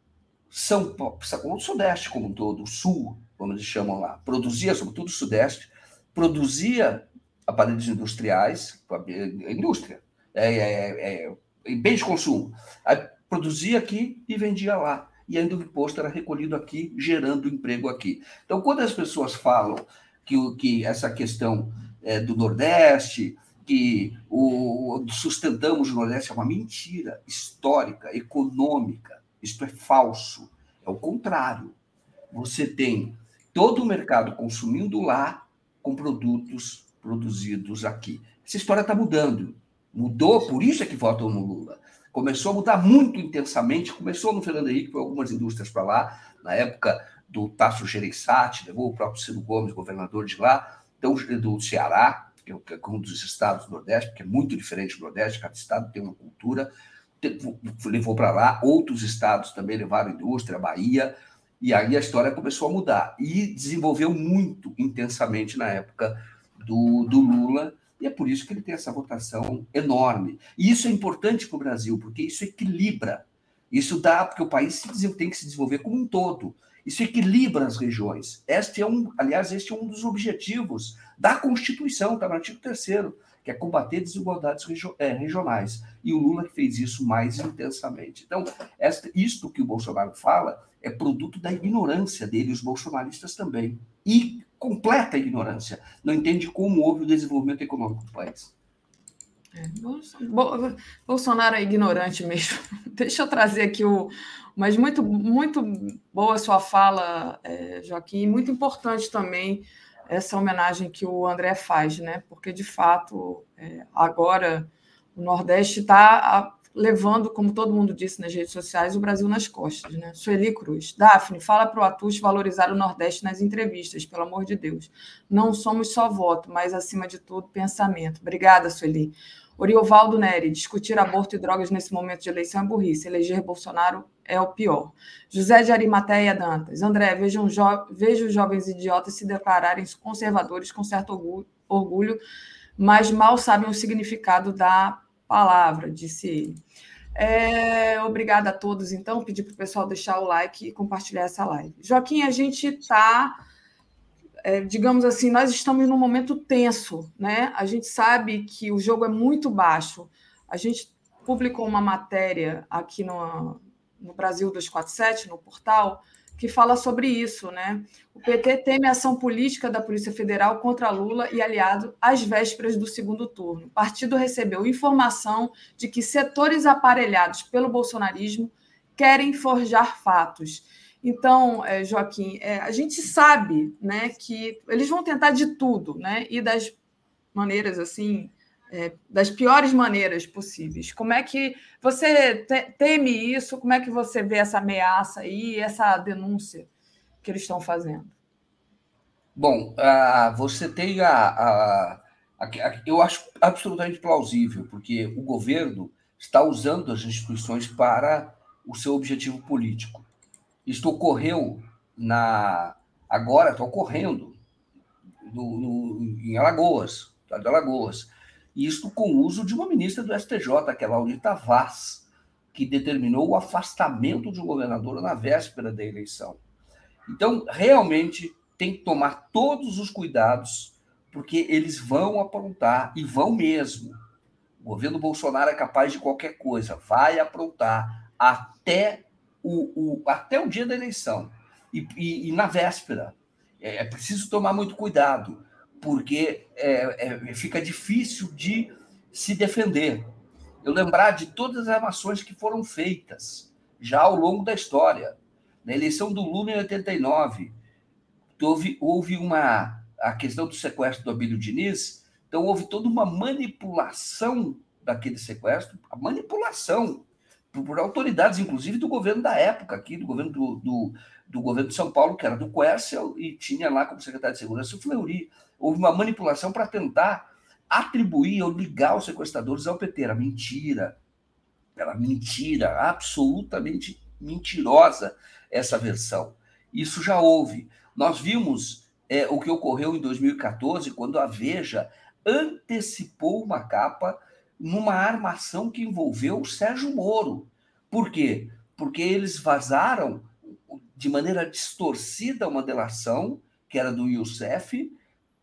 N: São Paulo, o Sudeste como um todo, o Sul, como eles chamam lá, produzia, sobretudo o Sudeste, produzia aparelhos industriais, indústria, é, é, é, bens de consumo, aí produzia aqui e vendia lá. E ainda o imposto era recolhido aqui, gerando emprego aqui. Então, quando as pessoas falam que, que essa questão é, do Nordeste, que o, sustentamos o Nordeste, é uma mentira histórica, econômica. Isto é falso. É o contrário. Você tem todo o mercado consumindo lá com produtos produzidos aqui. Essa história está mudando. Mudou, por isso é que votam no Lula. Começou a mudar muito intensamente, começou no Fernando Henrique, foi algumas indústrias para lá, na época do Tasso Gereissati, levou o próprio Ciro Gomes, governador de lá, então, do Ceará, que é um dos estados do Nordeste, porque é muito diferente do Nordeste, cada estado tem uma cultura, levou para lá, outros estados também levaram indústria, Bahia, e aí a história começou a mudar, e desenvolveu muito intensamente na época do, do Lula, e é por isso que ele tem essa votação enorme. E isso é importante para o Brasil, porque isso equilibra. Isso dá, porque o país tem que se desenvolver como um todo. Isso equilibra as regiões. Este é um, aliás, este é um dos objetivos da Constituição, está no artigo terceiro, que é combater desigualdades regionais. E o Lula que fez isso mais intensamente. Então, esta, isto que o Bolsonaro fala é produto da ignorância dele, os bolsonaristas também. E completa ignorância. Não entende como houve o desenvolvimento econômico do país.
L: É, Bolsonaro é ignorante mesmo. Deixa eu trazer aqui o... Mas muito, muito boa a sua fala, é, Joaquim, muito importante também essa homenagem que o André faz, né? Porque, de fato, é, agora o Nordeste está levando, como todo mundo disse nas redes sociais, o Brasil nas costas, né? Sueli Cruz. Daphne, fala para o Atus valorizar o Nordeste nas entrevistas, pelo amor de Deus. Não somos só voto, mas, acima de tudo, pensamento. Obrigada, Sueli. Oriovaldo Neri, discutir aborto e drogas nesse momento de eleição é burrice. Eleger Bolsonaro é o pior. José de Arimateia Dantas. André, veja, um jo- veja os jovens idiotas se declararem conservadores com certo orgulho, orgulho, mas mal sabem o significado da palavra, disse ele. É, obrigada a todos, então. Pedir para o pessoal deixar o like e compartilhar essa live. Joaquim, a gente está... É, digamos assim, nós estamos num momento tenso, né? A gente sabe que o jogo é muito baixo. A gente publicou uma matéria aqui no, no Brasil duzentos e quarenta e sete, no portal, que fala sobre isso, né? O P T teme a ação política da Polícia Federal contra Lula e aliado às vésperas do segundo turno. O partido recebeu informação de que setores aparelhados pelo bolsonarismo querem forjar fatos. Então, Joaquim, a gente sabe, né, que eles vão tentar de tudo, né, e das maneiras assim, das piores maneiras possíveis. Como é que você teme isso? Como é que você vê essa ameaça aí, essa denúncia que eles estão fazendo?
N: Bom, uh, você tem a, a, a, a... Eu acho absolutamente plausível, porque o governo está usando as instituições para o seu objetivo político. Isto ocorreu na... Agora está ocorrendo no, no, em Alagoas, de Alagoas. Isto com o uso de uma ministra do S T J, que é Laurita Vaz, que determinou o afastamento de um governador na véspera da eleição. Então, realmente, tem que tomar todos os cuidados, porque eles vão aprontar, e vão mesmo. O governo Bolsonaro é capaz de qualquer coisa, vai aprontar até o, o, até o dia da eleição. E, e, e na véspera. É, é preciso tomar muito cuidado, porque é, é, fica difícil de se defender. Eu lembrar de todas as armações que foram feitas já ao longo da história. Na eleição do Lula em oitenta e nove, houve, houve uma, a questão do sequestro do Abílio Diniz, então houve toda uma manipulação daquele sequestro, a manipulação por, por autoridades, inclusive do governo da época, aqui, do governo do, do, do governo de São Paulo, que era do Quércia, e tinha lá como secretário de Segurança o Fleury. Houve uma manipulação para tentar atribuir ou ligar os sequestradores ao P T. Era mentira. Era mentira, absolutamente mentirosa essa versão. Isso já houve. Nós vimos é, o que ocorreu em dois mil e quatorze, quando a Veja antecipou uma capa numa armação que envolveu o Sérgio Moro. Por quê? Porque eles vazaram de maneira distorcida uma delação, que era do Youssef,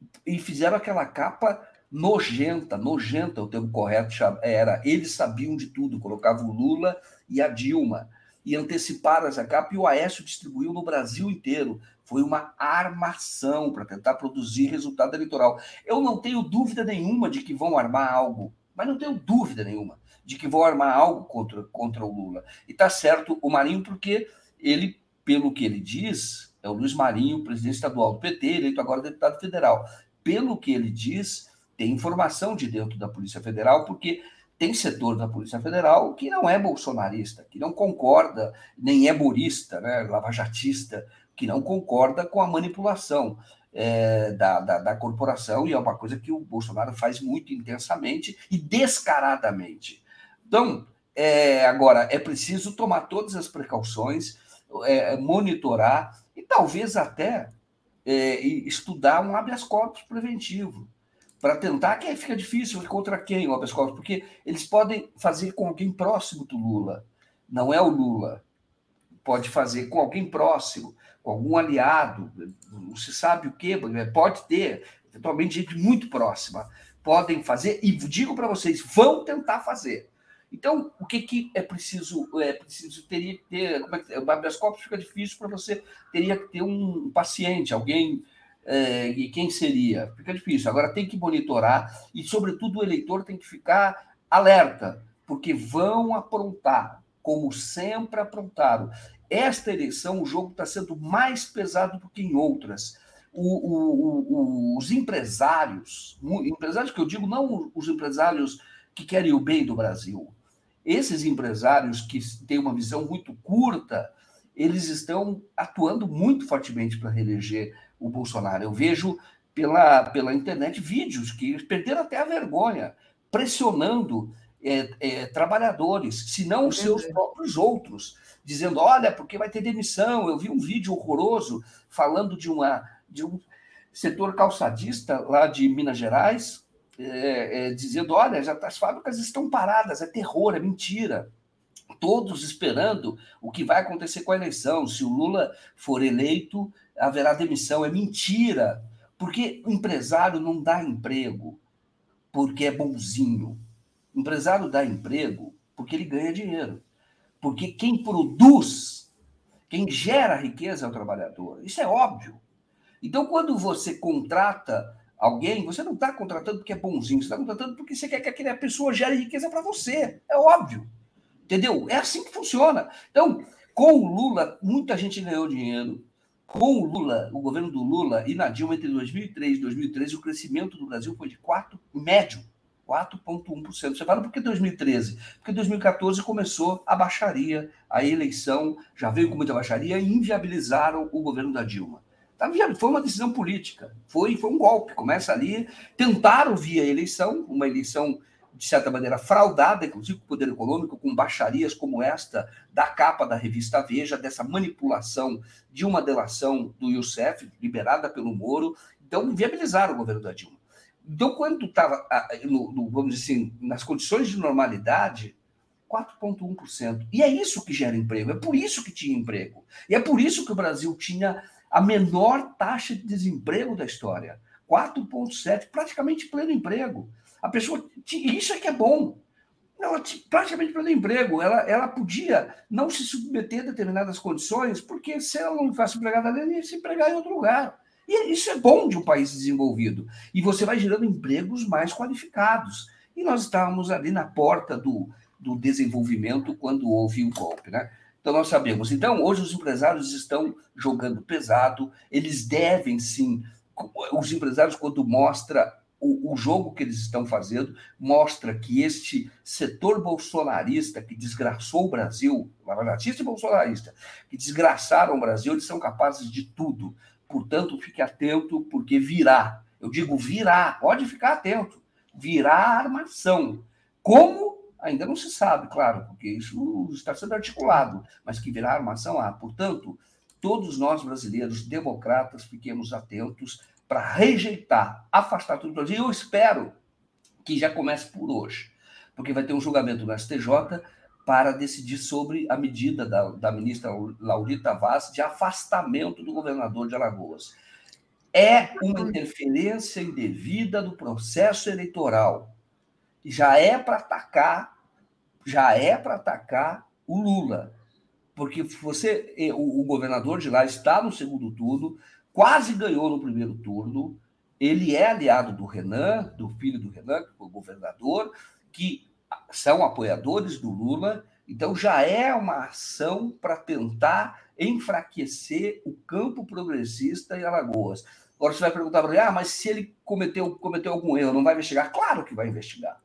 N: e fizeram aquela capa nojenta, nojenta, o termo correto era, eles sabiam de tudo, colocavam o Lula e a Dilma, e anteciparam essa capa, e o Aécio distribuiu no Brasil inteiro. Foi uma armação para tentar produzir resultado eleitoral. Eu não tenho dúvida nenhuma de que vão armar algo, mas não tenho dúvida nenhuma de que vão armar algo contra, contra o Lula. E está certo o Marinho, porque ele, pelo que ele diz, é o Luiz Marinho, presidente estadual do P T, eleito agora deputado federal. Pelo que ele diz, tem informação de dentro da Polícia Federal, porque tem setor da Polícia Federal que não é bolsonarista, que não concorda, nem é morista, né, lavajatista, que não concorda com a manipulação é, da, da, da corporação, e é uma coisa que o Bolsonaro faz muito intensamente e descaradamente. Então, é, agora, é preciso tomar todas as precauções, é, monitorar e talvez até é, estudar um habeas corpus preventivo, para tentar, que fica difícil, contra quem o habeas corpus, porque eles podem fazer com alguém próximo do Lula, não é o Lula, pode fazer com alguém próximo, com algum aliado, não se sabe o quê, pode ter, eventualmente, gente muito próxima, podem fazer, e digo para vocês, vão tentar fazer. Então, o que, que é preciso? É preciso, teria que ter, como é que, o habeas corpus fica difícil para você, teria que ter um paciente, alguém. É, e quem seria? Fica difícil. Agora tem que monitorar e, sobretudo, o eleitor tem que ficar alerta, porque vão aprontar, como sempre aprontaram. Esta eleição, o jogo está sendo mais pesado do que em outras. O, o, o, os empresários, empresários que eu digo, não os empresários que querem o bem do Brasil, esses empresários que têm uma visão muito curta, eles estão atuando muito fortemente para reeleger o Bolsonaro. Eu vejo pela, pela internet vídeos que perderam até a vergonha, pressionando é, é, trabalhadores, se não os seus próprios outros, dizendo, olha, porque vai ter demissão. Eu vi um vídeo horroroso falando de, uma, de um setor calçadista lá de Minas Gerais, é, é, dizendo, olha, já, as fábricas estão paradas, é terror, é mentira. Todos esperando o que vai acontecer com a eleição. Se o Lula for eleito, haverá demissão. É mentira, porque o empresário não dá emprego porque é bonzinho. O empresário dá emprego porque ele ganha dinheiro. Porque quem produz, quem gera riqueza é o trabalhador. Isso é óbvio. Então, quando você contrata alguém, você não está contratando porque é bonzinho, você está contratando porque você quer que aquela pessoa gere riqueza para você. É óbvio. Entendeu? É assim que funciona. Então, com o Lula, muita gente ganhou dinheiro. Com o Lula, o governo do Lula e na Dilma, entre dois mil e três e dois mil e treze, o crescimento do Brasil foi de quatro, médio, quatro vírgula um por cento. Você fala, por que dois mil e treze? Porque dois mil e quatorze começou a baixaria, a eleição já veio com muita baixaria e inviabilizaram o governo da Dilma. Foi uma decisão política, foi, foi um golpe. Começa ali, tentaram via eleição, uma eleição, de certa maneira, fraudada, inclusive com o poder econômico, com baixarias como esta da capa da revista Veja, dessa manipulação de uma delação do Youssef, liberada pelo Moro. Então, viabilizaram o governo da Dilma. Então, quando estava, vamos dizer assim, nas condições de normalidade, quatro vírgula um por cento. E é isso que gera emprego, é por isso que tinha emprego. E é por isso que o Brasil tinha a menor taxa de desemprego da história. quatro vírgula sete por cento, praticamente pleno emprego. A pessoa, isso é que é bom. Ela tinha praticamente pleno emprego. Ela, ela podia não se submeter a determinadas condições, porque se ela não fosse empregada ali, ela ia se empregar em outro lugar. E isso é bom de um país desenvolvido. E você vai gerando empregos mais qualificados. E nós estávamos ali na porta do, do desenvolvimento quando houve o golpe, né? Então, nós sabemos. Então, hoje os empresários estão jogando pesado, eles devem, sim, os empresários, quando mostra o, o jogo que eles estão fazendo, mostra que este setor bolsonarista que desgraçou o Brasil, lavajatista e bolsonarista, que desgraçaram o Brasil, eles são capazes de tudo. Portanto, fique atento, porque virá. Eu digo virá, pode ficar atento. Virá a armação. Como? Ainda não se sabe, claro, porque isso está sendo articulado, mas que virá a armação há. Portanto, todos nós brasileiros democratas fiquemos atentos para rejeitar, afastar tudo do Brasil. E eu espero que já comece por hoje, porque vai ter um julgamento no S T J para decidir sobre a medida da, da ministra Laurita Vaz de afastamento do governador de Alagoas. É uma interferência indevida no processo eleitoral. Já é para atacar, já é para atacar o Lula. Porque você, o, o governador de lá está no segundo turno, quase ganhou no primeiro turno, ele é aliado do Renan, do filho do Renan, que foi o governador, que são apoiadores do Lula, então já é uma ação para tentar enfraquecer o campo progressista em Alagoas. Agora você vai perguntar para ele, ah, mas se ele cometeu, cometeu algum erro, não vai investigar? Claro que vai investigar.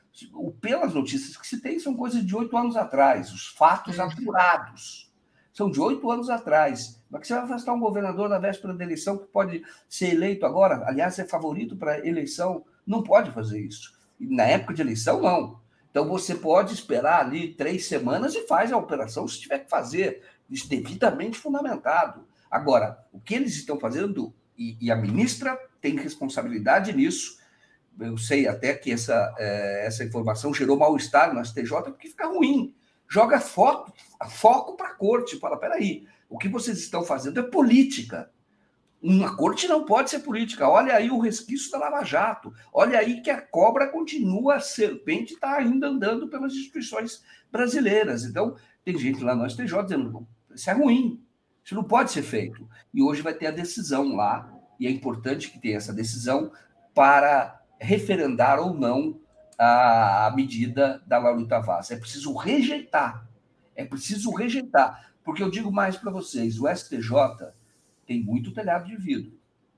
N: Pelas notícias que se tem, são coisas de oito anos atrás, os fatos apurados são de oito anos atrás. Mas que você vai afastar um governador na véspera da eleição que pode ser eleito agora, aliás, é favorito para eleição, não pode fazer isso. E na época de eleição, não. Então, você pode esperar ali três semanas e faz a operação se tiver que fazer, isso devidamente fundamentado. Agora, o que eles estão fazendo, e, e a ministra tem responsabilidade nisso, eu sei até que essa, é, essa informação gerou mal-estar no S T J, porque fica ruim. Joga foco, foco para a corte. Fala, peraí, o que vocês estão fazendo é política. Uma corte não pode ser política. Olha aí o resquício da Lava Jato. Olha aí que a cobra continua, a serpente está ainda andando pelas instituições brasileiras. Então, tem gente lá no S T J dizendo, isso é ruim, isso não pode ser feito. E hoje vai ter a decisão lá, e é importante que tenha essa decisão para referendar ou não a, a medida da Laurita Vaz. É preciso rejeitar. É preciso rejeitar. Porque eu digo mais para vocês, o S T J tem muito telhado de vidro.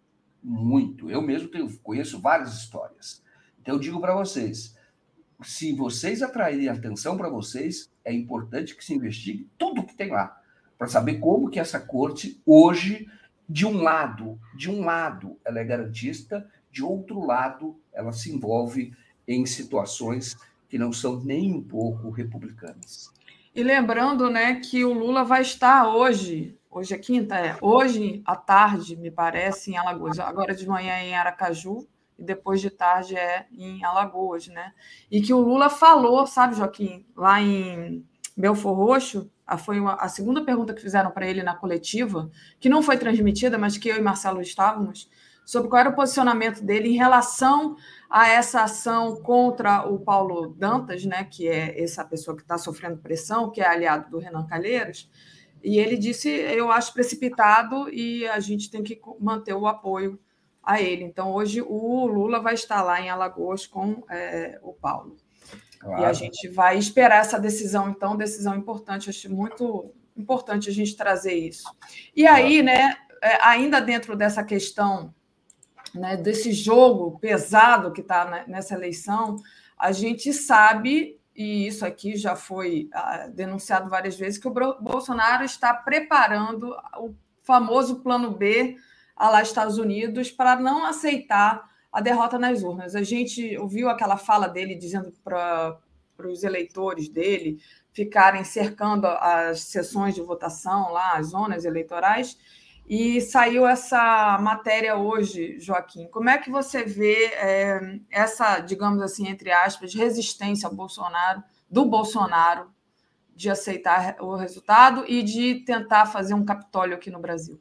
N: Muito. Eu mesmo tenho, conheço várias histórias. Então eu digo para vocês, se vocês atraírem atenção para vocês, é importante que se investigue tudo que tem lá, para saber como que essa corte hoje, de um lado, de um lado, ela é garantista, de outro lado, ela se envolve em situações que não são nem um pouco republicanas.
L: E lembrando, né, que o Lula vai estar hoje, hoje é quinta, é, hoje à tarde, me parece, em Alagoas, agora de manhã em Aracaju, e depois de tarde é em Alagoas, né? E que o Lula falou, sabe, Joaquim, lá em Belford Roxo, foi uma, a segunda pergunta que fizeram para ele na coletiva, que não foi transmitida, mas que eu e Marcelo estávamos, sobre qual era o posicionamento dele em relação a essa ação contra o Paulo Dantas, né, que é essa pessoa que está sofrendo pressão, que é aliado do Renan Calheiros, e ele disse, eu acho precipitado e a gente tem que manter o apoio a ele. Então, hoje, o Lula vai estar lá em Alagoas com é, o Paulo. Claro. E a gente vai esperar essa decisão, então, decisão importante, acho muito importante a gente trazer isso. E aí, né, ainda dentro dessa questão, né, desse jogo pesado que está nessa eleição, a gente sabe, e isso aqui já foi uh, denunciado várias vezes, que o Bolsonaro está preparando o famoso plano B a lá Estados Unidos para não aceitar a derrota nas urnas. A gente ouviu aquela fala dele dizendo para os eleitores dele ficarem cercando as sessões de votação lá, as zonas eleitorais, e saiu essa matéria hoje, Joaquim. Como é que você vê é, essa, digamos assim, entre aspas, resistência ao Bolsonaro, do Bolsonaro, de aceitar o resultado e de tentar fazer um Capitólio aqui no Brasil?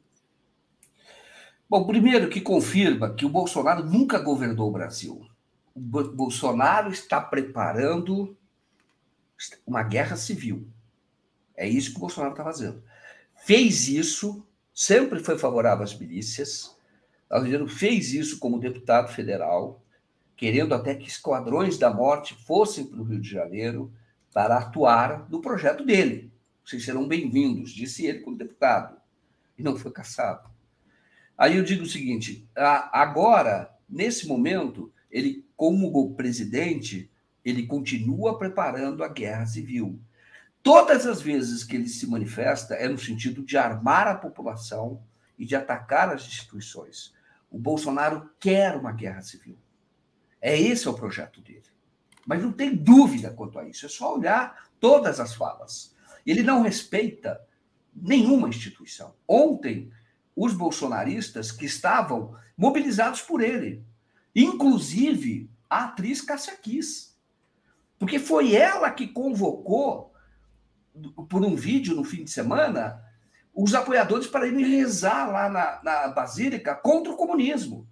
N: Bom, primeiro que confirma que o Bolsonaro nunca governou o Brasil. O Bolsonaro está preparando uma guerra civil. É isso que o Bolsonaro está fazendo. Fez isso, sempre foi favorável às milícias, fez isso como deputado federal, querendo até que esquadrões da morte fossem para o Rio de Janeiro para atuar no projeto dele. Vocês serão bem-vindos, disse ele como deputado. E não foi caçado. Aí eu digo o seguinte, agora, nesse momento, ele, como presidente, ele continua preparando a guerra civil. Todas as vezes que ele se manifesta é no sentido de armar a população e de atacar as instituições. O Bolsonaro quer uma guerra civil. É esse é o projeto dele. Mas não tem dúvida quanto a isso. É só olhar todas as falas. Ele não respeita nenhuma instituição. Ontem, os bolsonaristas que estavam mobilizados por ele, inclusive a atriz Cássia Kiss, porque foi ela que convocou, por um vídeo no fim de semana, os apoiadores para irem rezar lá na, na Basílica contra o comunismo.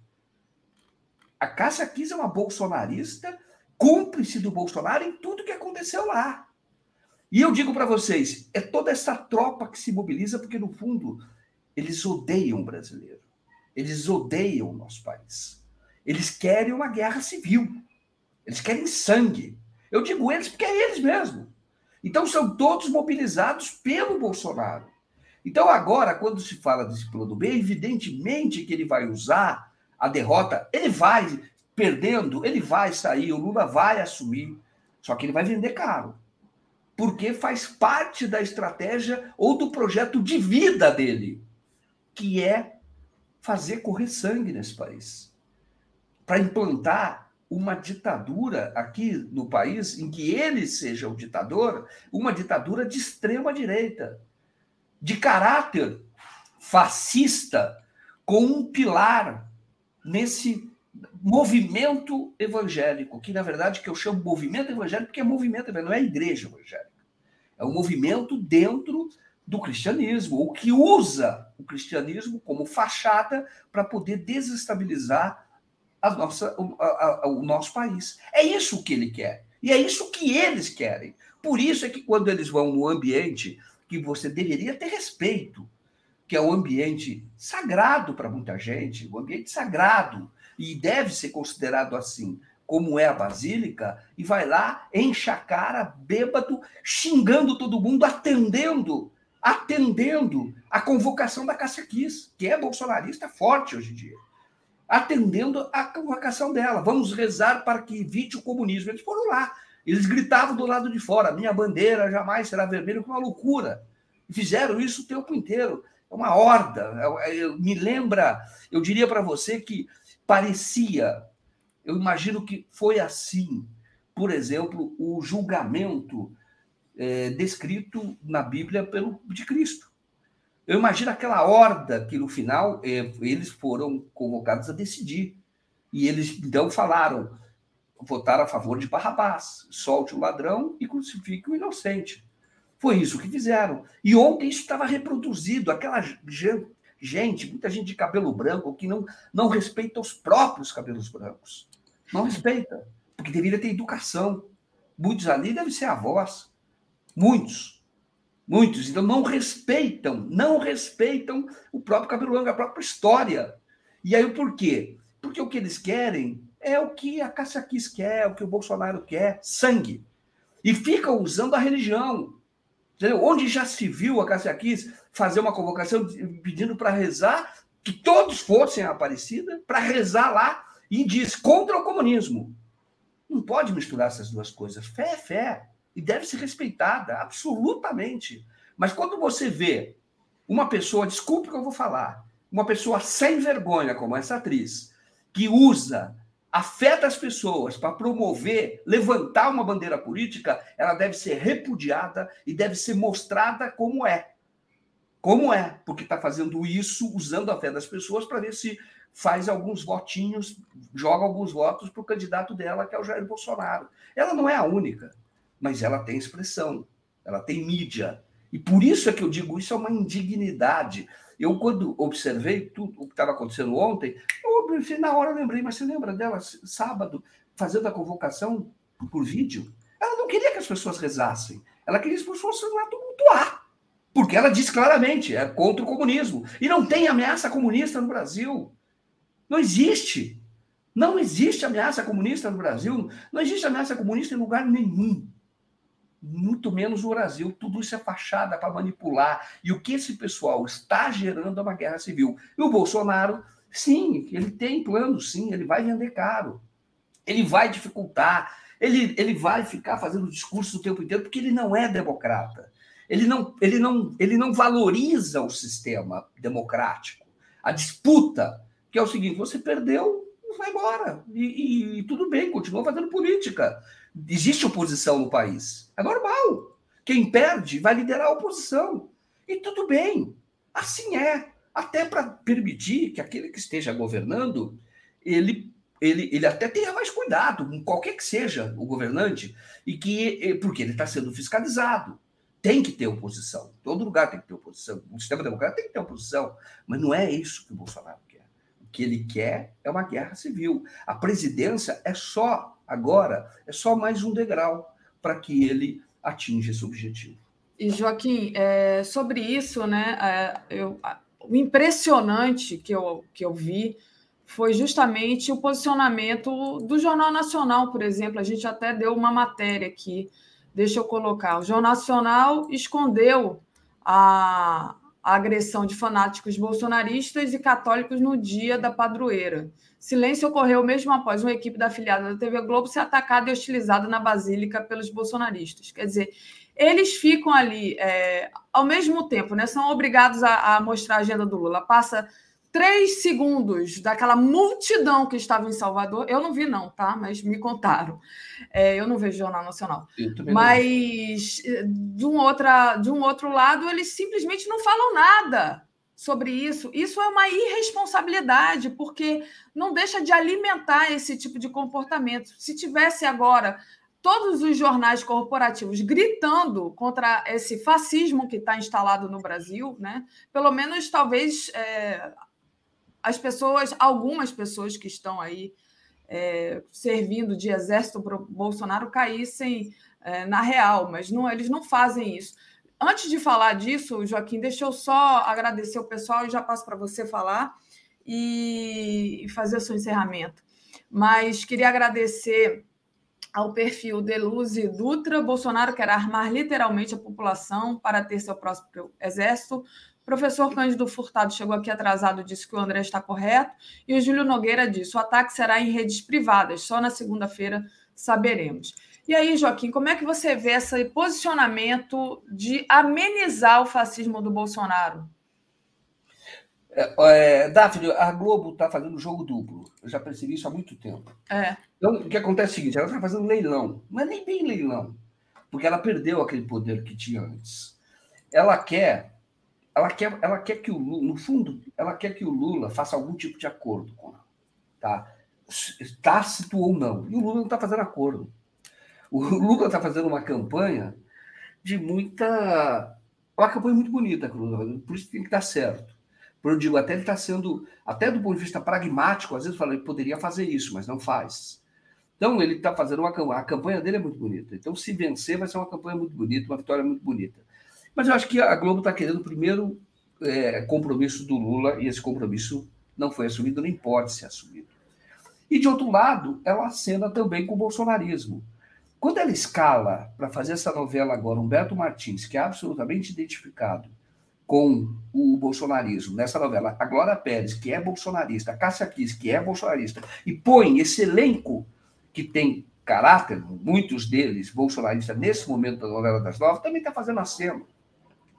N: A Cássia Kiss é uma bolsonarista, cúmplice do Bolsonaro em tudo que aconteceu lá. E eu digo para vocês, é toda essa tropa que se mobiliza, porque, no fundo, eles odeiam o brasileiro. Eles odeiam o nosso país. Eles querem uma guerra civil. Eles querem sangue. Eu digo eles porque é eles mesmo. Então, são todos mobilizados pelo Bolsonaro. Então, agora, quando se fala desse plano B, evidentemente que ele vai usar a derrota, ele vai perdendo, ele vai sair, o Lula vai assumir, só que ele vai vender caro. Porque faz parte da estratégia ou do projeto de vida dele, que é fazer correr sangue nesse país. Para implantar uma ditadura aqui no país, em que ele seja o ditador, uma ditadura de extrema-direita, de caráter fascista, com um pilar nesse movimento evangélico, que, na verdade, que eu chamo movimento evangélico, porque é movimento evangélico, não é igreja evangélica. É um movimento dentro do cristianismo, o que usa o cristianismo como fachada para poder desestabilizar a nossa, o, a, a, o nosso país. É isso que ele quer. E é isso que eles querem. Por isso é que quando eles vão no ambiente que você deveria ter respeito, que é um ambiente sagrado para muita gente, um ambiente sagrado, e deve ser considerado assim, como é a Basílica, e vai lá, enche a cara, bêbado, xingando todo mundo, atendendo, atendendo a convocação da Cássia Kiss, que é bolsonarista forte hoje em dia, atendendo a convocação dela. Vamos rezar para que evite o comunismo. Eles foram lá, eles gritavam do lado de fora, minha bandeira jamais será vermelha, com uma loucura. E fizeram isso o tempo inteiro. É uma horda. Eu, eu, me lembra, eu diria para você que parecia, eu imagino que foi assim, por exemplo, o julgamento é, descrito na Bíblia pelo, de Cristo. Eu imagino aquela horda que, no final, é, eles foram convocados a decidir. E eles, então, falaram, votaram a favor de Barrabás, solte o ladrão e crucifique o inocente. Foi isso que fizeram. E ontem isso estava reproduzido, aquela gente, muita gente de cabelo branco, que não, não respeita os próprios cabelos brancos. Não respeita, porque deveria ter educação. Muitos ali devem ser avós. Muitos. Muitos. Então não respeitam, não respeitam o próprio cabelo branco, a própria história. E aí por quê? Porque o que eles querem é o que a Cássia Kiss quer, o que o Bolsonaro quer, sangue. E ficam usando a religião. Entendeu? Onde já se viu a Cássia Kiss fazer uma convocação pedindo para rezar, que todos fossem a Aparecida, para rezar lá, e diz contra o comunismo. Não pode misturar essas duas coisas. Fé é fé. E deve ser respeitada, absolutamente. Mas quando você vê uma pessoa, desculpe o que eu vou falar,
I: uma pessoa sem vergonha como essa atriz, que usa a fé das pessoas para promover, levantar uma bandeira política, ela deve ser repudiada e deve ser mostrada como é. Como é, porque está fazendo isso usando a fé das pessoas para ver se faz alguns votinhos, joga alguns votos para o candidato dela, que é o Jair Bolsonaro. Ela não é a única, mas ela tem expressão, ela tem mídia. E por isso é que eu digo, isso é uma indignidade. Eu, quando observei tudo o que estava acontecendo ontem, eu, na hora eu lembrei, mas você lembra dela, sábado, fazendo a convocação por vídeo? Ela não queria que as pessoas rezassem, ela queria que as pessoas lá tumultuar, porque ela disse claramente, é contra o comunismo. E não tem ameaça comunista no Brasil. Não existe. Não existe ameaça comunista no Brasil. Não existe ameaça comunista em lugar nenhum. Muito menos no Brasil. Tudo isso é fachada para manipular. E o que esse pessoal está gerando é uma guerra civil. E o Bolsonaro, sim, ele tem plano, sim, ele vai vender caro. Ele vai dificultar. Ele, ele vai ficar fazendo discurso o tempo inteiro, porque ele não é democrata. Ele não, ele não, ele não valoriza o sistema democrático. A disputa, que é o seguinte, você perdeu, vai embora. E, e, e tudo bem, continua fazendo política. Existe oposição no país. É normal. Quem perde vai liderar a oposição. E tudo bem. Assim é. Até para permitir que aquele que esteja governando, ele, ele, ele até tenha mais cuidado, com qualquer que seja o governante, e que, porque ele está sendo fiscalizado. Tem que ter oposição. Todo lugar tem que ter oposição. O sistema democrático tem que ter oposição. Mas não é isso que o Bolsonaro quer. O que ele quer é uma guerra civil. A presidência é só, agora, é só mais um degrau para que ele atinja esse objetivo.
L: E, Joaquim, é, sobre isso, né, é, eu, o impressionante que eu, que eu vi foi justamente o posicionamento do Jornal Nacional, por exemplo. A gente até deu uma matéria aqui. Deixa eu colocar. O Jornal Nacional escondeu a, a agressão de fanáticos bolsonaristas e católicos no dia da padroeira. Silêncio ocorreu mesmo após uma equipe da afiliada da T V Globo ser atacada e hostilizada na Basílica pelos bolsonaristas. Quer dizer, eles ficam ali, é, ao mesmo tempo, né, são obrigados a, a mostrar a agenda do Lula. Passa três segundos daquela multidão que estava em Salvador. Eu não vi, não, tá? Mas me contaram. É, eu não vejo Jornal Nacional. Mas, de um, outra, de um outro lado, eles simplesmente não falam nada sobre isso. Isso é uma irresponsabilidade, porque não deixa de alimentar esse tipo de comportamento. Se tivesse agora todos os jornais corporativos gritando contra esse fascismo que está instalado no Brasil, né? Pelo menos, talvez... É, as pessoas, algumas pessoas que estão aí é, servindo de exército para o Bolsonaro caíssem é, na real, mas não, eles não fazem isso. Antes de falar disso, Joaquim, deixa eu só agradecer o pessoal e já passo para você falar e, e fazer o seu encerramento. Mas queria agradecer ao perfil Deluze Dutra. Bolsonaro quer armar literalmente a população para ter seu próprio exército. O professor Cândido Furtado chegou aqui atrasado, disse que o André está correto, e o Júlio Nogueira disse: o ataque será em redes privadas, só na segunda-feira saberemos. E aí, Joaquim, como é que você vê esse posicionamento de amenizar o fascismo do Bolsonaro?
I: É, é, Daphne, a Globo está fazendo jogo duplo. Eu já percebi isso há muito tempo.
L: É.
I: Então, o que acontece é o seguinte, ela está fazendo leilão. Não é nem bem leilão, porque ela perdeu aquele poder que tinha antes. Ela quer... Ela quer, ela quer que o Lula, no fundo, ela quer que o Lula faça algum tipo de acordo com ela, tá? Tácito ou não. E o Lula não está fazendo acordo. O Lula está fazendo uma campanha de muita... Uma campanha muito bonita, por isso tem que dar certo. Eu digo, até ele está sendo, até do ponto de vista pragmático, às vezes fala, ele poderia fazer isso, mas não faz. Então, ele está fazendo uma campanha, a campanha dele é muito bonita. Então, se vencer, vai ser uma campanha muito bonita, uma vitória muito bonita. Mas eu acho que a Globo está querendo o primeiro é, compromisso do Lula, e esse compromisso não foi assumido, nem pode ser assumido. E, de outro lado, ela acena também com o bolsonarismo. Quando ela escala para fazer essa novela agora, Humberto Martins, que é absolutamente identificado com o bolsonarismo, nessa novela, a Glória Pérez, que é bolsonarista, a Cássia Kiss, que é bolsonarista, e põe esse elenco que tem caráter, muitos deles bolsonaristas, nesse momento da novela das nove, também está fazendo a cena.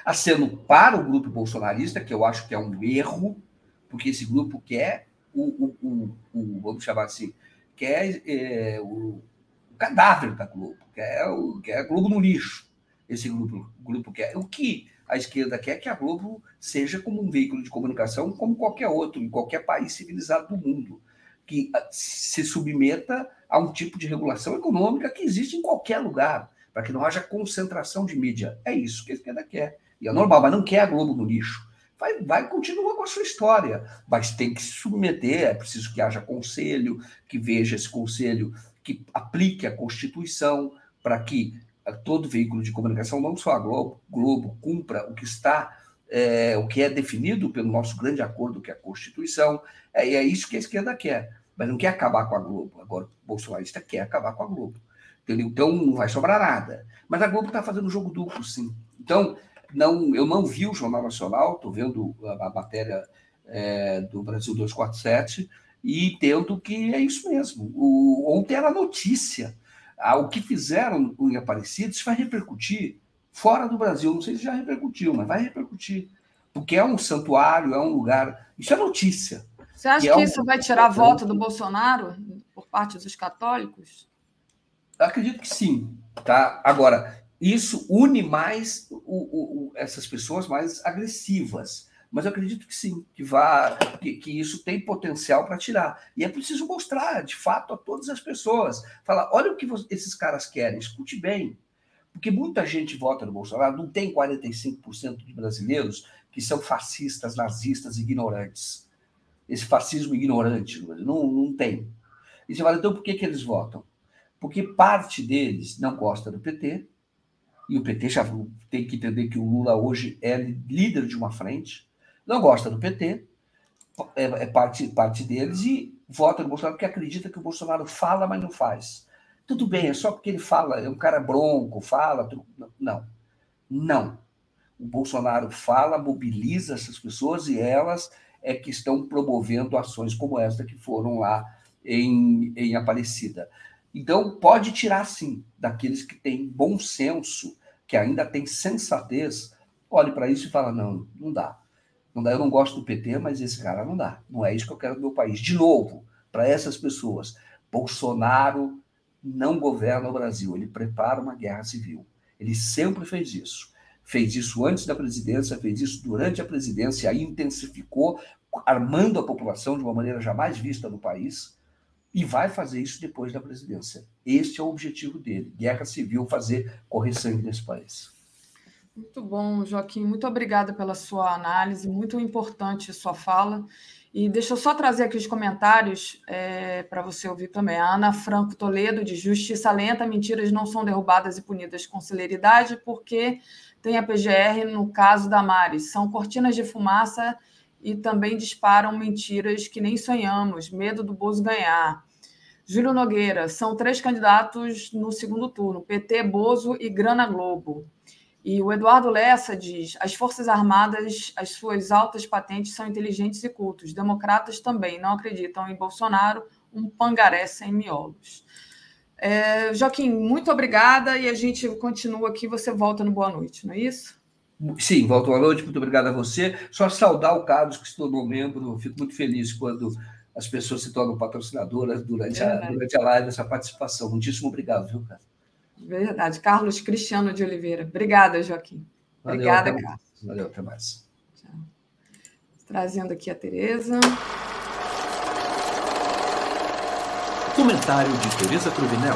N: Aceno para o grupo bolsonarista, que eu acho que é um erro, porque esse grupo quer o, o, o, o vamos chamar assim, quer é, o, o cadáver da Globo, quer, o, quer a Globo no lixo. Esse grupo, grupo quer. O que a esquerda quer é que a Globo seja como um veículo de comunicação, como qualquer outro, em qualquer país civilizado do mundo, que se submeta a um tipo de regulação econômica que existe em qualquer lugar, para que não haja concentração de mídia. É isso que a esquerda quer. E é normal, mas não quer a Globo no lixo. Vai, vai continuar com a sua história, mas tem que se submeter, é preciso que haja conselho, que veja esse conselho, que aplique a Constituição, para que todo veículo de comunicação, não só a Globo, Globo cumpra o que está, é, o que é definido pelo nosso grande acordo, que é a Constituição. É, e é isso que a esquerda quer, mas não quer acabar com a Globo. Agora, o bolsonarista quer acabar com a Globo. Entendeu? Então, não vai sobrar nada. Mas a Globo está fazendo jogo duplo, sim. Então, não, eu não vi o Jornal Nacional, estou vendo a, a matéria é, do Brasil duzentos e quarenta e sete e entendo que é isso mesmo. O, ontem era notícia. Ah, o que fizeram em Aparecida, isso vai repercutir fora do Brasil. Não sei se já repercutiu, mas vai repercutir. Porque é um santuário, é um lugar... Isso é notícia.
L: Você acha
N: que,
L: que
N: é
L: isso
N: um...
L: vai tirar voto do Bolsonaro por parte dos católicos?
N: Eu acredito que sim. Tá? Agora, isso une mais o, o, o, essas pessoas mais agressivas. Mas eu acredito que sim, que, vá, que, que isso tem potencial para tirar. E é preciso mostrar, de fato, a todas as pessoas. Falar, olha o que esses caras querem, escute bem. Porque muita gente vota no Bolsonaro, não tem quarenta e cinco por cento de brasileiros que são fascistas, nazistas, ignorantes. Esse fascismo ignorante, não, não tem. E você fala, então por que, que eles votam? Porque parte deles não gosta do P T, e o P T já tem que entender que o Lula hoje é líder de uma frente, não gosta do P T, é, é parte, parte deles, e vota no Bolsonaro porque acredita que o Bolsonaro fala, mas não faz. Tudo bem, é só porque ele fala, é um cara bronco, fala... Não, não. O Bolsonaro fala, mobiliza essas pessoas e elas é que estão promovendo ações como esta que foram lá em, em Aparecida. Então, pode tirar, sim, daqueles que têm bom senso, que ainda têm sensatez, olhe para isso e fala, não, não dá. Não dá. Eu não gosto do P T, mas esse cara não dá. Não é isso que eu quero do meu país. De novo, para essas pessoas, Bolsonaro não governa o Brasil, ele prepara uma guerra civil. Ele sempre fez isso. Fez isso antes da presidência, fez isso durante a presidência, aí intensificou, armando a população de uma maneira jamais vista no país, e vai fazer isso depois da presidência. Este é o objetivo dele, guerra civil, fazer correr sangue nesse país.
L: Muito bom, Joaquim, muito obrigada pela sua análise, muito importante a sua fala. E deixa eu só trazer aqui os comentários é, para você ouvir também. A Ana Franco Toledo, de Justiça Lenta, mentiras não são derrubadas e punidas com celeridade porque tem a P G R no caso da Mari. São cortinas de fumaça e também disparam mentiras que nem sonhamos, medo do Bozo ganhar. Júlio Nogueira, são três candidatos no segundo turno, P T, Bozo e Grana Globo. E o Eduardo Lessa diz, as Forças Armadas, as suas altas patentes são inteligentes e cultos. Democratas também não acreditam em Bolsonaro, um pangaré sem miolos. É, Joaquim, muito obrigada e a gente continua aqui. Você volta no Boa Noite, não é isso?
N: Sim, volto boa noite. Muito obrigado a você. Só saudar o Carlos, que se tornou membro. Fico muito feliz quando as pessoas se tornam patrocinadoras durante, a, durante a live, essa participação. Muitíssimo obrigado, viu, Carlos?
L: Verdade. Carlos Cristiano de Oliveira. Obrigada, Joaquim.
N: Valeu,
L: Obrigada,
N: até
L: Carlos.
N: Valeu, até mais.
L: Tchau. Trazendo aqui a Tereza.
G: Comentário de Tereza Cruvinel.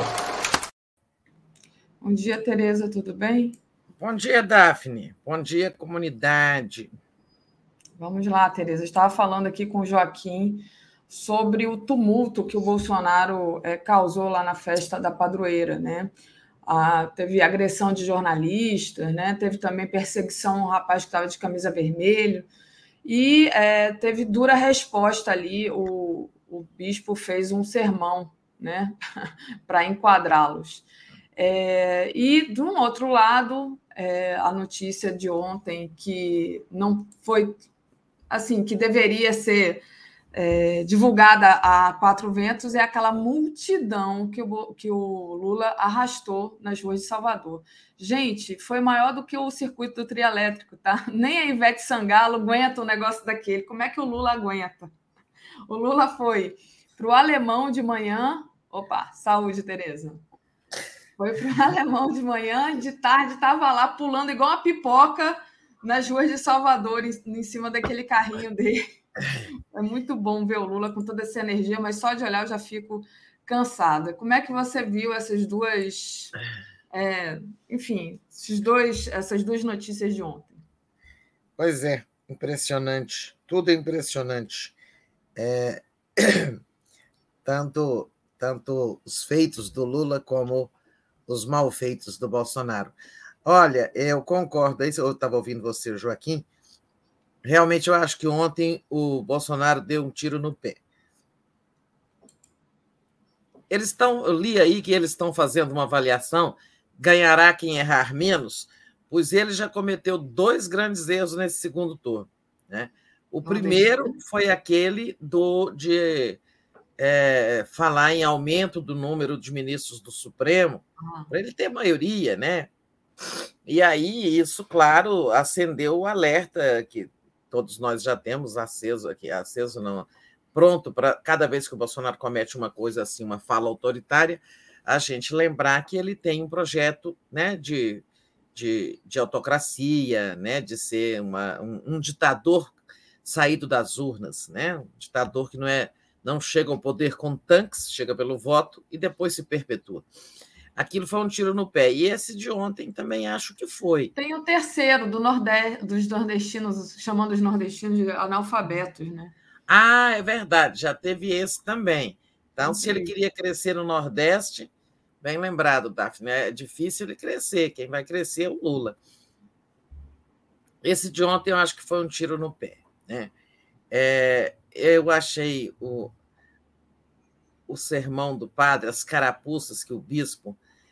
L: Bom dia, Tereza, tudo bem?
O: Bom dia, Daphne. Bom dia, comunidade.
L: Vamos lá, Tereza. Eu estava falando aqui com o Joaquim sobre o tumulto que o Bolsonaro é, causou lá na festa da padroeira, né? Ah, teve agressão de jornalistas, né? Teve também perseguição a um rapaz que estava de camisa vermelha e é, teve dura resposta ali. O, o bispo fez um sermão, né? para enquadrá-los. É, e, de um outro lado, é, a notícia de ontem que não foi assim, que deveria ser é, divulgada a quatro ventos, é aquela multidão que o, que o Lula arrastou nas ruas de Salvador. Gente, foi maior do que o circuito do trio elétrico, tá? Nem a Ivete Sangalo aguenta um negócio daquele. Como é que o Lula aguenta? O Lula foi para o Alemão de manhã. Opa, saúde, Tereza. Foi para o Alemão de manhã, de tarde estava lá pulando igual uma pipoca nas ruas de Salvador, em, em cima daquele carrinho dele. É muito bom ver o Lula com toda essa energia, mas só de olhar eu já fico cansada. Como é que você viu essas duas, é, enfim, esses dois, essas duas notícias de ontem?
O: Pois é, impressionante. Tudo é impressionante. É, tanto, tanto os feitos do Lula como os malfeitos do Bolsonaro. Olha, eu concordo, eu estava ouvindo você, Joaquim, realmente eu acho que ontem o Bolsonaro deu um tiro no pé. Eles estão, eu li aí que eles estão fazendo uma avaliação, ganhará quem errar menos, pois ele já cometeu dois grandes erros nesse segundo turno, né? O primeiro foi aquele do, de é, falar em aumento do número de ministros do Supremo, para ele ter maioria, né? E aí, isso, claro, acendeu o alerta que todos nós já temos aceso aqui, aceso não, pronto para cada vez que o Bolsonaro comete uma coisa assim, uma fala autoritária, a gente lembrar que ele tem um projeto, né, de, de, de autocracia, né, de ser uma, um, um ditador saído das urnas, né, um ditador que não, é, não chega ao poder com tanques, chega pelo voto e depois se perpetua. Aquilo foi um tiro no pé. E esse de ontem também acho que foi.
L: Tem o terceiro, do Nordeste, dos nordestinos, chamando os nordestinos de analfabetos, né?
O: Ah, é verdade, já teve esse também. Então, se ele queria crescer no Nordeste, bem lembrado, Daphne, é difícil ele crescer, quem vai crescer é o Lula. Esse de ontem eu acho que foi um tiro no pé, né? É, eu achei o, o sermão do padre, as carapuças que o bispo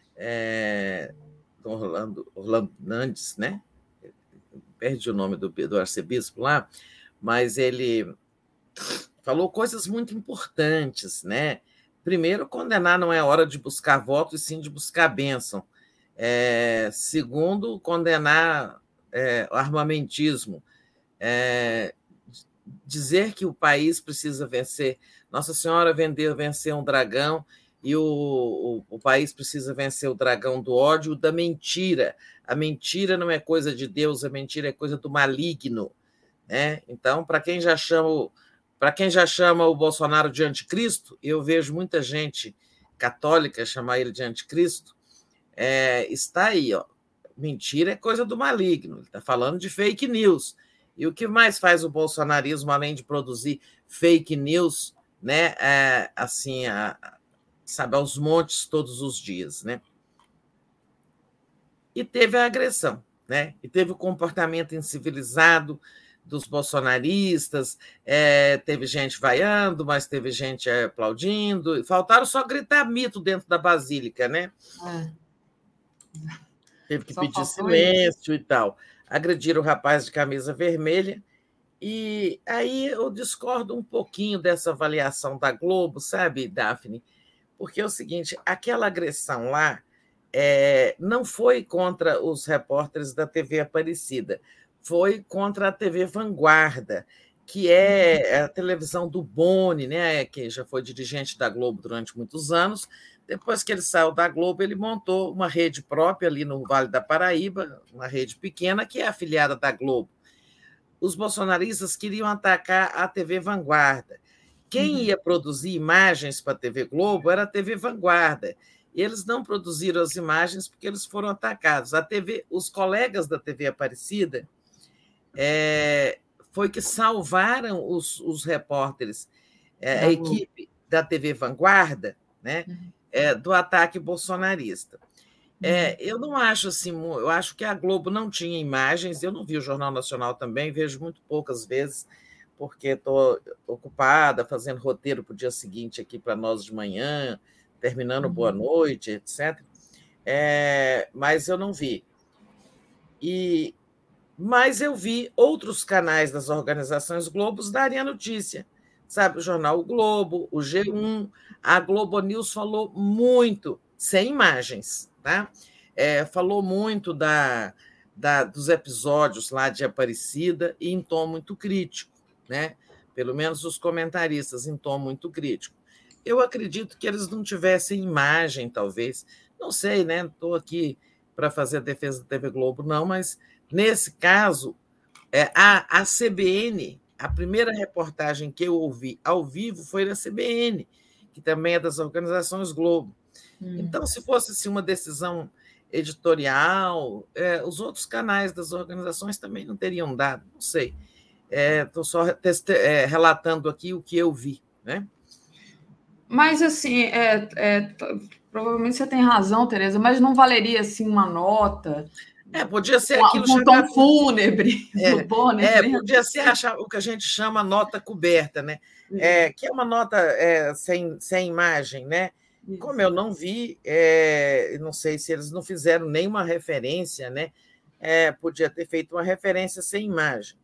O: É, Orlando, Orlando Nandes, né? Perdi o nome do, do arcebispo lá, mas ele falou coisas muito importantes, né? Primeiro, condenar não é hora de buscar voto, e sim de buscar bênção. É, segundo, condenar é, o armamentismo. É, dizer que o país precisa vencer. Nossa Senhora vendeu, vencer um dragão, e o, o, o país precisa vencer o dragão do ódio, da mentira. A mentira não é coisa de Deus, a mentira é coisa do maligno, né? Então, para quem já chama, para quem já chama o Bolsonaro de anticristo, eu vejo muita gente católica chamar ele de anticristo, é, está aí, ó. Mentira é coisa do maligno, ele está falando de fake news. E o que mais faz o bolsonarismo, além de produzir fake news, né? É, assim, a sabe, aos montes todos os dias, né? E teve a agressão, né? E teve o comportamento incivilizado dos bolsonaristas, é, teve gente vaiando, mas teve gente aplaudindo, faltaram só gritar mito dentro da Basílica, né? É. Teve que só pedir silêncio isso. E tal. Agrediram o rapaz de camisa vermelha, e aí eu discordo um pouquinho dessa avaliação da Globo, sabe, Daphne? Porque é o seguinte, aquela agressão lá é, não foi contra os repórteres da T V Aparecida, foi contra a T V Vanguarda, que é a televisão do Boni, né, que já foi dirigente da Globo durante muitos anos. Depois que ele saiu da Globo, ele montou uma rede própria ali no Vale da Paraíba, uma rede pequena, que é afiliada da Globo. Os bolsonaristas queriam atacar a T V Vanguarda. Quem ia produzir imagens para a T V Globo era a T V Vanguarda. Eles não produziram as imagens porque eles foram atacados. A T V, os colegas da T V Aparecida é, foi que salvaram os, os repórteres, é, a equipe da T V Vanguarda, né, é, do ataque bolsonarista. É, eu não acho assim, eu acho que a Globo não tinha imagens, eu não vi o Jornal Nacional também, vejo muito poucas vezes, porque estou ocupada fazendo roteiro para o dia seguinte aqui para nós de manhã, terminando Boa Noite, etcétera. É, mas eu não vi. E, mas eu vi outros canais das organizações Globos darem a notícia. sabe? O jornal O Globo, o G um, a Globo News falou muito, sem imagens, tá? É, falou muito da, da, dos episódios lá de Aparecida e em tom muito crítico, né? Pelo menos os comentaristas em tom muito crítico. Eu acredito que eles não tivessem imagem, talvez. Não sei, né? Não estou aqui para fazer a defesa da T V Globo, não, mas nesse caso, é, a, a C B N, a primeira reportagem que eu ouvi ao vivo foi da C B N, que também é das organizações Globo. Hum. Então, se fosse assim, uma decisão editorial, é, os outros canais das organizações também não teriam dado, não sei. Estou é, só teste, é, relatando aqui o que eu vi, né?
L: Mas, assim, é, é, provavelmente você tem razão, Tereza, mas não valeria, assim, uma nota...
O: É, podia ser
L: um,
O: aquilo...
L: Um chamado, tom fúnebre.
O: É,
L: Bonner,
O: é podia ser a, o que a gente chama nota coberta, né? É, que é uma nota é, sem, sem imagem, né? Isso. Como eu não vi, é, não sei se eles não fizeram nenhuma referência, né? É, podia ter feito uma referência sem imagem.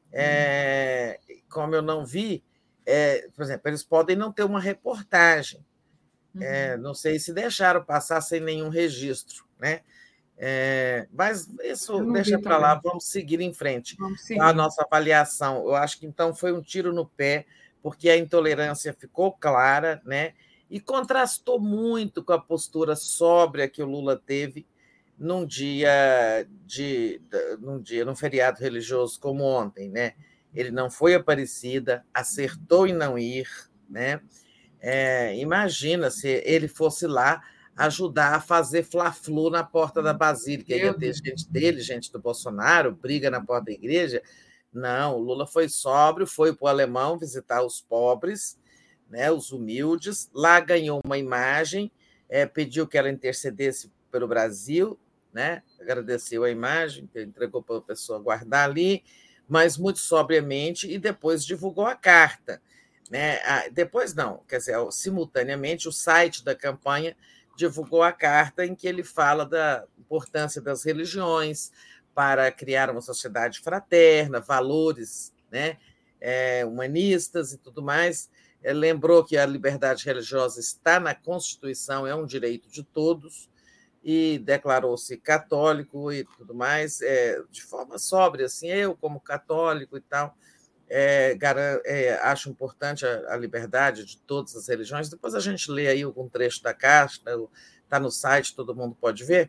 O: É, como eu não vi, é, por exemplo, eles podem não ter uma reportagem. É, não sei se deixaram passar sem nenhum registro, né? É, mas isso deixa para lá, vamos seguir em frente com a nossa avaliação. Eu acho que então foi um tiro no pé, porque a intolerância ficou clara, né? E contrastou muito com a postura sóbria que o Lula teve num dia de num dia num feriado religioso como ontem, né? Ele não foi a Aparecida, acertou em não ir, né? É, imagina se ele fosse lá ajudar a fazer fla-flu na porta da Basílica, ia ter gente dele, gente do Bolsonaro, briga na porta da igreja. Não, o Lula foi sóbrio, foi para o Alemão visitar os pobres, né, os humildes, lá ganhou uma imagem, é, pediu que ela intercedesse pelo Brasil, né, agradeceu a imagem, entregou para a pessoa guardar ali, mas muito sobriamente, e depois divulgou a carta. Né? Ah, depois não, quer dizer, simultaneamente o site da campanha divulgou a carta em que ele fala da importância das religiões para criar uma sociedade fraterna, valores, né, é, humanistas e tudo mais. É, lembrou que a liberdade religiosa está na Constituição, é um direito de todos, e declarou-se católico e tudo mais, é, de forma sóbria, assim, eu como católico e tal, é, é, acho importante a, a liberdade de todas as religiões. Depois a gente lê aí algum trecho da carta, está no site, todo mundo pode ver.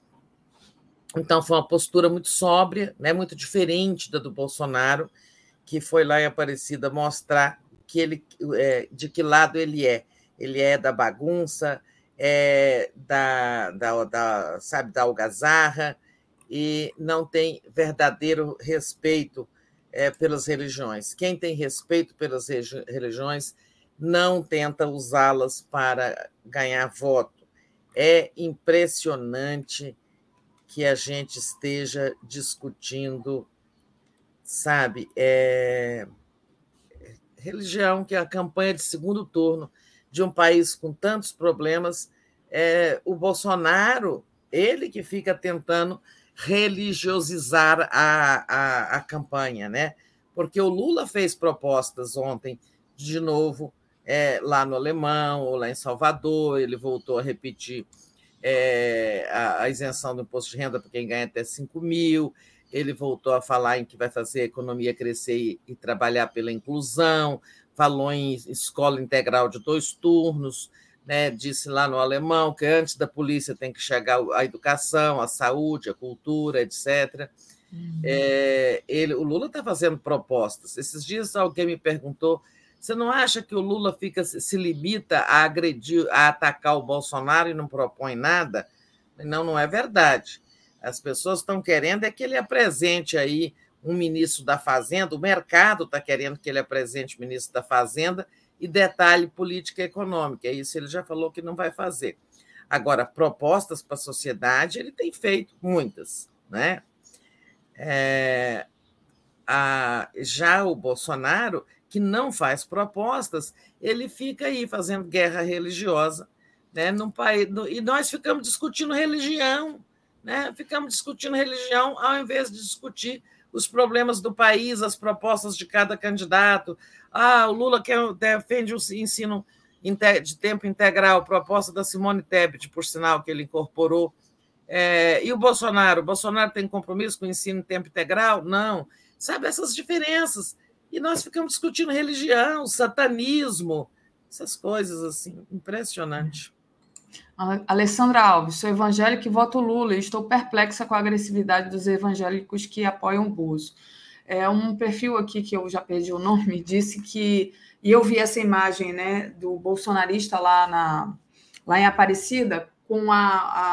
O: Então, foi uma postura muito sóbria, né, muito diferente da do Bolsonaro, que foi lá em Aparecida mostrar que ele, é, de que lado ele é. Ele é da bagunça, é da, da, da, sabe, da algazarra, e não tem verdadeiro respeito É, pelas religiões. Quem tem respeito pelas religiões não tenta usá-las para ganhar voto. É impressionante que a gente esteja discutindo, sabe, é, religião, que é a campanha de segundo turno de um país com tantos problemas. É, o Bolsonaro, ele que fica tentando religiosizar a, a, a campanha, né? Porque o Lula fez propostas ontem, de novo, é, lá no Alemão, ou lá em Salvador, ele voltou a repetir é, a, a isenção do imposto de renda para quem ganha até cinco mil, ele voltou a falar em que vai fazer a economia crescer e, e trabalhar pela inclusão, falou em escola integral de dois turnos, né, disse lá no Alemão que antes da polícia tem que chegar a educação, a saúde, a cultura, etcétera. Uhum. É, ele, o Lula está fazendo propostas. Esses dias alguém me perguntou, você não acha que o Lula fica, se limita a agredir, a atacar o Bolsonaro e não propõe nada? Não, não é verdade. As pessoas estão querendo é que ele apresente aí um ministro da Fazenda, o mercado está querendo que ele apresente o ministro da Fazenda e detalhe política econômica. Isso ele já falou que não vai fazer. Agora, propostas para a sociedade, ele tem feito muitas, né? É, a, já o Bolsonaro, que não faz propostas, ele fica aí fazendo guerra religiosa, né, num país, no, e nós ficamos discutindo religião, né? Ficamos discutindo religião ao invés de discutir os problemas do país, as propostas de cada candidato. Ah, o Lula quer, defende o ensino de tempo integral, proposta da Simone Tebet, por sinal, que ele incorporou. É, e o Bolsonaro? O Bolsonaro tem compromisso com o ensino em tempo integral? Não. Sabe, essas diferenças. E nós ficamos discutindo religião, satanismo, essas coisas assim, impressionante.
L: Alessandra Alves, sou evangélica e voto Lula e estou perplexa com a agressividade dos evangélicos que apoiam o Bozo. É um perfil aqui que eu já perdi o nome, disse que, e eu vi essa imagem, né, do bolsonarista lá, na, lá em Aparecida, com a,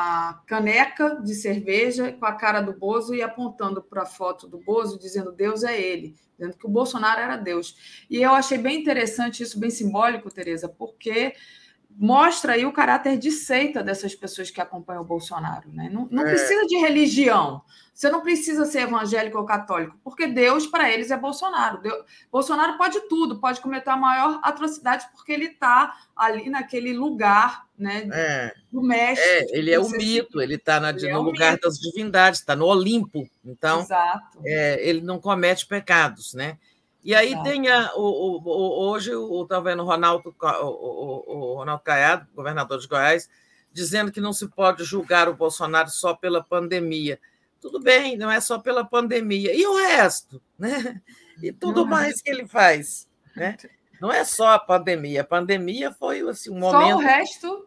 L: a caneca de cerveja, com a cara do Bozo e apontando para a foto do Bozo, dizendo Deus é ele, dizendo que o Bolsonaro era Deus. E eu achei bem interessante isso, bem simbólico, Tereza, porque mostra aí o caráter de seita dessas pessoas que acompanham o Bolsonaro, né? Não, não é. precisa de religião, você não precisa ser evangélico ou católico, porque Deus, para eles, é Bolsonaro. Deus, Bolsonaro pode tudo, pode cometer a maior atrocidade porque ele está ali naquele lugar, né,
O: é.
L: do mestre.
O: É, ele é o mito, ele está no
L: é
O: lugar
L: mito.
O: das divindades, está no Olimpo, então
L: Exato.
O: É, ele não comete pecados, né? E aí Exato. tem a, o, o, o, hoje o tá vendo o Ronaldo, o, o, o Ronaldo Caiado, governador de Goiás, dizendo que não se pode julgar o Bolsonaro só pela pandemia. Tudo bem, não é só pela pandemia. E o resto, né? E tudo mais que ele faz, né? Não é só a pandemia. A pandemia foi assim, um momento.
L: Só o resto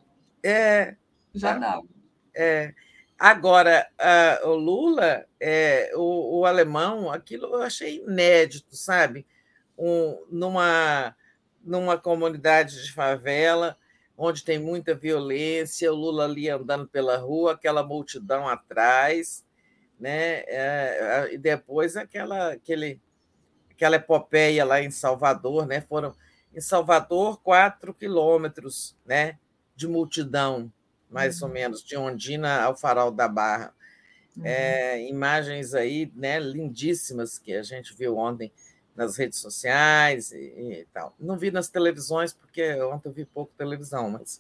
O: é,
L: já dá.
O: É. Agora, uh, o Lula, é, o, o alemão, aquilo eu achei inédito, sabe? Um, numa, numa comunidade de favela, onde tem muita violência, o Lula ali andando pela rua, aquela multidão atrás, né? É, e depois aquela, aquele, aquela epopeia lá em Salvador, né? Foram em Salvador quatro quilômetros, né, de multidão, mais ou menos, de Ondina ao Farol da Barra. Uhum. É, imagens aí, né, lindíssimas que a gente viu ontem nas redes sociais e, e tal. Não vi nas televisões, porque ontem eu vi pouco televisão, mas...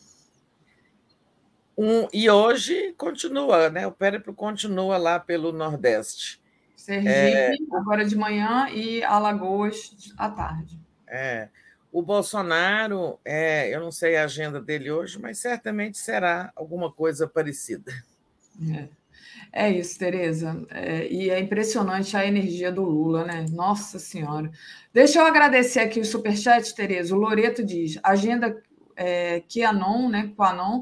O: Um, e hoje continua, né? O périplo continua lá pelo Nordeste.
L: Sergipe, é, agora de manhã, e Alagoas à tarde.
O: É... O Bolsonaro, é, eu não sei a agenda dele hoje, mas certamente será alguma coisa parecida.
L: É, é isso, Tereza. É, e é impressionante a energia do Lula, né? Nossa Senhora. Deixa eu agradecer aqui o superchat, Tereza. O Loreto diz, agenda é, QAnon, né? QAnon,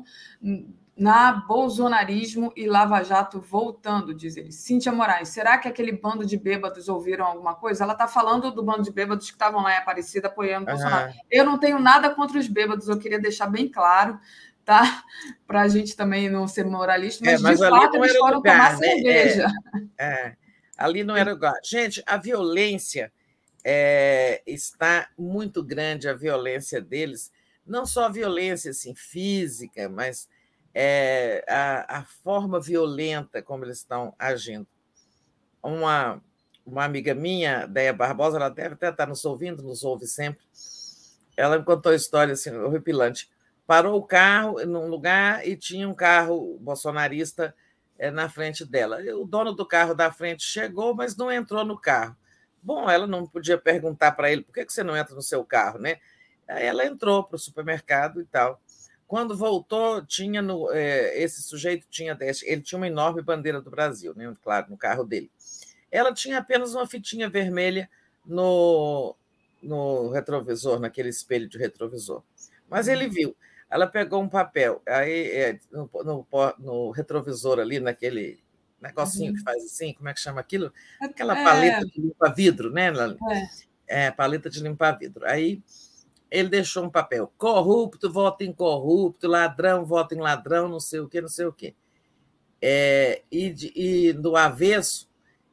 L: na bolsonarismo e Lava Jato voltando, diz ele. Cíntia Moraes, será que aquele bando de bêbados ouviram alguma coisa? Ela está falando do bando de bêbados que estavam lá em Aparecida apoiando o uhum. Bolsonaro. Eu não tenho nada contra os bêbados, eu queria deixar bem claro, tá? Para a gente também não ser moralista, mas, é, mas de fato eles foram lugar, tomar né? cerveja.
O: É, é. Ali não era lugar. Gente, a violência é, está muito grande, a violência deles, não só a violência assim, física, mas... É, a, a forma violenta como eles estão agindo. Uma, uma amiga minha, Deia Barbosa, ela deve até estar nos ouvindo, nos ouve sempre, ela me contou a história assim, horripilante. Parou o carro num lugar e tinha um carro bolsonarista é, na frente dela. O dono do carro da frente chegou, mas não entrou no carro. Bom, ela não podia perguntar para ele por que você não entra no seu carro, né? Aí ela entrou para o supermercado e tal. Quando voltou, tinha no, é, esse sujeito tinha ele tinha uma enorme bandeira do Brasil, né, claro, no carro dele. Ela tinha apenas uma fitinha vermelha no, no retrovisor, naquele espelho de retrovisor. Mas ele viu. Ela pegou um papel, aí é, no, no, no retrovisor ali, naquele negocinho uhum. que faz assim, como é que chama aquilo? Aquela é... paleta de limpar vidro, né? É. é, paleta de limpar vidro. Aí ele deixou um papel, corrupto, vota em corrupto, ladrão, vota em ladrão, não sei o quê, não sei o quê. É, e, de, e no avesso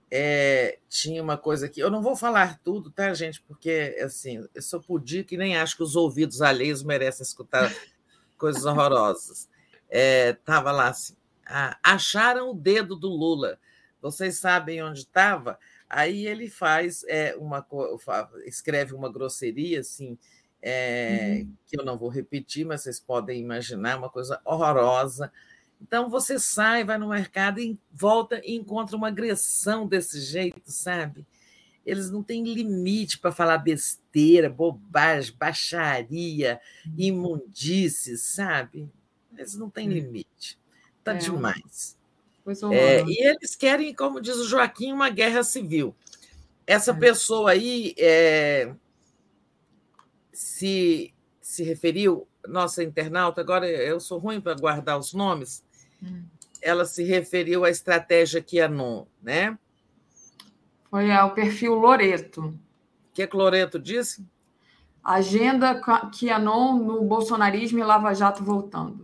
O: é, tinha uma coisa aqui, eu não vou falar tudo, tá, gente? Porque, assim, eu sou pudica e nem acho que os ouvidos alheios merecem escutar coisas horrorosas. Estava é, lá assim, ah, acharam o dedo do Lula, vocês sabem onde estava? Aí ele faz é, uma, escreve uma grosseria, assim, É, uhum. que eu não vou repetir, mas vocês podem imaginar, uma coisa horrorosa, Então, você sai, vai no mercado e volta e encontra uma agressão desse jeito, sabe? Eles não têm limite para falar besteira, bobagem, baixaria, imundícies, sabe? Eles não têm limite. Está
L: É,
O: demais.
L: Pois
O: É, e eles querem, como diz o Joaquim, uma guerra civil. Essa pessoa aí é, se, se referiu, nossa internauta, agora eu sou ruim para guardar os nomes,
L: Hum.
O: ela se referiu à estratégia QAnon, né?
L: Foi ao perfil Loreto.
O: O que, que Loreto disse?
L: Agenda QAnon no bolsonarismo e Lava Jato voltando.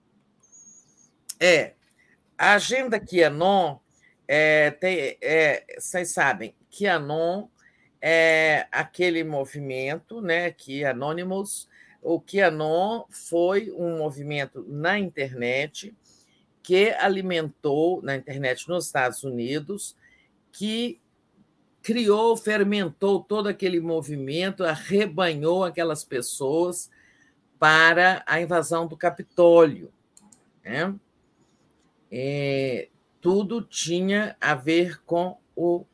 O: É, a agenda QAnon, é, tem, é, vocês sabem, QAnon é aquele movimento, né, que Anonymous, o QAnon foi um movimento na internet que alimentou, na internet nos Estados Unidos, que criou, fermentou todo aquele movimento, arrebanhou aquelas pessoas para a invasão do Capitólio, né? É, tudo tinha a ver com o,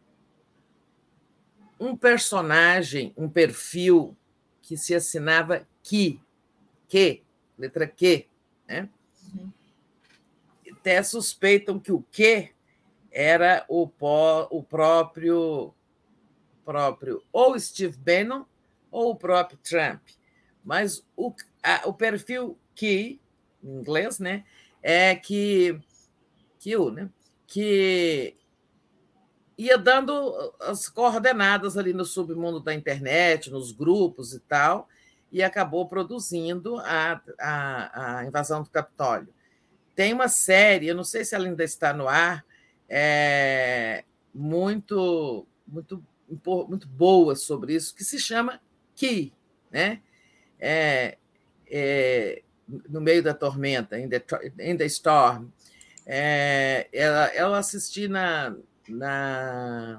O: um personagem, um perfil que se assinava Ki, que, letra Q, né? Uhum. Até suspeitam que o que era o, pó, o próprio, próprio ou Steve Bannon ou o próprio Trump. Mas o, a, o perfil Ki, em inglês, né, é que, que, né, que ia dando as coordenadas ali no submundo da internet, nos grupos e tal, e acabou produzindo a, a, a invasão do Capitólio. Tem uma série, eu não sei se ela ainda está no ar, é, muito, muito, muito boa sobre isso, que se chama Ki, né? É, é, no meio da tormenta, in the, in the storm. É, ela, ela assisti na, na...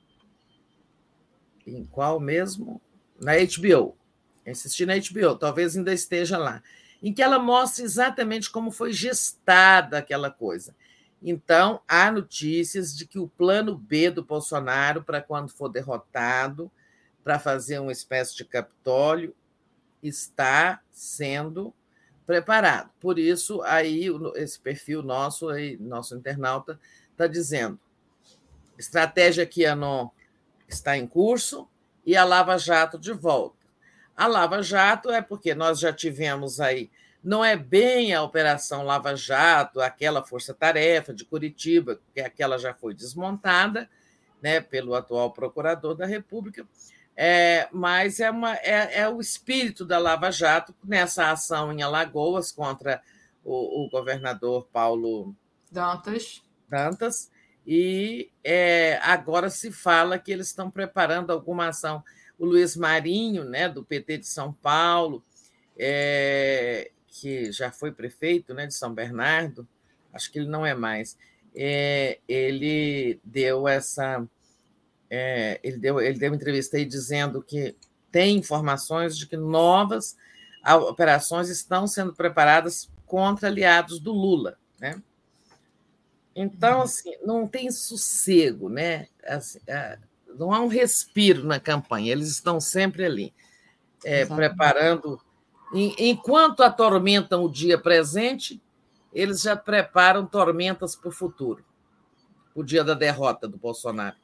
O: Em qual mesmo? Na H B O. Assisti na H B O, talvez ainda esteja lá. Em que ela mostra exatamente como foi gestada aquela coisa. Então, há notícias de que o plano B do Bolsonaro, para quando for derrotado, para fazer uma espécie de Capitólio, está sendo preparado. Por isso, aí esse perfil nosso, aí, nosso internauta, está dizendo: estratégia QAnon está em curso e a Lava Jato de volta. A Lava Jato é porque nós já tivemos aí, não é bem a Operação Lava Jato, aquela força-tarefa de Curitiba, que aquela já foi desmontada, né, pelo atual procurador da República, é, mas é, uma, é, é o espírito da Lava Jato nessa ação em Alagoas contra o, o governador Paulo
L: Dantas.
O: Dantas, e é, agora se fala que eles estão preparando alguma ação. O Luiz Marinho, né, do P T de São Paulo, é, que já foi prefeito, né, de São Bernardo, acho que ele não é mais, é, ele deu essa... É, ele, deu, ele deu uma entrevista aí dizendo que tem informações de que novas operações estão sendo preparadas contra aliados do Lula, né? Então, assim, não tem sossego, né? Assim, não há um respiro na campanha, eles estão sempre ali, é, preparando. Enquanto atormentam o dia presente, eles já preparam tormentas para o futuro, o dia da derrota do Bolsonaro.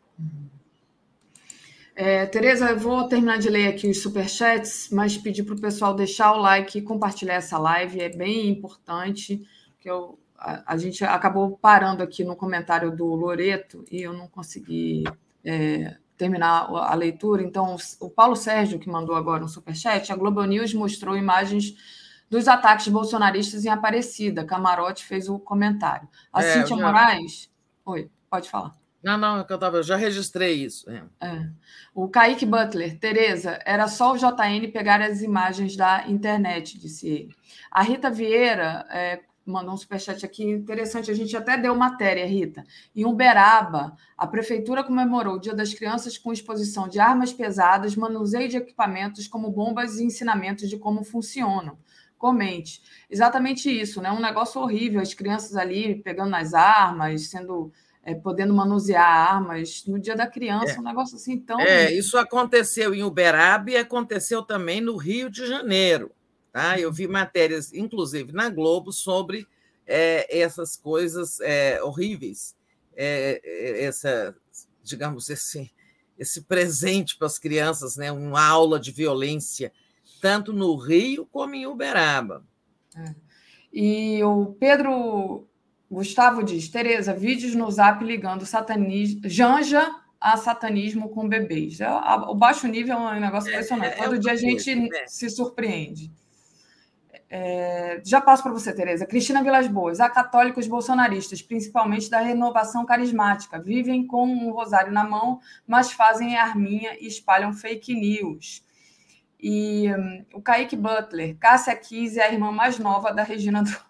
L: É, Tereza, eu vou terminar de ler aqui os superchats, mas pedir para o pessoal deixar o like e compartilhar essa live, é bem importante, que eu, a, a gente acabou parando aqui no comentário do Loreto e eu não consegui é, terminar a leitura. Então, o Paulo Sérgio, que mandou agora um superchat, a Globo News mostrou imagens dos ataques bolsonaristas em Aparecida. Camarote fez o comentário. A é, Cíntia já... Moraes... Oi, pode falar.
O: Não, não, eu, tava, eu já registrei isso. É.
L: É. O Kaique Butler, Tereza, era só o J N pegar as imagens da internet, disse ele. A Rita Vieira é, mandou um superchat aqui interessante, a gente até deu matéria, Rita. Em Uberaba, a prefeitura comemorou o Dia das Crianças com exposição de armas pesadas, manuseio de equipamentos como bombas e ensinamentos de como funcionam. comente. Exatamente isso, né? Um negócio horrível, as crianças ali pegando nas armas, sendo, é, podendo manusear armas no Dia da Criança,
O: É.
L: um negócio assim tão...
O: É, isso aconteceu em Uberaba e aconteceu também no Rio de Janeiro. Tá? Eu vi matérias, inclusive na Globo, sobre é, essas coisas é, horríveis, é, essa, digamos, esse, esse presente para as crianças, né? Uma aula de violência, tanto no Rio como em Uberaba.
L: É. E o Pedro Gustavo diz, Tereza, vídeos no Zap ligando satanismo, Janja a satanismo com bebês. É, a, o baixo nível é um negócio impressionante.
O: É, é
L: Todo dia a gente
O: coisa, né?
L: se surpreende. É, já passo para você, Tereza. Cristina Vilas Boas. Há católicos bolsonaristas, principalmente da renovação carismática, vivem com um rosário na mão, mas fazem arminha e espalham fake news. E um, o Kaique Butler. Cássia Kiss é a irmã mais nova da Regina Duarte.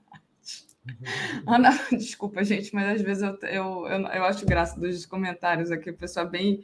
L: Ana, desculpa, gente, mas às vezes eu, eu, eu, eu acho graça dos comentários aqui, o pessoal bem,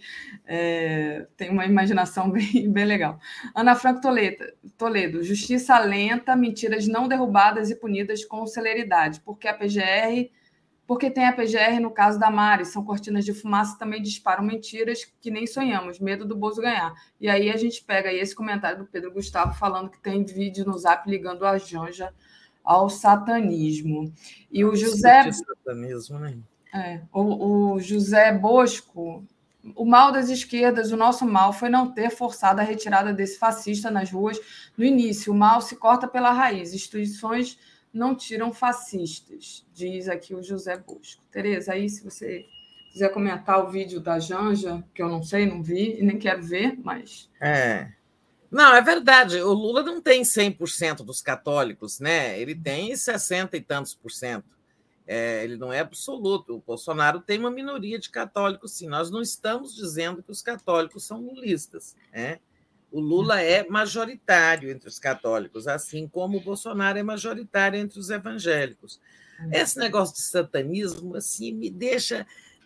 L: é, tem uma imaginação bem, bem legal. Ana Franco Toledo, Toledo, justiça lenta, mentiras não derrubadas e punidas com celeridade, porque a P G R, porque tem a P G R no caso da Mari, são cortinas de fumaça, também disparam mentiras que nem sonhamos, medo do Bozo ganhar. E aí a gente pega aí esse comentário do Pedro Gustavo falando que tem vídeo no Zap ligando a Janja ao satanismo. E o José...
O: Satanismo, né?
L: É, o, o José Bosco, o mal das esquerdas, o nosso mal foi não ter forçado a retirada desse fascista nas ruas no início. O mal se corta pela raiz. Instituições não tiram fascistas, diz aqui o José Bosco. Tereza, aí se você quiser comentar o vídeo da Janja, que eu não sei, não vi, e nem quero ver, mas...
O: É... Não, é verdade. O Lula não tem cem por cento dos católicos, né? Ele tem sessenta e tantos por cento. É, ele não é absoluto. O Bolsonaro tem uma minoria de católicos, sim. Nós não estamos dizendo que os católicos são lulistas, né? O Lula é majoritário entre os católicos, assim como o Bolsonaro é majoritário entre os evangélicos. Esse negócio de satanismo assim, me deixa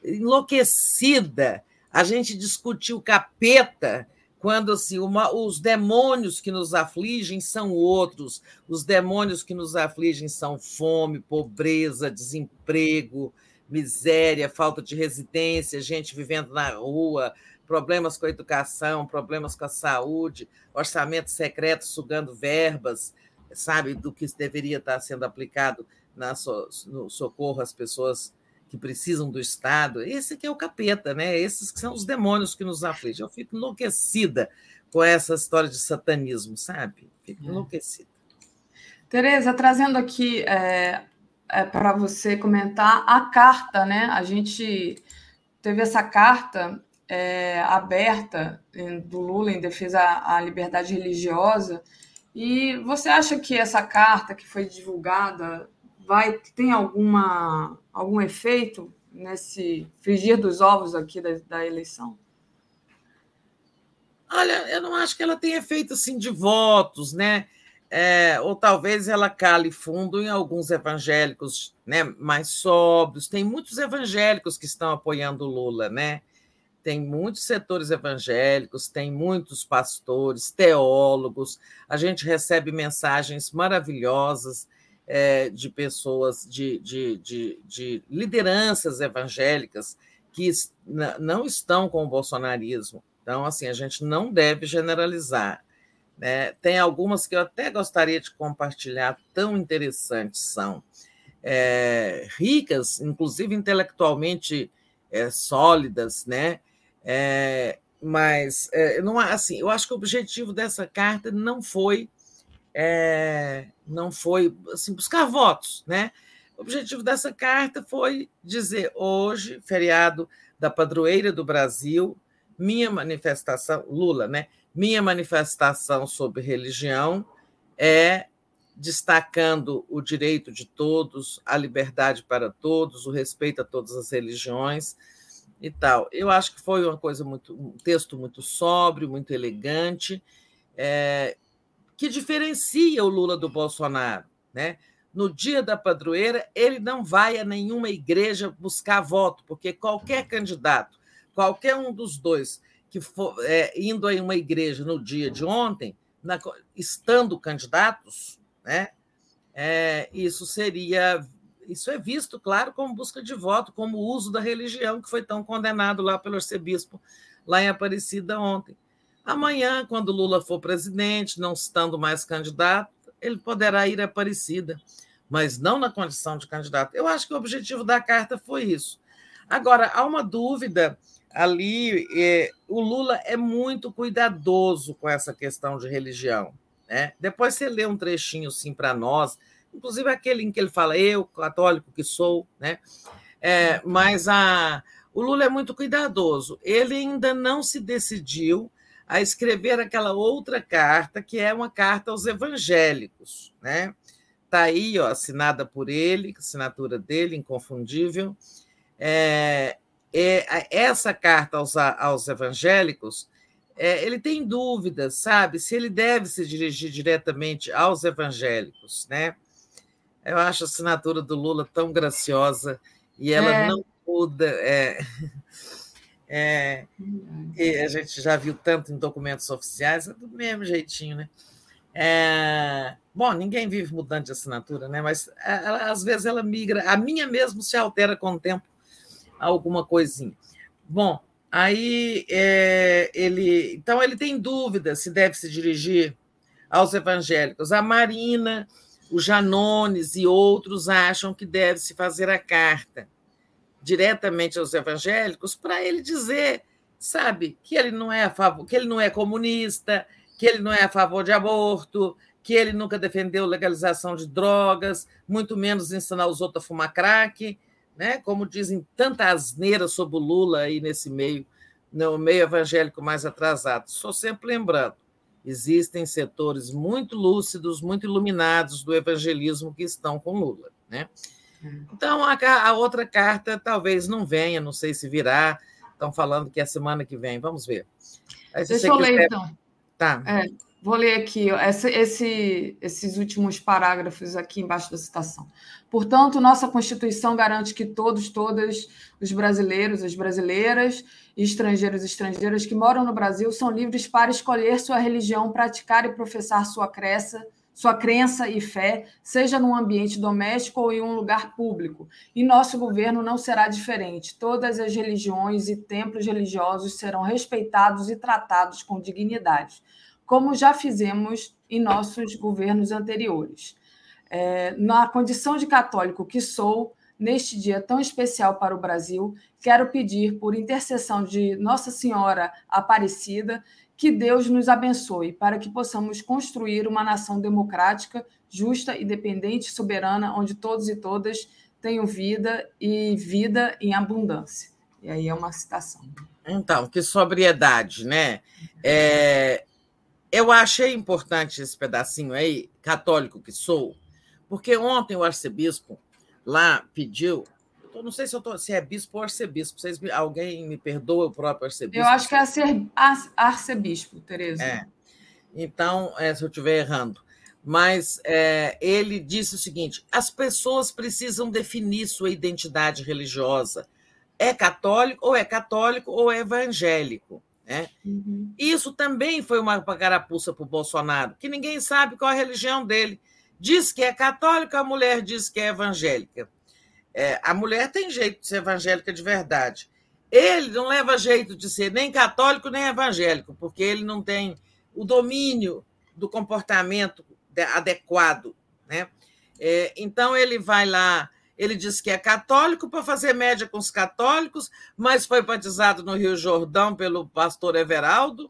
O: enlouquecida. A gente discutiu capeta quando assim, uma, os demônios que nos afligem são outros, os demônios que nos afligem são fome, pobreza, desemprego, miséria, falta de residência, gente vivendo na rua, problemas com a educação, problemas com a saúde, orçamento secreto sugando verbas, sabe, do que deveria estar sendo aplicado na so, no socorro às pessoas que precisam do Estado. Esse que é o capeta, né? Esses que são os demônios que nos afligem. Eu fico enlouquecida com essa história de satanismo, sabe? Fico é. enlouquecida.
L: Tereza, trazendo aqui é, é, para você comentar a carta, né? A gente teve essa carta é, aberta do Lula em defesa à liberdade religiosa. E você acha que essa carta que foi divulgada vai tem alguma, algum efeito nesse frigir dos ovos aqui da, da eleição?
O: Olha, eu não acho que ela tenha efeito assim, de votos, né? É, ou talvez ela cale fundo em alguns evangélicos, né, mais sóbrios. Tem muitos evangélicos que estão apoiando o Lula, né? Tem muitos setores evangélicos, tem muitos pastores, teólogos. A gente recebe mensagens maravilhosas é, de pessoas, de, de, de, de lideranças evangélicas que não estão com o bolsonarismo. Então, assim, a gente não deve generalizar, né? Tem algumas que eu até gostaria de compartilhar, tão interessantes são. É, ricas, inclusive intelectualmente é, sólidas, né? É, mas é, não, assim, eu acho que o objetivo dessa carta não foi, é, não foi assim, buscar votos, né? O objetivo dessa carta foi dizer: hoje, feriado da padroeira do Brasil, minha manifestação, Lula, né? Minha manifestação sobre religião é destacando o direito de todos, a liberdade para todos, o respeito a todas as religiões e tal. Eu acho que foi uma coisa muito, um texto muito sóbrio, muito elegante, é, que diferencia o Lula do Bolsonaro, né? No dia da padroeira, ele não vai a nenhuma igreja buscar voto, porque qualquer candidato, qualquer um dos dois que for é, indo a uma igreja no dia de ontem, na, estando candidatos, né? É, isso seria, isso é visto, claro, como busca de voto, como uso da religião, que foi tão condenado lá pelo arcebispo, lá em Aparecida ontem. Amanhã, quando Lula for presidente, não estando mais candidato, ele poderá ir a Aparecida, mas não na condição de candidato. Eu acho que o objetivo da carta foi isso. Agora, há uma dúvida ali, é, o Lula é muito cuidadoso com essa questão de religião, né? Depois você lê um trechinho assim para nós, inclusive aquele em que ele fala, eu, católico que sou, né? É, mas a, o Lula é muito cuidadoso. Ele ainda não se decidiu a escrever aquela outra carta, que é uma carta aos evangélicos, né? Está aí, ó, assinada por ele, assinatura dele, inconfundível. É, é, essa carta aos, aos evangélicos, é, ele tem dúvidas, sabe, se ele deve se dirigir diretamente aos evangélicos, né? Eu acho a assinatura do Lula tão graciosa e ela é. não muda. É, é, e a gente já viu tanto em documentos oficiais, é do mesmo jeitinho, né? É, bom, ninguém vive mudando de assinatura, né? Mas ela, às vezes ela migra, a minha mesmo se altera com o tempo, alguma coisinha. Bom, aí é, ele, então ele tem dúvida se deve se dirigir aos evangélicos. A Marina, o Janones e outros acham que deve se fazer a carta diretamente aos evangélicos para ele dizer, sabe, que ele não é a favor, que ele não é comunista, que ele não é a favor de aborto, que ele nunca defendeu legalização de drogas, muito menos ensinar os outros a fumar crack, né? Como dizem tanta asneira sobre o Lula aí nesse meio, no meio evangélico mais atrasado. Só sempre lembrando, existem setores muito lúcidos, muito iluminados do evangelismo que estão com Lula, né? Então, a, a outra carta talvez não venha, não sei se virá, estão falando que é a semana que vem, vamos ver. Aí,
L: Deixa eu
O: quiser...
L: ler, então.
O: Tá.
L: É, vou ler aqui ó, esse, esse, esses últimos parágrafos aqui embaixo da citação. Portanto, nossa Constituição garante que todos, todas os brasileiros, as brasileiras, estrangeiros e estrangeiras que moram no Brasil são livres para escolher sua religião, praticar e professar sua crença, sua crença e fé, seja num ambiente doméstico ou em um lugar público. E nosso governo não será diferente. Todas as religiões e templos religiosos serão respeitados e tratados com dignidade, como já fizemos em nossos governos anteriores. É, na condição de católico que sou, neste dia tão especial para o Brasil, quero pedir, por intercessão de Nossa Senhora Aparecida, que Deus nos abençoe para que possamos construir uma nação democrática, justa, independente e soberana, onde todos e todas tenham vida e vida em abundância. E aí é uma citação.
O: Então, que sobriedade, né? É, eu achei importante esse pedacinho aí, católico que sou, porque ontem o arcebispo lá pediu... Eu não sei se, eu tô, se é bispo ou arcebispo. Vocês, alguém me perdoa, o próprio arcebispo?
L: Eu acho que é arcebispo, Tereza.
O: É. Então, é, se eu estiver errando. Mas é, ele disse o seguinte, as pessoas precisam definir sua identidade religiosa. É católico, ou é católico, ou é evangélico. Né? Uhum. Isso também foi uma carapuça para o Bolsonaro, que ninguém sabe qual é a religião dele. Diz que é católico, a mulher diz que é evangélica. É, a mulher tem jeito de ser evangélica de verdade. Ele não leva jeito de ser nem católico nem evangélico, porque ele não tem o domínio do comportamento adequado. Né? É, então, ele vai lá, ele diz que é católico para fazer média com os católicos, mas foi batizado no Rio Jordão pelo pastor Everaldo.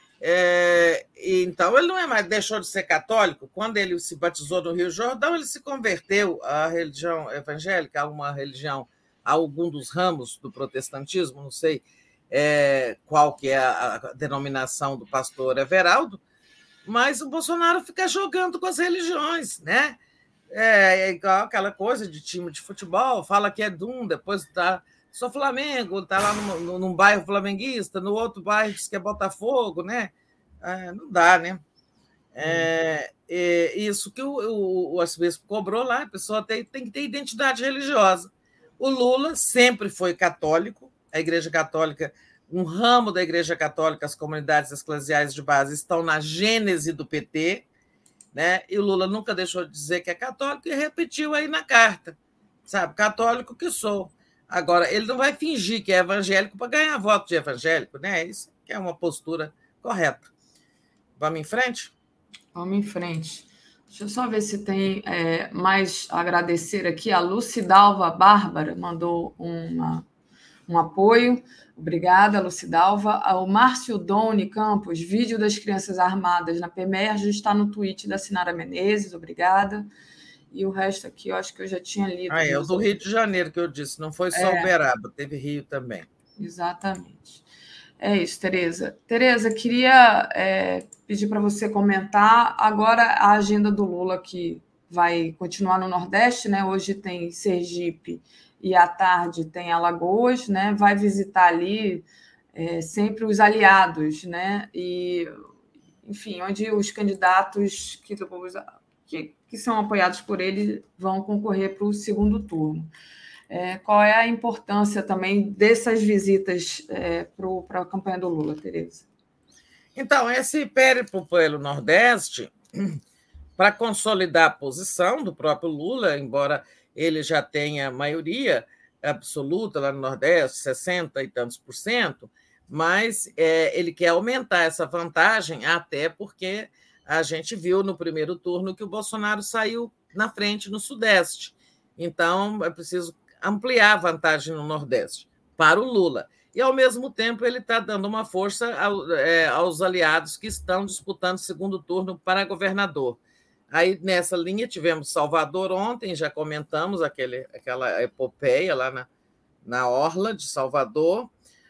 O: É, então, ele não é mais, deixou de ser católico. Quando ele se batizou no Rio Jordão, ele se converteu à religião evangélica, a uma religião, a algum dos ramos do protestantismo, não sei é, qual que é a, a denominação do pastor Everaldo, mas o Bolsonaro fica jogando com as religiões, né? É, é igual aquela coisa de time de futebol, fala que é Dum, depois tá... Sou Flamengo, está lá num, num bairro flamenguista, no outro bairro diz que é Botafogo, né? É, não dá, né? É, é isso que o, o, o arcebispo cobrou lá, a pessoa tem, tem que ter identidade religiosa. O Lula sempre foi católico, a Igreja Católica, um ramo da Igreja Católica, as comunidades eclesiais de base estão na gênese do P T, né? E o Lula nunca deixou de dizer que é católico e repetiu aí na carta, sabe? Católico que sou. Agora, ele não vai fingir que é evangélico para ganhar voto de evangélico, né? Isso que é uma postura correta. Vamos em frente?
L: Vamos em frente. Deixa eu só ver se tem é, mais a agradecer aqui. A Lucidalva Bárbara mandou uma, um apoio. Obrigada, Lucidalva. O Márcio Doni Campos, vídeo das crianças armadas na PEMERGE, está no tweet da Sinara Menezes. Obrigada. E o resto aqui, eu acho que eu já tinha lido.
O: Ah, é o do Rio de Janeiro que eu disse, não foi só
L: é,
O: Uberaba, teve Rio também.
L: Exatamente. É isso, Tereza. Tereza, queria é, pedir para você comentar agora a agenda do Lula, que vai continuar no Nordeste, né? Hoje tem Sergipe e à tarde tem Alagoas, né? Vai visitar ali é, sempre os aliados, né? E, enfim, onde os candidatos que, que, que são apoiados por ele vão concorrer para o segundo turno. É, qual é a importância também dessas visitas é, para a campanha do Lula, Tereza?
O: Então, esse périplo pelo Nordeste, para consolidar a posição do próprio Lula, embora ele já tenha maioria absoluta lá no Nordeste, sessenta e tantos por cento, mas é, ele quer aumentar essa vantagem, até porque a gente viu no primeiro turno que o Bolsonaro saiu na frente no Sudeste. Então, é preciso ampliar a vantagem no Nordeste para o Lula. E, ao mesmo tempo, ele está dando uma força ao, é, aos aliados que estão disputando o segundo turno para governador. Aí, nessa linha, tivemos Salvador ontem, já comentamos aquele, aquela epopeia lá na, na Orla de Salvador.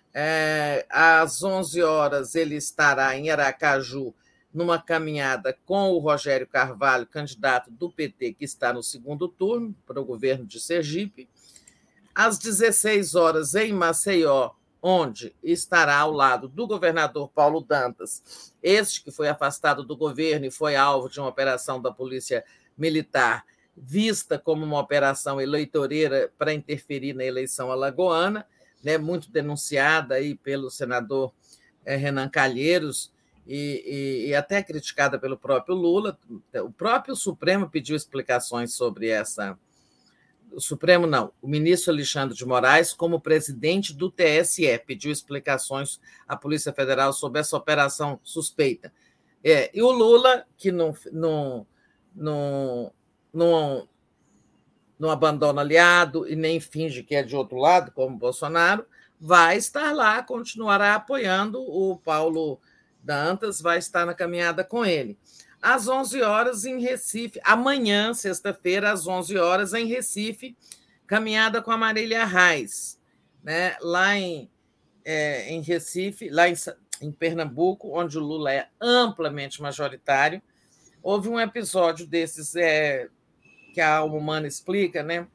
O: É, às onze horas, ele estará em Aracaju, numa caminhada com o Rogério Carvalho, candidato do P T, que está no segundo turno para o governo de Sergipe. Às dezesseis horas, em Maceió, onde estará ao lado do governador Paulo Dantas, este que foi afastado do governo e foi alvo de uma operação da Polícia Militar, vista como uma operação eleitoreira para interferir na eleição alagoana, né, muito denunciada aí pelo senador eh, Renan Calheiros e, e, e até criticada pelo próprio Lula. O próprio Supremo pediu explicações sobre essa... O Supremo não, o ministro Alexandre de Moraes, como presidente do T S E, pediu explicações à Polícia Federal sobre essa operação suspeita. É, e o Lula, que não, não, não, não, não abandona aliado e nem finge que é de outro lado, como Bolsonaro, vai estar lá, continuará apoiando o Paulo Dantas, vai estar na caminhada com ele. Às onze horas, em Recife, amanhã, sexta-feira, às onze horas, em Recife, caminhada com a Marília Reis, né? Lá em, é, em Recife, lá em, em Pernambuco, onde o Lula é amplamente majoritário. Houve um episódio desses é, que a Alma Humana explica, né?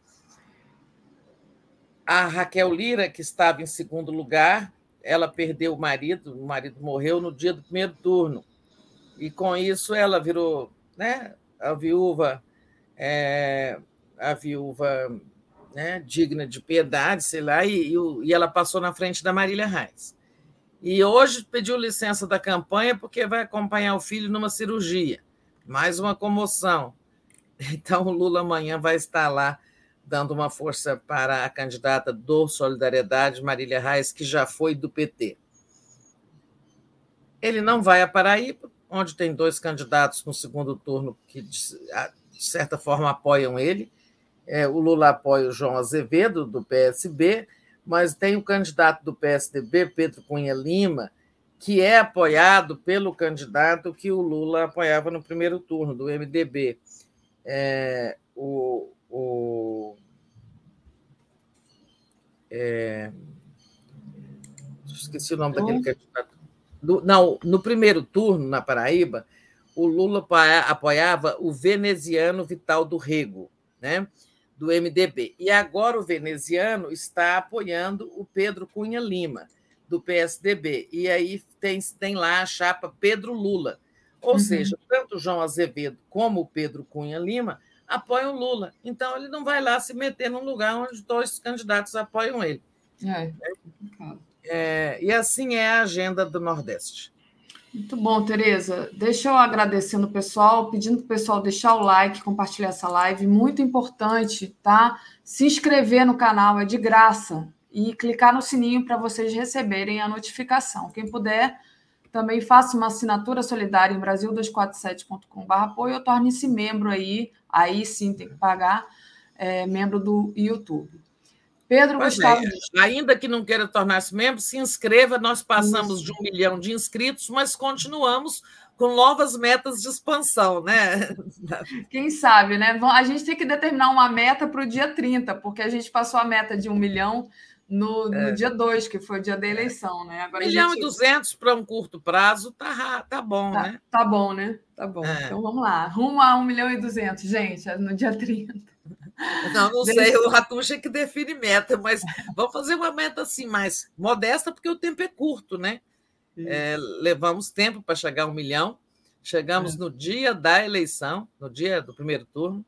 O: A Raquel Lira, que estava em segundo lugar, ela perdeu o marido, o marido morreu no dia do primeiro turno. E, com isso, ela virou, né, a viúva, é, a viúva né, digna de piedade, sei lá, e, e ela passou na frente da Marília Reis. E hoje pediu licença da campanha porque vai acompanhar o filho numa cirurgia. Mais uma comoção. Então, o Lula amanhã vai estar lá dando uma força para a candidata do Solidariedade, Marília Reis, que já foi do P T. Ele não vai a Paraíba, onde tem dois candidatos no segundo turno que, de certa forma, apoiam ele. É, o Lula apoia o João Azevedo, do P S B, mas tem o candidato do P S D B, Pedro Cunha Lima, que é apoiado pelo candidato que o Lula apoiava no primeiro turno, do M D B. É, o, o, é, esqueci o nome daquele candidato. Do, não, no primeiro turno, na Paraíba, o Lula apoiava o veneziano Vital do Rego, né, do M D B. E agora o veneziano está apoiando o Pedro Cunha Lima, do P S D B. E aí tem, tem lá a chapa Pedro Lula. Ou uhum. seja, tanto o João Azevedo como o Pedro Cunha Lima apoiam o Lula. Então, ele não vai lá se meter num lugar onde dois candidatos apoiam ele.
L: É.
O: É, e assim é a agenda do Nordeste.
L: Muito bom, Tereza. Deixa eu agradecendo o pessoal, pedindo para o pessoal deixar o like, compartilhar essa live. Muito importante, tá? Se inscrever no canal, é de graça. E clicar no sininho para vocês receberem a notificação. Quem puder, também faça uma assinatura solidária em brasil duzentos e quarenta e sete ponto com barra apoio ou torne-se membro aí. Aí sim tem que pagar, é, membro do YouTube. Pedro
O: Pois
L: Gustavo.
O: é, ainda que não queira tornar-se membro, se inscreva. Nós passamos de um milhão de inscritos, mas continuamos com novas metas de expansão, né?
L: Quem sabe, né? A gente tem que determinar uma meta para o dia trinta, porque a gente passou a meta de um milhão no,
O: É.
L: no dia dois, que foi o dia da eleição, né? Agora
O: Um milhão
L: a gente...
O: e duzentos para um curto prazo, tá, tá bom,
L: tá,
O: né?
L: Tá bom, né? Tá bom.
O: É.
L: Então vamos lá. Rumo a um milhão e duzentos, gente, no dia trinta.
O: Não, não
L: Deixa...
O: sei, o Ratucha é que define meta, mas vamos fazer uma meta assim mais modesta, porque o tempo é curto, né? É, levamos tempo para chegar a um milhão, chegamos é. no dia da eleição, no dia do primeiro turno.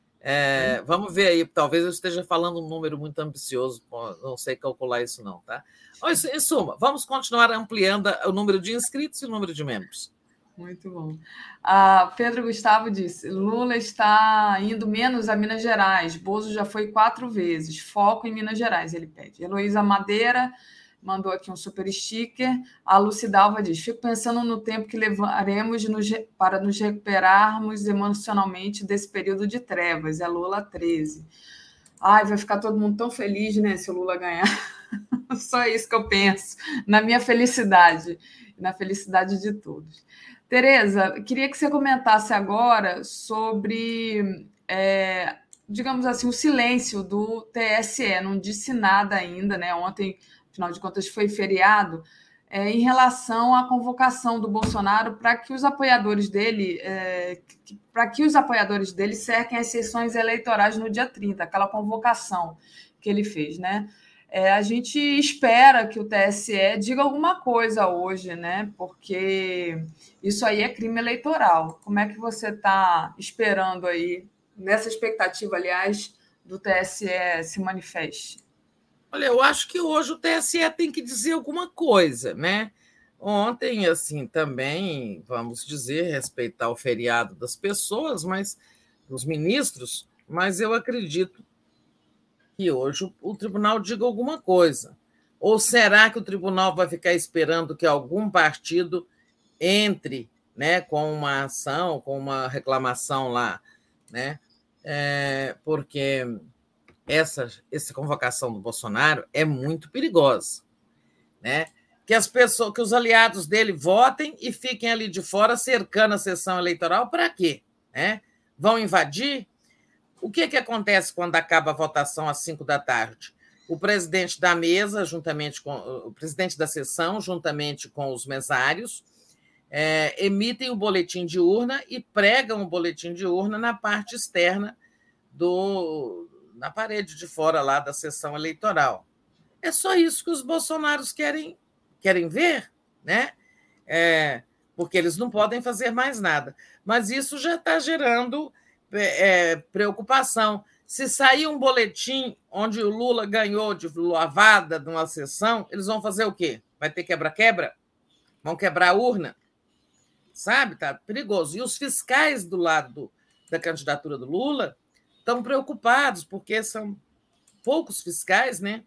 O: É, vamos ver aí, talvez eu esteja falando um número muito ambicioso, não sei calcular isso não, tá? Em suma, vamos continuar ampliando o número de inscritos e o número de membros.
L: Muito bom. Ah, Pedro Gustavo disse, Lula está indo menos a Minas Gerais, Bozo já foi quatro vezes, foco em Minas Gerais, ele pede. Heloísa Madeira mandou aqui um super sticker. A Lucidalva diz, fico pensando no tempo que levaremos nos, para nos recuperarmos emocionalmente desse período de trevas, é Lula treze. Ai, vai ficar todo mundo tão feliz, né, se o Lula ganhar. Só isso que eu penso, na minha felicidade, na felicidade de todos. Tereza, queria que você comentasse agora sobre, é, digamos assim, o silêncio do T S E. Não disse nada ainda, né? Ontem, afinal de contas, foi feriado, é, em relação à convocação do Bolsonaro para que os apoiadores dele, é, para que os apoiadores dele cerquem as sessões eleitorais no dia trinta, aquela convocação que ele fez, né? É, a gente espera que o T S E diga alguma coisa hoje, né? Porque isso aí é crime eleitoral. Como é que você está esperando aí, nessa expectativa, aliás, do T S E se manifeste?
O: Olha, eu acho que hoje o T S E tem que dizer alguma coisa, né? Ontem, assim, também, vamos dizer, respeitar o feriado das pessoas, mas dos ministros, mas eu acredito que hoje o tribunal diga alguma coisa. Ou será que o tribunal vai ficar esperando que algum partido entre, né, com uma ação, com uma reclamação lá, né? É, porque essa, essa convocação do Bolsonaro é muito perigosa, né? Que as pessoas, que os aliados dele votem e fiquem ali de fora cercando a sessão eleitoral para quê? Né? Vão invadir? O que, que acontece quando acaba a votação às cinco da tarde? O presidente da mesa, juntamente com o presidente da sessão, juntamente com os mesários, é, emitem o boletim de urna e pregam o boletim de urna na parte externa, do, na parede de fora lá da sessão eleitoral. É só isso que os bolsonaros querem, querem ver, né? É, porque eles não podem fazer mais nada. Mas isso já está gerando É, preocupação. Se sair um boletim onde o Lula ganhou de lavada numa sessão, eles vão fazer o quê? Vai ter quebra-quebra? Vão quebrar a urna? Sabe? Tá perigoso. E os fiscais do lado da candidatura do Lula estão preocupados, porque são poucos fiscais, né?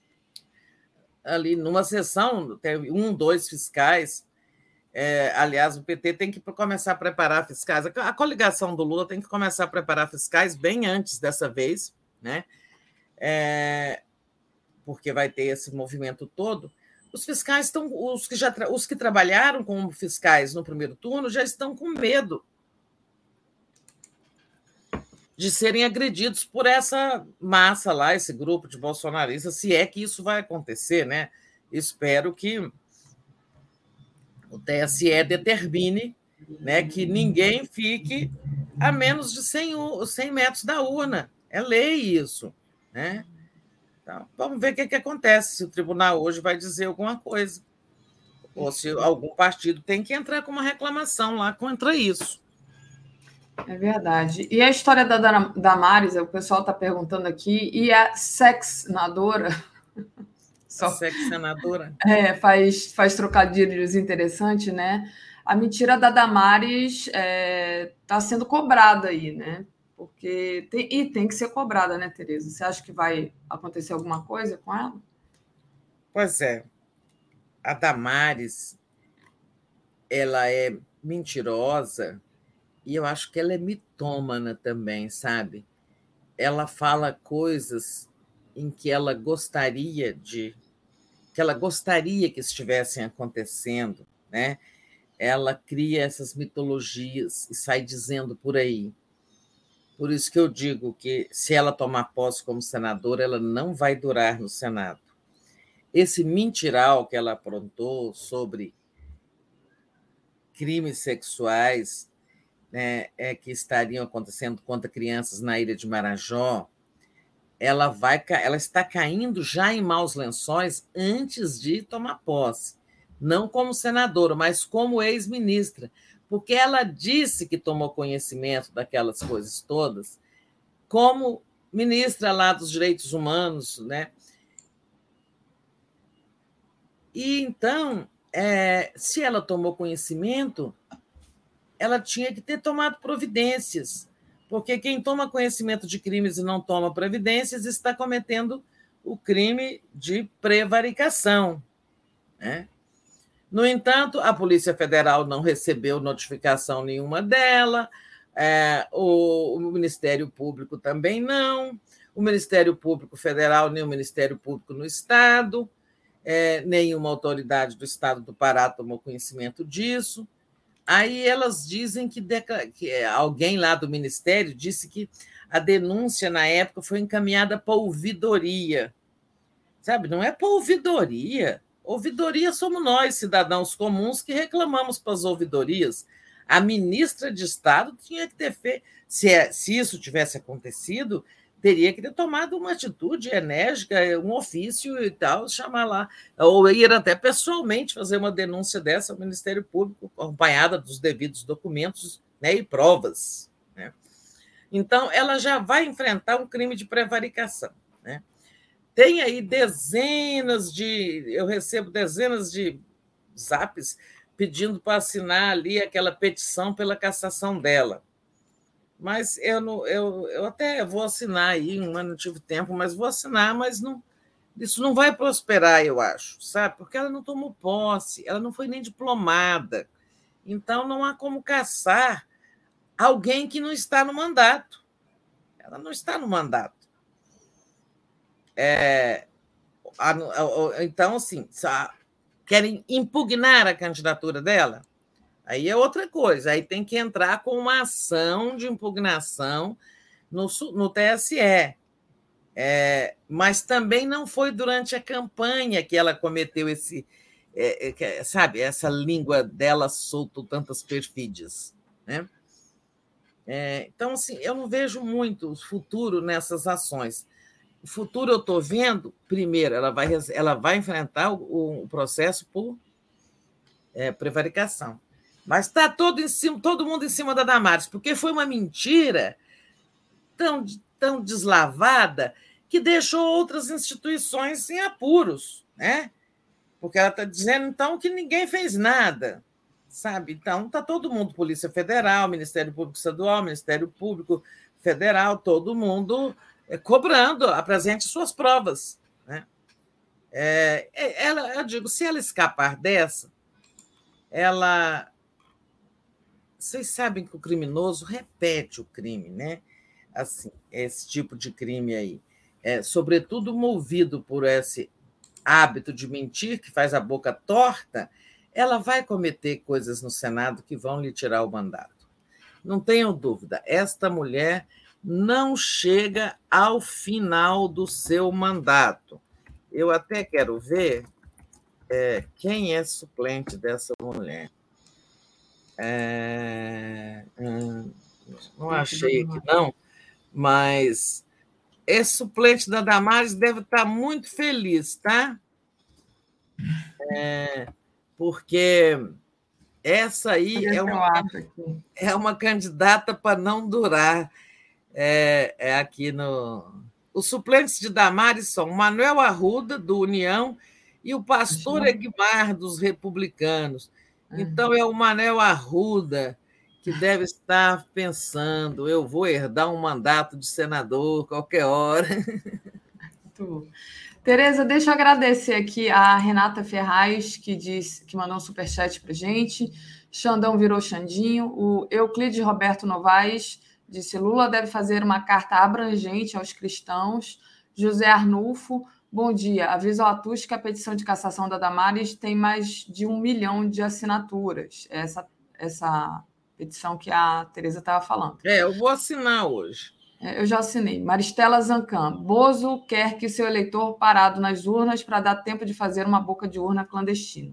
O: Ali numa sessão, tem um, dois fiscais. É, aliás, o P T tem que começar a preparar fiscais. A coligação do Lula tem que começar a preparar fiscais bem antes dessa vez, né? É, porque vai ter esse movimento todo. Os fiscais estão, os que, já, os que trabalharam como fiscais no primeiro turno já estão com medo de serem agredidos por essa massa lá, esse grupo de bolsonaristas, se é que isso vai acontecer, né? Espero que o T S E determine, né, que ninguém fique a menos de cem, cem metros da urna. É lei isso, né? Então, vamos ver o que, que acontece, se o tribunal hoje vai dizer alguma coisa. Ou se algum partido tem que entrar com uma reclamação lá contra isso.
L: É verdade. E a história da Damares, o pessoal está perguntando aqui, e a sexnadora... Só...
O: Segue senadora.
L: É, faz, faz trocadilhos interessantes, né? A mentira da Damares está é, tá sendo cobrada aí, né? Porque tem, e tem que ser cobrada, né, Tereza? Você acha que vai acontecer alguma coisa com ela?
O: Pois é. A Damares, ela é mentirosa e eu acho que ela é mitômana também, sabe? Ela fala coisas em que ela gostaria de que ela gostaria que estivessem acontecendo, né? Ela cria essas mitologias e sai dizendo por aí. Por isso que eu digo que, se ela tomar posse como senadora, ela não vai durar no Senado. Esse mentiral que ela aprontou sobre crimes sexuais, né, é, que estariam acontecendo contra crianças na ilha de Marajó, ela, vai, ela está caindo já em maus lençóis antes de tomar posse. Não como senadora, mas como ex-ministra, porque ela disse que tomou conhecimento daquelas coisas todas como ministra lá dos direitos humanos, né? E então, é, se ela tomou conhecimento, ela tinha que ter tomado providências, porque quem toma conhecimento de crimes e não toma providências está cometendo o crime de prevaricação, né? No entanto, a Polícia Federal não recebeu notificação nenhuma dela, é, o, o Ministério Público também não, o Ministério Público Federal nem o Ministério Público no Estado, é, nenhuma autoridade do Estado do Pará tomou conhecimento disso. Aí elas dizem que, deca... que alguém lá do Ministério disse que a denúncia, na época, foi encaminhada para a ouvidoria. Sabe, não é para a ouvidoria. Ouvidoria somos nós, cidadãos comuns, que reclamamos para as ouvidorias. A ministra de Estado tinha que ter feito. Se, é, se isso tivesse acontecido, teria que ter tomado uma atitude enérgica, um ofício e tal, chamar lá, ou ir até pessoalmente fazer uma denúncia dessa ao Ministério Público, acompanhada dos devidos documentos, né, e provas, né? Então, ela já vai enfrentar um crime de prevaricação, né? Tem aí dezenas de... Eu recebo dezenas de zaps pedindo para assinar ali aquela petição pela cassação dela. Mas eu, não, eu, eu até vou assinar aí, mas não tive tempo, mas vou assinar, mas não, isso não vai prosperar, eu acho, sabe? Porque ela não tomou posse, ela não foi nem diplomada. Então, não há como caçar alguém que não está no mandato. Ela não está no mandato. É, então, assim, querem impugnar a candidatura dela? Aí é outra coisa, aí tem que entrar com uma ação de impugnação no, no T S E. É, mas também não foi durante a campanha que ela cometeu esse, é, é, sabe, essa língua dela soltou tantas perfídias, né? É, então, assim, eu não vejo muito o futuro nessas ações. O futuro eu estou vendo, primeiro, ela vai, ela vai enfrentar o, o processo por é, prevaricação. Mas está todo, em cima, todo mundo em cima da Damares, porque foi uma mentira tão, tão deslavada que deixou outras instituições em apuros, né? Porque ela está dizendo, então, que ninguém fez nada, sabe? Então, está todo mundo, Polícia Federal, Ministério Público Estadual, Ministério Público Federal, todo mundo é, cobrando, apresente suas provas, né? É, ela, eu digo, se ela escapar dessa, ela... Vocês sabem que o criminoso repete o crime, né? Assim, esse tipo de crime aí. É, sobretudo movido por esse hábito de mentir, que faz a boca torta, ela vai cometer coisas no Senado que vão lhe tirar o mandato. Não tenham dúvida, esta mulher não chega ao final do seu mandato. Eu até quero ver é, quem é suplente dessa mulher. É, hum, não achei aqui, não, mas esse suplente da Damares deve estar muito feliz, tá? É, porque essa aí é uma, é uma candidata para não durar é, é aqui no, Os suplentes de Damares são Manuel Arruda, do União, e o pastor Egmar, dos Republicanos. Então, é o Manuel Arruda que deve estar pensando, eu vou herdar um mandato de senador qualquer hora.
L: Muito bom. Tereza, deixa eu agradecer aqui a Renata Ferraz, que, diz, que mandou um superchat para gente. Xandão virou Xandinho. O Euclides Roberto Novaes disse: Lula deve fazer uma carta abrangente aos cristãos. José Arnulfo, bom dia. Avisa ao Atus que a petição de cassação da Damares tem mais de um milhão de assinaturas. Essa, essa petição que a Tereza estava falando.
O: É, eu vou assinar hoje.
L: Eu já assinei. Maristela Zancan. Bozo quer que seu eleitor parado nas urnas para dar tempo de fazer uma boca de urna clandestina.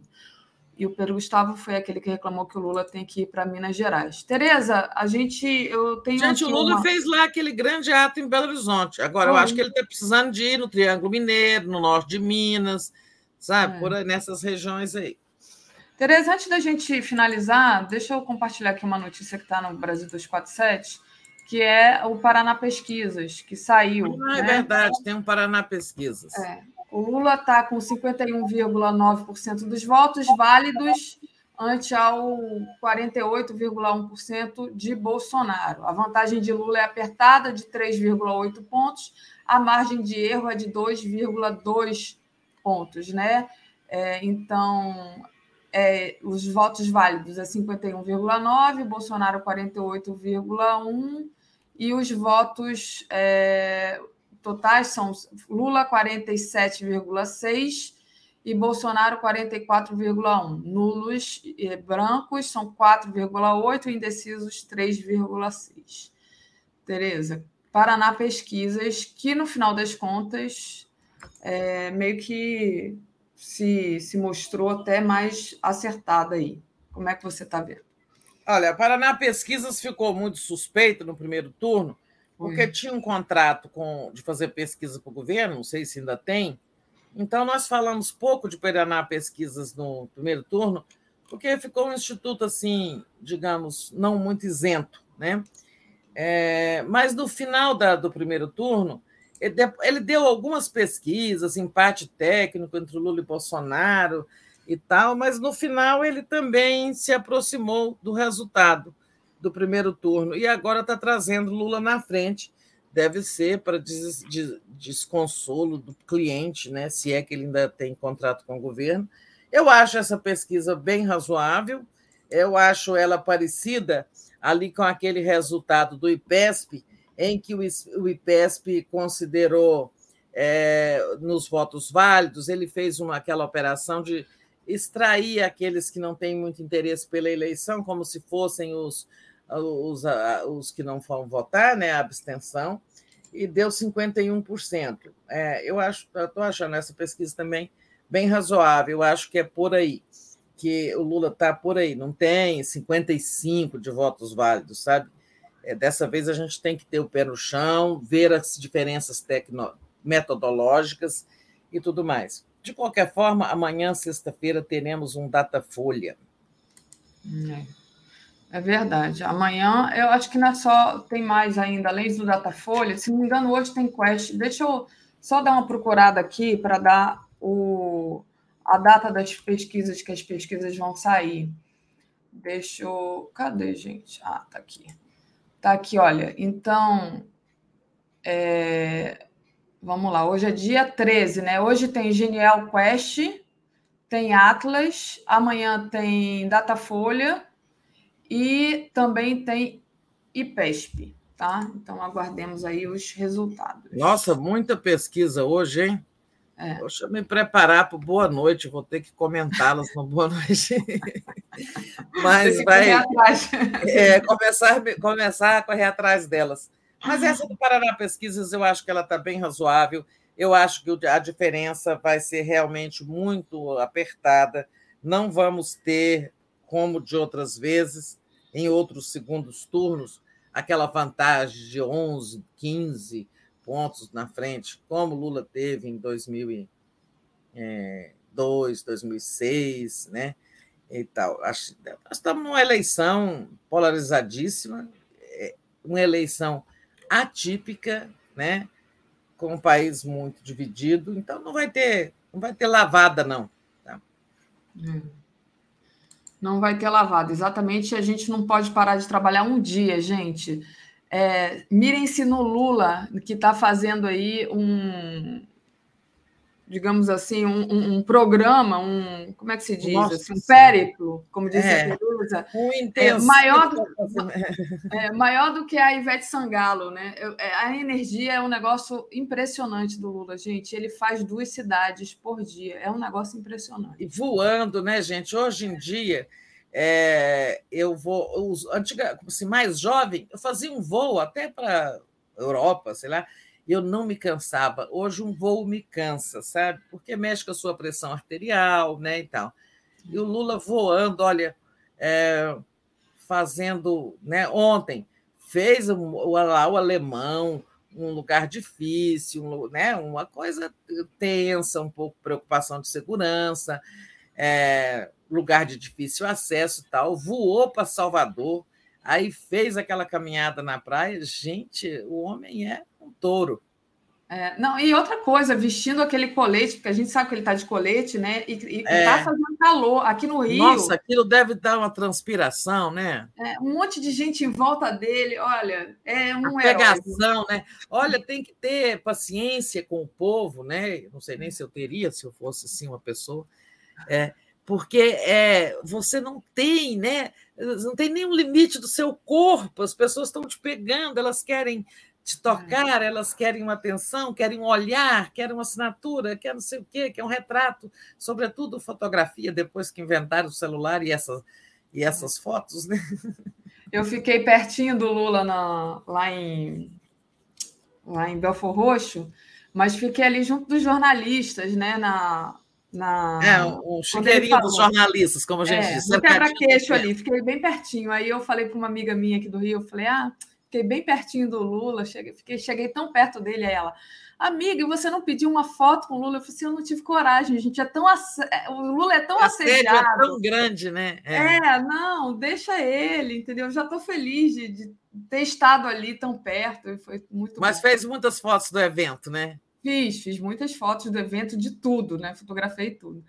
L: E o Pedro Gustavo foi aquele que reclamou que o Lula tem que ir para Minas Gerais. Tereza, a gente... Eu tenho
O: gente, o Lula
L: uma...
O: fez lá aquele grande ato em Belo Horizonte. Agora, oh, eu acho que ele está precisando de ir no Triângulo Mineiro, no norte de Minas, sabe? É. Por aí, nessas regiões aí.
L: Tereza, antes da gente finalizar, deixa eu compartilhar aqui uma notícia que está no Brasil duzentos e quarenta e sete, que é o Paraná Pesquisas, que saiu.
O: Ah, é né? Verdade, tem um Paraná Pesquisas.
L: É. O Lula está com cinquenta e um vírgula nove por cento dos votos válidos ante ao quarenta e oito vírgula um por cento de Bolsonaro. A vantagem de Lula é apertada, de três vírgula oito pontos, a margem de erro é de dois vírgula dois pontos, né? É, então, é, os votos válidos é cinquenta e um vírgula nove, Bolsonaro quarenta e oito vírgula um, e os votos é, totais são Lula quarenta e sete vírgula seis e Bolsonaro quarenta e quatro vírgula um. Nulos e brancos são quatro vírgula oito e indecisos três vírgula seis. Tereza, Paraná Pesquisas, que no final das contas é, meio que se, se mostrou até mais acertada aí. Como é que você está vendo?
O: Olha, Paraná Pesquisas ficou muito suspeito no primeiro turno, porque hum. tinha um contrato com, de fazer pesquisa para o governo, não sei se ainda tem. Então, nós falamos pouco de Paraná Pesquisas no primeiro turno, porque ficou um instituto, assim, digamos, não muito isento, né? É, mas no final da, do primeiro turno, ele, ele deu algumas pesquisas, empate técnico entre Lula e Bolsonaro e tal, mas no final ele também se aproximou do resultado do primeiro turno e agora está trazendo Lula na frente. Deve ser para des, des, desconsolo do cliente, né? Se é que ele ainda tem contrato com o governo. Eu acho essa pesquisa bem razoável, eu acho ela parecida ali com aquele resultado do IPESP, em que o IPESP considerou, é, nos votos válidos, ele fez uma, aquela operação de extrair aqueles que não têm muito interesse pela eleição, como se fossem os, os, os que não vão votar, né, a abstenção, e deu cinquenta e um por cento. É, eu acho, estou achando essa pesquisa também bem razoável, eu acho que é por aí, que o Lula está por aí, não tem cinquenta e cinco de votos válidos, sabe? É, dessa vez a gente tem que ter o pé no chão, ver as diferenças tecno, metodológicas e tudo mais. De qualquer forma, amanhã, sexta-feira, teremos um Datafolha.
L: É, é verdade. Amanhã, eu acho que não é só, tem mais ainda, além do Datafolha, se não me engano, hoje tem Quest. Deixa eu só dar uma procurada aqui para dar o, a data das pesquisas, que as pesquisas vão sair. Deixa eu... Cadê, gente? Ah, tá aqui. Tá aqui, olha. Então, é... vamos lá. Hoje é dia treze, né? Hoje tem Genial Quest, tem Atlas, amanhã tem Datafolha e também tem IPESP, tá? Então, aguardemos aí os resultados.
O: Nossa, muita pesquisa hoje, hein?
L: É.
O: Deixa eu me preparar para o Boa Noite, vou ter que comentá-las no Boa Noite. Mas vai é, começar, começar a correr atrás delas. Mas essa do Paraná Pesquisas, eu acho que ela está bem razoável. Eu acho que a diferença vai ser realmente muito apertada. Não vamos ter, como de outras vezes, em outros segundos turnos, aquela vantagem de onze, quinze pontos na frente, como Lula teve em dois mil e dois, dois mil e seis, né? E tal. Nós estamos numa eleição polarizadíssima, uma eleição atípica, né? com um país muito dividido, então não vai ter, não vai ter lavada, não. Tá?
L: Não vai ter lavada, exatamente. A gente não pode parar de trabalhar um dia, gente. É, mirem-se no Lula, que está fazendo aí um, digamos assim, um, um, um programa, um, como é que se diz? Assim, um périplo, como disse
O: é,
L: a Perusa,
O: um
L: é, maior, do, é, maior do que a Ivete Sangalo, né? A energia é um negócio impressionante do Lula, gente. Ele faz duas cidades por dia, é um negócio impressionante.
O: E voando, né, gente? Hoje em dia, é, eu vou, os, antiga, assim, mais jovem, eu fazia um voo até para Europa, sei lá, eu não me cansava. Hoje um voo me cansa, sabe? Porque mexe com a sua pressão arterial, né, e tal. E o Lula voando, olha, é, fazendo, né, ontem, fez o, o, o alemão, um lugar difícil, um, né, uma coisa tensa, um pouco preocupação de segurança, é, lugar de difícil acesso e tal, voou para Salvador, aí fez aquela caminhada na praia. Gente, o homem é um touro.
L: É, não, e outra coisa, vestindo aquele colete, porque a gente sabe que ele está de colete, né? E, e
O: é.
L: tá fazendo calor aqui no Rio.
O: Nossa, aquilo deve dar uma transpiração, né?
L: É, um monte de gente em volta dele, olha, é um
O: a pegação, né? Olha, tem que ter paciência com o povo, né? Não sei nem se eu teria, se eu fosse assim uma pessoa. É, porque é, você não tem, né? Não tem nenhum limite do seu corpo, as pessoas estão te pegando, elas querem te tocar, elas querem uma atenção, querem um olhar, querem uma assinatura, querem não sei o quê, querem um retrato, sobretudo fotografia, depois que inventaram o celular e, essa, e essas fotos, né?
L: Eu fiquei pertinho do Lula na, lá, em, lá em Belford Roxo, mas fiquei ali junto dos jornalistas, né? Na, na...
O: É, o chiqueirinho dos jornalistas, como a gente
L: é,
O: diz.
L: No quebra-queixo ali, fiquei bem pertinho. Aí eu falei para uma amiga minha aqui do Rio, eu falei, ah, fiquei bem pertinho do Lula, cheguei, fiquei, cheguei tão perto dele, aí ela, amiga, você não pediu uma foto com o Lula? Eu falei assim, eu não tive coragem, gente, é tão ass... o Lula é tão
O: o
L: assediado.
O: É tão grande, né?
L: É, é não, deixa ele, entendeu? Eu já estou feliz de, de ter estado ali tão perto, e foi muito
O: Mas
L: bom.
O: fez muitas fotos do evento, né?
L: Fiz, fiz muitas fotos do evento, de tudo, né? Fotografei tudo.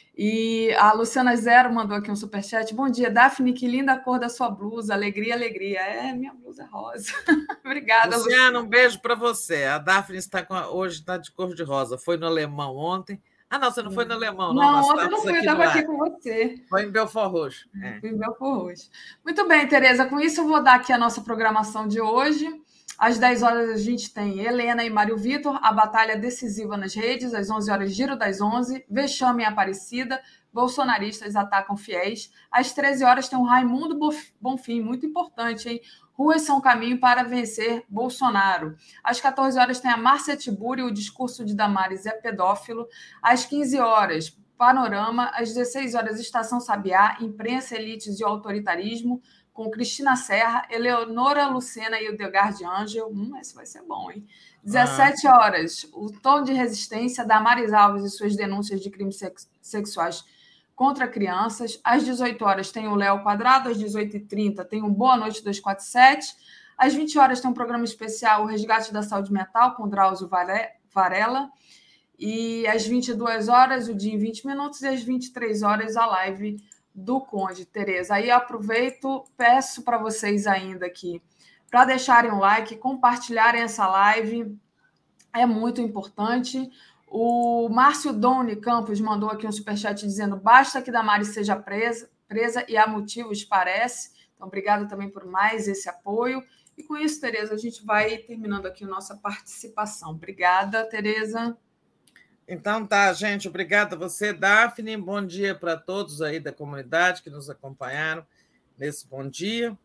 L: E a Luciana Zero mandou aqui um superchat. Bom dia, Daphne, que linda a cor da sua blusa. Alegria, alegria. É, minha blusa é rosa. Obrigada,
O: Luciana.
L: Luciana.
O: Um beijo para você. A Daphne está com a... hoje está de cor de rosa. Foi no Alemão ontem. Ah, não, você não foi no Alemão, não.
L: Não, ontem não fui, eu estava aqui com você.
O: Foi em Belford Roxo.
L: É. Fui em Belford Roxo. Muito bem, Tereza. Com isso, eu vou dar aqui a nossa programação de hoje. Às dez horas a gente tem Helena e Mário Vitor, a batalha decisiva nas redes. Às onze horas, Giro das onze, Vexame em Aparecida, bolsonaristas atacam fiéis. Às treze horas tem o Raimundo Bonfim, muito importante, hein? Ruas são caminho para vencer Bolsonaro. Às quatorze horas tem a Márcia Tiburi, o discurso de Damares é pedófilo. Às quinze horas, Panorama. Às dezesseis horas, Estação Sabiá, imprensa, elites e autoritarismo, com Cristina Serra, Eleonora Lucena e o Edgar de Angel. Hum, esse vai ser bom, hein? dezessete horas, o tom de resistência, Damares Alves e suas denúncias de crimes sex- sexuais contra crianças. Às dezoito horas tem o Léo Quadrado, às dezoito e trinta tem o Boa Noite duzentos e quarenta e sete, às vinte horas tem um programa especial, o Resgate da Saúde Mental, com Drauzio Varela, e às vinte e duas horas, o Dia em vinte minutos, e às vinte e três horas, a live do Conde. Tereza, aí aproveito, peço para vocês ainda aqui, para deixarem um like, compartilharem essa live, é muito importante. O Márcio Doni Campos mandou aqui um superchat dizendo, basta que Damares seja presa, presa e há motivos, parece. Então, obrigada também por mais esse apoio. E com isso, Tereza, a gente vai terminando aqui a nossa participação. Obrigada, Tereza.
O: Então tá, gente, obrigada a você, Daphne, bom dia para todos aí da comunidade que nos acompanharam nesse bom dia.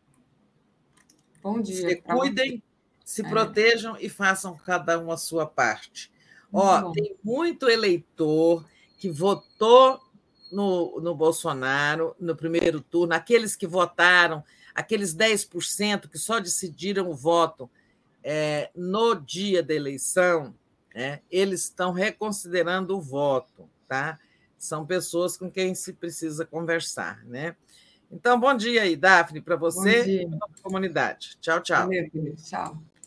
L: Bom dia.
O: Se cuidem, se
L: é.
O: protejam e façam cada um a sua parte. Muito Ó, bom. Tem muito eleitor que votou no, no Bolsonaro no primeiro turno, aqueles que votaram, aqueles dez por cento que só decidiram o voto é, no dia da eleição, é, eles estão reconsiderando o voto, tá? São pessoas com quem se precisa conversar, né? Então, bom dia aí, Daphne, para você e para a comunidade. Tchau, tchau.
L: Valeu, tchau.